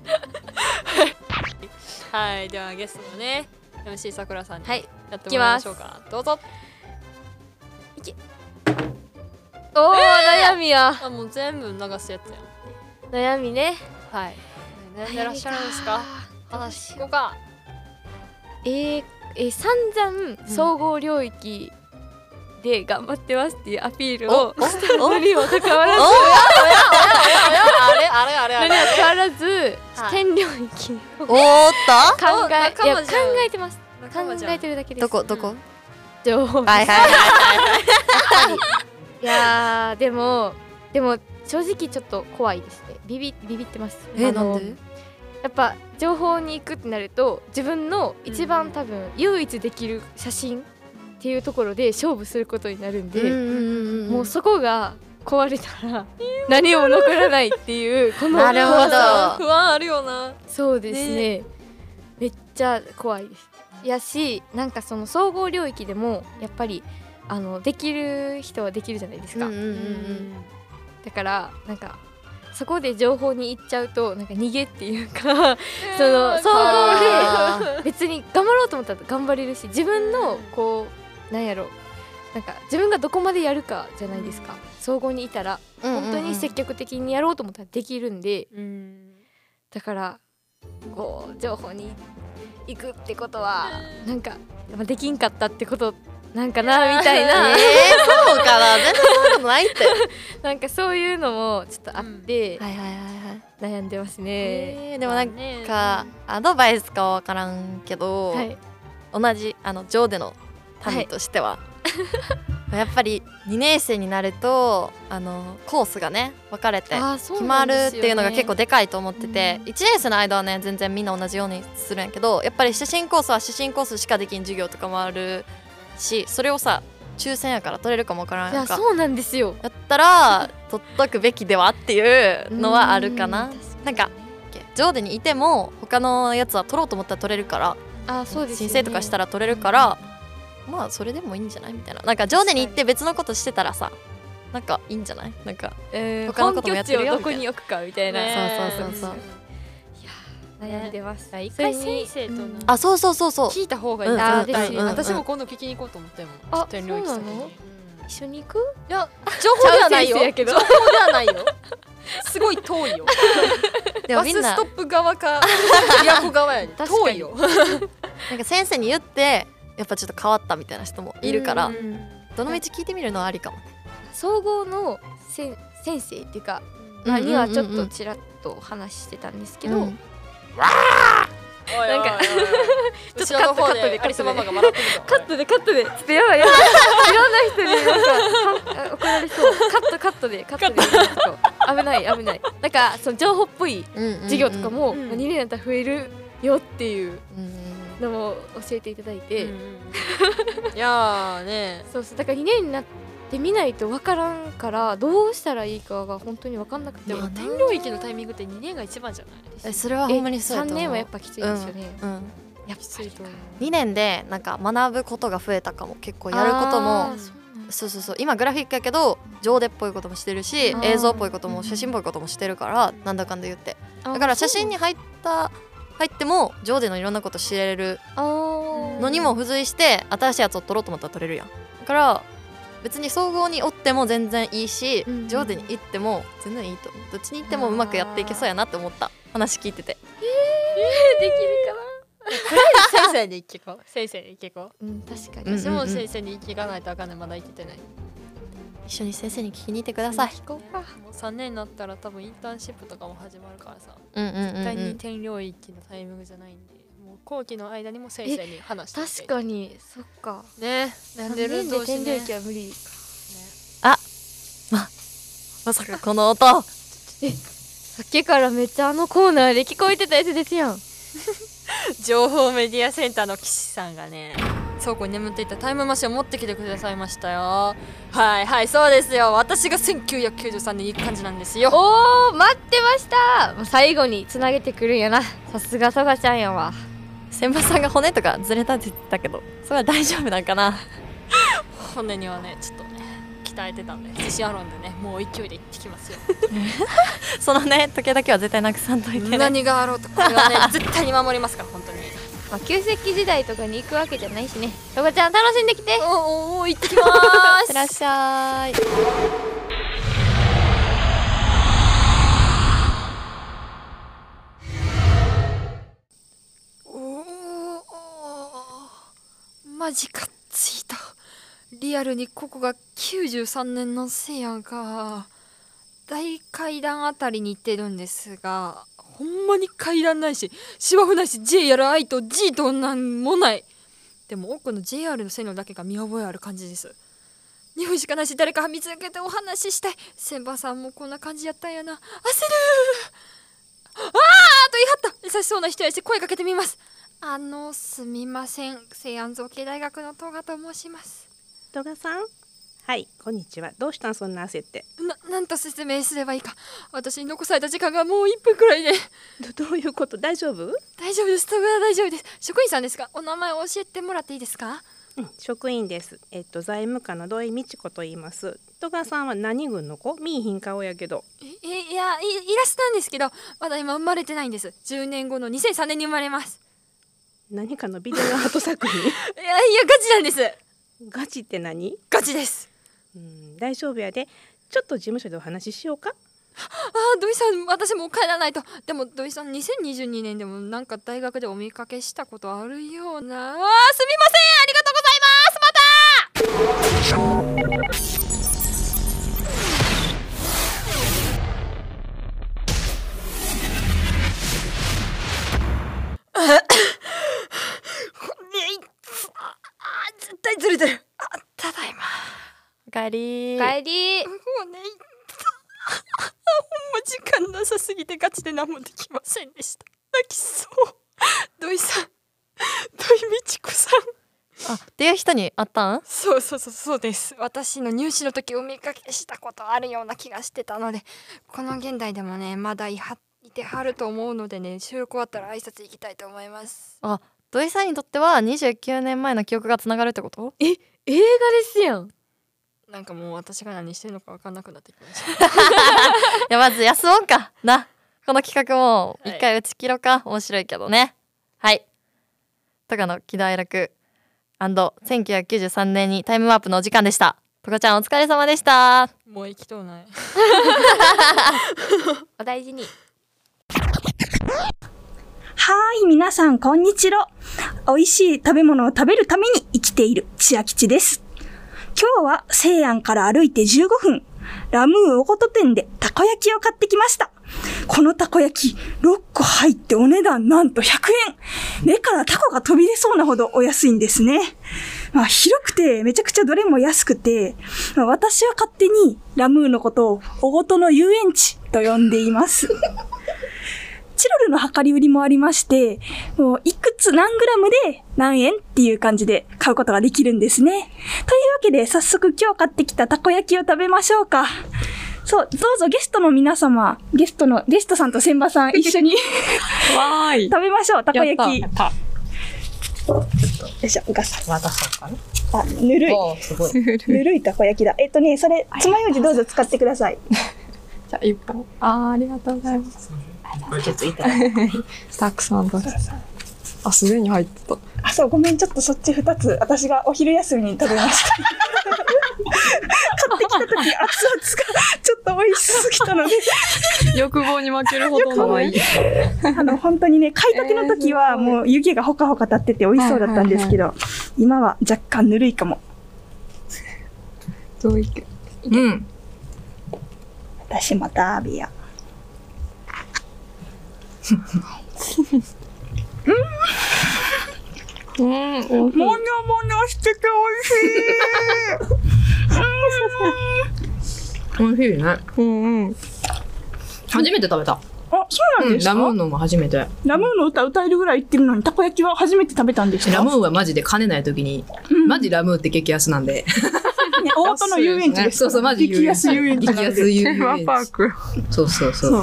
はいではゲストのね エムシー さくらさんにやってもらいましょうか。どうぞいけおー、えー、悩みやあもう全部流すやつや悩みね。 はい悩んでらっしゃるんですか。話聞こうか。 えー、えー、散々総合領域で頑張ってますっていうアピールをしたのにもかかわらずあれあれあれあれ何もかかわらず点領域をおーっと考えいや考えてます考えてるだけです。 どこどこ情報はいはいはいはいいやでもでも正直ちょっと怖いですね。ビビビビってます。 えなんでやっぱ情報に行くってなると自分の一番多分唯一できる写真っていうところで勝負することになるんで、もうそこが壊れたら何も残らないっていうこのなるほど不安あるよな。 そうですね、めっちゃ怖いです。やしなんかその総合領域でもやっぱりあのできる人はできるじゃないですか、うんうんうんうん、だからなんかそこで情報に行っちゃうとなんか逃げっていうかその総合で別に頑張ろうと思ったら頑張れるし、自分のこうなんやろなんか自分がどこまでやるかじゃないですか、総合にいたら本当に積極的にやろうと思ったらできるんで、うん、だからこう情報に行くってことはなんかできんかったってことなんかなみたいな、えー、 そうかな全然そういうことないってなんかそういうのもちょっとあって、うん、はいはいはいはい悩んでますね、 えー、でもなんかアドバイスかは分からんけど、はい、同じあのジョーでの民としては、はい、やっぱりにねん生になるとあのコースがね分かれて決まるっていうのが結構でかいと思ってて、いちねん生の間はね全然みんな同じようにするんやけど、やっぱり主審コースは主審コースしかできん授業とかもあるし、それをさ抽選やから取れるかもわからんやんか。 いやそうなんですよ。 だったら取っとくべきではっていうのはあるかな。なんかジョーデにいても他のやつは取ろうと思ったら取れるから、 あそうですよね、 申請とかしたら取れるから、まあそれでもいいんじゃないみたいな。なんかジョーデに行って別のことしてたらさなんかいいんじゃない、なんか、 えー、他のこともやってるよみたいな、本拠地をどこに置くかみたいな、 ね、そうそうそうそう悩んでます。 一回先生とな、 あそうそうそうそう聞いた方がいいな、うんうんうん、私も今度聞きに行こうと思ったよ。 あそうなの？一緒に行く？ いや情報ではないよ。情報ではないよ。すごい遠いよ。バスストップ側か都側やね。遠いよ。 なんか先生に言ってやっぱちょっと変わったみたいな人もいるから、どの道聞いてみるのはありかも。 総合のせ先生っていうか、まあにはちょっとちらっと話してたんですけど。うんわーなんかちょっとカットカットでカットでカットでカットでちょっとやばいやばいいろんな人になんか怒られそう。カットカットでカットで危ない危ない。なんかその情報っぽい授業とかもにねんになったら増えるよっていうのも教えていただいて、いやーねそうそうだからにねんになってで見ないと分からんからどうしたらいいかが本当に分かんなくて。 でも天領域のタイミングってにねんが一番じゃないですか。 えそれはほんまにそうやと思う。 さんねんはやっぱきついですよね、 うんうん、やっぱりにねんでなんか学ぶことが増えたかも。結構やることもそうそうそう今グラフィックやけど上手っぽいこともしてるし映像っぽいことも写真っぽいこともしてるから、なんだかんだ言ってだから写真に入った入っても上手のいろんなこと知れるのにも付随して新しいやつを撮ろうと思ったら撮れるやん。だから別に総合におっても全然いいし、うん、上手に行っても全然いいと思う。どっちに行ってもうまくやっていけそうやなって思った話聞いてて。 えー、できるかな。先生に行けこ先生に行けこ、 うん、確かに私も先生に行かないとあかんねん。まだ行けてない。 一緒に先生に聞きに行ってください。 聞こうか。もうさんねんになったら多分インターンシップとかも始まるからさ、 うんうんうんうん、 絶対に天領域のタイミングじゃないんで、もう後期の間にも先生に話して確かにそっかね。 なんでる同士ね。天領域は無理、ね、 あままさかこの音えさっきからめっちゃあのコーナーで聞こえてたやつですやん。 情報メディアセンターの岸さんがね倉庫に眠っていたタイムマシンを持ってきてくださいましたよ。はいはいそうですよ。私がせんきゅうひゃくきゅうじゅうさんねんに行く感じなんですよ。 おー待ってました。もう最後につなげてくるんやな。さすがソガちゃんやわ。 先輩さんが骨とかずれたって言ってたけどそれは大丈夫なんかな。 骨にはねちょっとね鍛えてたんで自信あるんでねもう勢いで行ってきますよ。 そのね時計だけは絶対なくさんといて、ね、 何があろうとこれはね絶対に守りますから本当に。 まあ、旧石器時代とかに行くわけじゃないしね。ソガちゃん楽しんできて。 おお行ってきまーす。 いらっしゃい。 おおマジかっついた。リアルにここがきゅうじゅうさんねんのせいやんか。大階段あたりに行ってるんですがほんまに階段ないし芝生ないし ジェイアール I と G となんもない。でも奥の ジェイアール の線路だけが見覚えある感じです。にふんしかないし誰か見つけてお話ししたい。先輩さんもこんな感じやったんやな。焦るあーと言い張った。優しそうな人やし声かけてみます。あのすみません西安造形大学の戸賀と申します。 戸賀さんはい、こんにちは。どうしたんそんな焦って。 な、なんと説明すればいいか。私に残された時間がもういっぷんくらいで。 ど、どういうこと？大丈夫？ 大丈夫です。それは大丈夫です。職員さんですか？お名前を教えてもらっていいですか？ うん、職員です。えっと財務課の土井美智子と言います。戸川さんは何軍の子？見いひん顔やけど。 え、いや、い、イラストなんですけど、まだ今生まれてないんです。じゅうねんごのにせんさんねんに生まれます。 何かのビデオアート作品？いやいや、ガチなんです。 ガチって何？ ガチです。 うん、大丈夫やで。ちょっと事務所でお話ししようか。 ああ、土井さん、私もう帰らないと。でも土井さん、にせんにじゅうにねんでもなんか大学でお見かけしたことあるような。あー、すみません、ありがとうございます。また絶対ずれてる。あ、ただいま。 おかえり。 おかえり。もうね、ほんま時間なさすぎてガチで何もできませんでした。泣きそう。土井さん、土井美智子さん。 あ、っていう人に会ったん？ そうそうそうそうです。私の入試の時お見かけしたことあるような気がしてたので、この現代でもねまだいはいてはると思うのでね、収録終わったら挨拶行きたいと思います。 あ、土井さんにとってはにじゅうきゅうねんまえの記憶がつながるってこと？ え、映画ですやん。なんかもう私が何してるのか分かんなくなってきました。いや、まず休もうかな。この企画も一回打ち切ろうか、はい、面白いけどね。はい。高野喜怒哀楽せんきゅうひゃくきゅうじゅうさんねんにタイムワープのお時間でした。とかちゃんお疲れ様でした。 もう生きとうない。お大事に。 はーい、皆さんこんにちは。美味しい食べ物を食べるために生きている千秋吉です。今日は西安から歩いてじゅうごふん、ラムーおこと店でたこ焼きを買ってきました。このたこ焼きろっこ入ってお値段なんとひゃくえん。目からタコが飛び出そうなほどお安いんですね。まあ、広くてめちゃくちゃどれも安くて、まあ、私は勝手にラムーのことをおごとの遊園地と呼んでいます。チロルの量り売りもありまして、もういくつ何グラムで何円っていう感じで買うことができるんですね。というわけで早速今日買ってきたたこ焼きを食べましょうか。そう、どうぞゲストの皆様、ゲストの、ゲストさんと千葉さん一緒にわーい食べましょう、たこ焼き。やった。やったよいしょ、ガサ。渡そうかな。あ、ぬるい。すごい。ぬるいたこ焼きだ。えっとね、それ、つまようじどうぞ使ってください。 じゃあ一本。あー、ありがとうございます。 ちょっといただきます。 たくさんだ。あ、すでに入ってた。 あ、そう、ごめん、ちょっとそっち二つ、私がお昼休みに食べました。買ってきた時、熱々がちょっと美味しすぎたので。 欲望に負けるほどのいい。 あの、本当にね、買いたての時はもう湯気がほかほか立ってて美味しそうだったんですけど、今は若干ぬるいかも。 どういく？うん。 私も食べや。うん。うん。もにょもにょしてて美味しい。 美味しいね。うんうん。初めて食べた。あ、 そうなんですか？ ラムーンのも初めて。 ラムーンの歌歌えるぐらい言ってるのに、たこ焼きは初めて食べたんですか？ ラムーンはマジで兼ねない時に、マジラムーンって激安なんで。 大戸の遊園地です。 そうそう、マジ激安遊園地。 激安遊園地。 テーマパーク。 そうそうそう。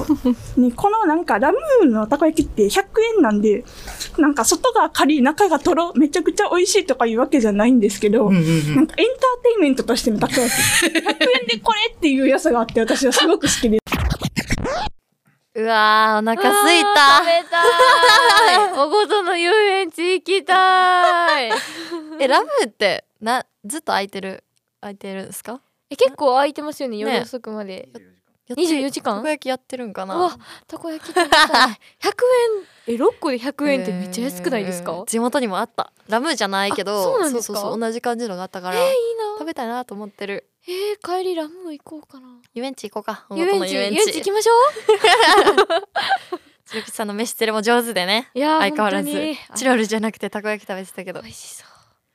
ね、このなんかラムーンのたこ焼きってひゃくえんなんで、なんか外がカリ中がとろ、めちゃくちゃ美味しいとかいうわけじゃないんですけど、うんうんうん、なんかエンターテインメントとしてのたこ焼き。ひゃくえんでこれっていう良さがあって、私はすごく好きです。 うわー、お腹すいた。 食べたい。おごとの遊園地行きたい。 え、ラムーってなずっと空いてる空いてるんですか？ え、結構空いてますよね、夜遅くまで。にじゅうよじかん？ たこ焼きやってるんかな。 うわ、たこ焼き食べたい。ひゃくえん、え、ろっこでひゃくえんってめっちゃ安くないですか？ 地元にもあった。ラムーじゃないけど、 そうなんですか？ そうそうそう、同じ感じのがあったから、 えー、いいな。 食べたいなと思ってる。 えー、帰りラムー行こうかな。 遊園地行こうか。 遊園地、遊園地行きましょう。チロキさんの飯テレも上手でね。 いや相変わらずチロルじゃなくてたこ焼き食べてたけど。 美味しそう。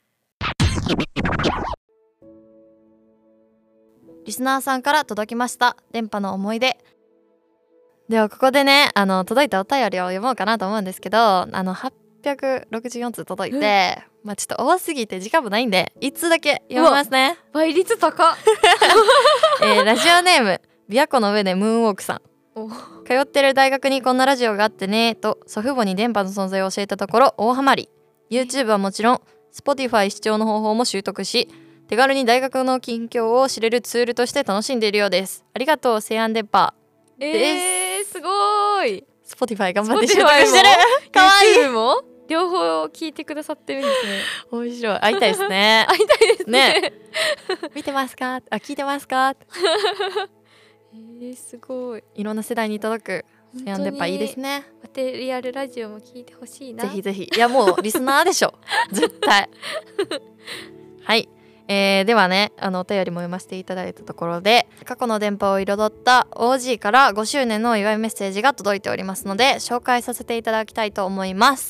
リスナーさんから届きました電波の思い出。ではここでね、あの届いたお便りを読もうかなと思うんですけど、あのハッぴゃくろくじゅうよんつう届いて、うん、まあちょっと多すぎて時間もないんでいっつうだけ読みますね。 倍率高っ、 えー、ラジオネーム琵琶湖の上でムーンウォークさん。通ってる大学にこんなラジオがあってねと祖父母に電波の存在を教えたところ大ハマり。 YouTube はもちろん Spotify 視聴の方法も習得し、手軽に大学の近況を知れるツールとして楽しんでいるようです。ありがとう西安電波です。 えー、すごい。 Spotify 頑張って習得してる。かわいい。 YouTube も両方聞いてくださってるんですね。 面白い。会いたいですね。 会いたいですね。 ね見てますか、あ聞いてますかえー、すごい。 いろんな世代に届く西安電波いいですね。 マテリアルラジオも聞いてほしいな。 ぜひぜひ。いやもうリスナーでしょ絶対はい、えー、ではねあのお便りも読ませていただいたところで、過去の電波を彩った オージー からごしゅうねんのお祝いメッセージが届いておりますので紹介させていただきたいと思います。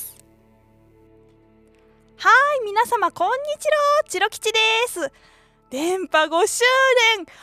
はい、皆様こんにちは、チロ吉です。電波ごしゅうねんおめでとうござい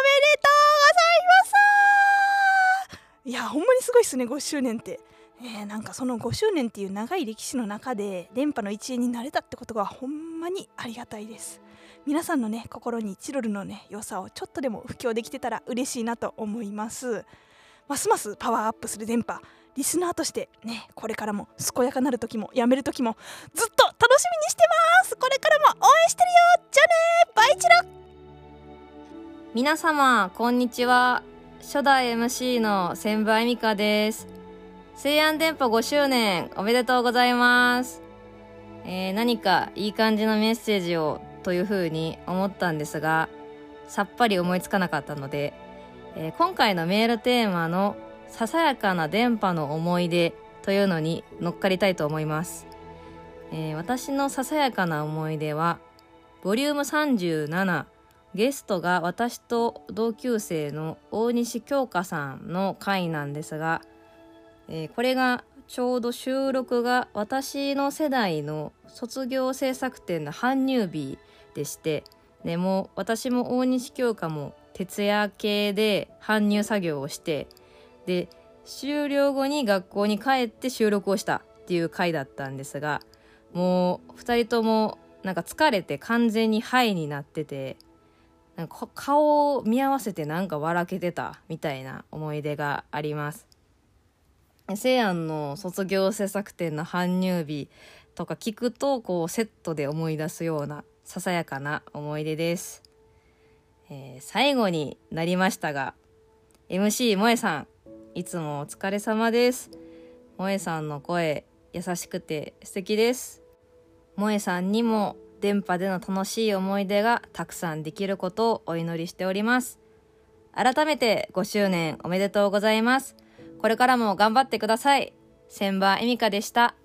ます。いやほんまにすごいっすね、ごしゅうねんって。えー、なんかそのごしゅうねんっていう長い歴史の中で電波の一員になれたってことがほんまにありがたいです。皆さんのね心にチロルのね良さをちょっとでも布教できてたら嬉しいなと思います。ますますパワーアップする電波、リスナーとしてねこれからも健やかなる時もやめる時もずっと楽しみにしてます。これからも応援してるよ。じゃあねバイチロ。 皆様こんにちは、初代 エムシー の千葉恵美香です。西安電波ごしゅうねんおめでとうございます。えー、何かいい感じのメッセージをというふうに思ったんですがさっぱり思いつかなかったので、えー、今回のメールテーマのささやかな電波の思い出というのに乗っかりたいと思います。えー、私のささやかな思い出はボリュームさんじゅうなな、ゲストが私と同級生の大西京香さんの回なんですが、えー、これがちょうど収録が私の世代の卒業制作展の搬入日でして、でもう私も大西京香も徹夜系で搬入作業をして、で終了後に学校に帰って収録をしたっていう回だったんですが、もうふたりともなんか疲れて完全にハイになってて、なんか顔を見合わせてなんか笑けてたみたいな思い出があります。西安の卒業制作展の搬入日とか聞くとこうセットで思い出すようなささやかな思い出です。えー、最後になりましたが エムシー 萌さんいつもお疲れ様です。萌さんの声優しくて素敵です。萌さんにも電波での楽しい思い出がたくさんできることをお祈りしております。改めてごしゅうねんおめでとうございます。これからも頑張ってください。千葉恵美香でした。あ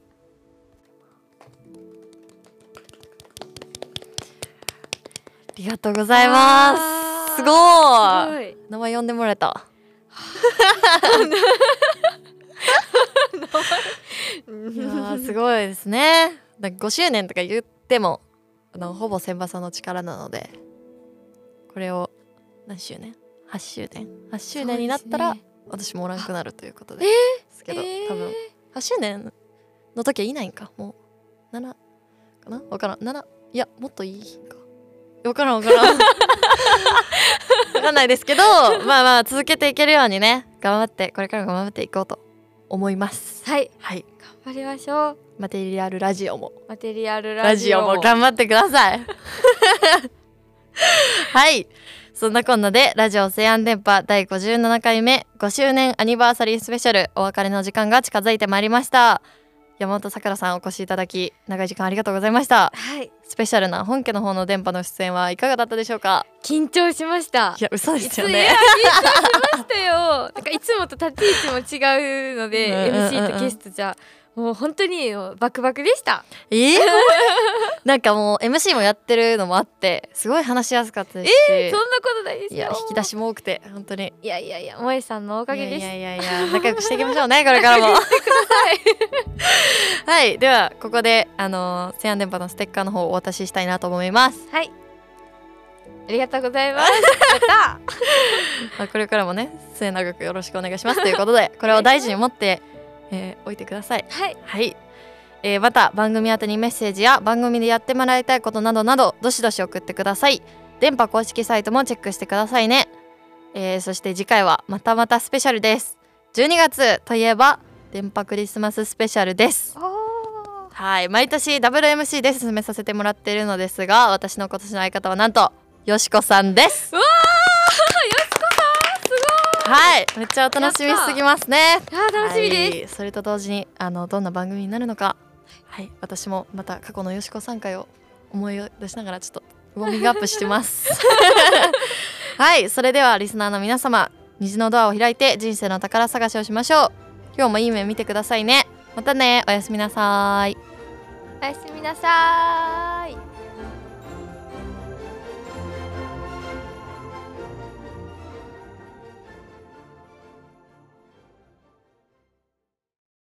りがとうございます。すごーい。名前呼んでもらえた。いやすごいですね。ごしゅうねんとか言ってもあのほぼ千葉さんの力なので、これを何周年 ?はち 周年はち周年になったら、ね、私もおらんくなるということで、えー、ですけど、えー、多分はち周年の時はいないんか、もうななかな、わからん、なな、いやもっといいんか、わからんわからんわかんないですけど、まあまあ続けていけるようにね頑張って、これから頑張っていこうと思います。 はいはい、 頑張りましょう。 マテリアルラジオもマテリアルラジオも頑張ってくださいはい、そんなこんなでラジオ西安電波だいごじゅうななかいめごしゅうねんアニバーサリースペシャル、お別れの時間が近づいてまいりました。山本さくらさんお越しいただき長い時間ありがとうございました。 はい、 スペシャルな本家の方の電波の出演はいかがだったでしょうか。 緊張しました。 いや嘘ですよね。 いや緊張しましたよなんかいつもと立ち位置も違うので、うんうんうんうん、エムシー とゲストじゃもう本当にバクバクでした。 えー、なんかもう エムシー もやってるのもあってすごい話しやすかったですし、 えー、そんなことないですよ。 いや引き出しも多くて本当に、 いやいやいや、萌えさんのおかげです。 いやいやいや仲良くしていきましょうねこれからもしてくださいはい、ではここであの西安電波のステッカーの方をお渡ししたいなと思います。 はい、ありがとうございますやったまあこれからもね末永くよろしくお願いしますということでこれを大事に持って、えー、置いてください。 はい、 はい、 えー、また番組宛てにメッセージや番組でやってもらいたいことなどなどどしどし送ってください。電波公式サイトもチェックしてくださいね。えー、そして次回はまたまたスペシャルです。じゅうにがつといえば電波クリスマススペシャルです。はい、毎年ダブル エムシー で進めさせてもらっているのですが、私の今年の相方はなんとよしこさんです。 うわー、よしこさんすごい。 はい、めっちゃお楽しみすぎますね。 あー楽しみです、 はい、それと同時にあのどんな番組になるのか、はい、私もまた過去のよしこさん会を思い出しながらちょっとウォーミングアップしてますはい、それではリスナーの皆様、虹のドアを開いて人生の宝探しをしましょう。今日もいい夢見てくださいね。またね、おやすみなさい。 おやすみなさーい。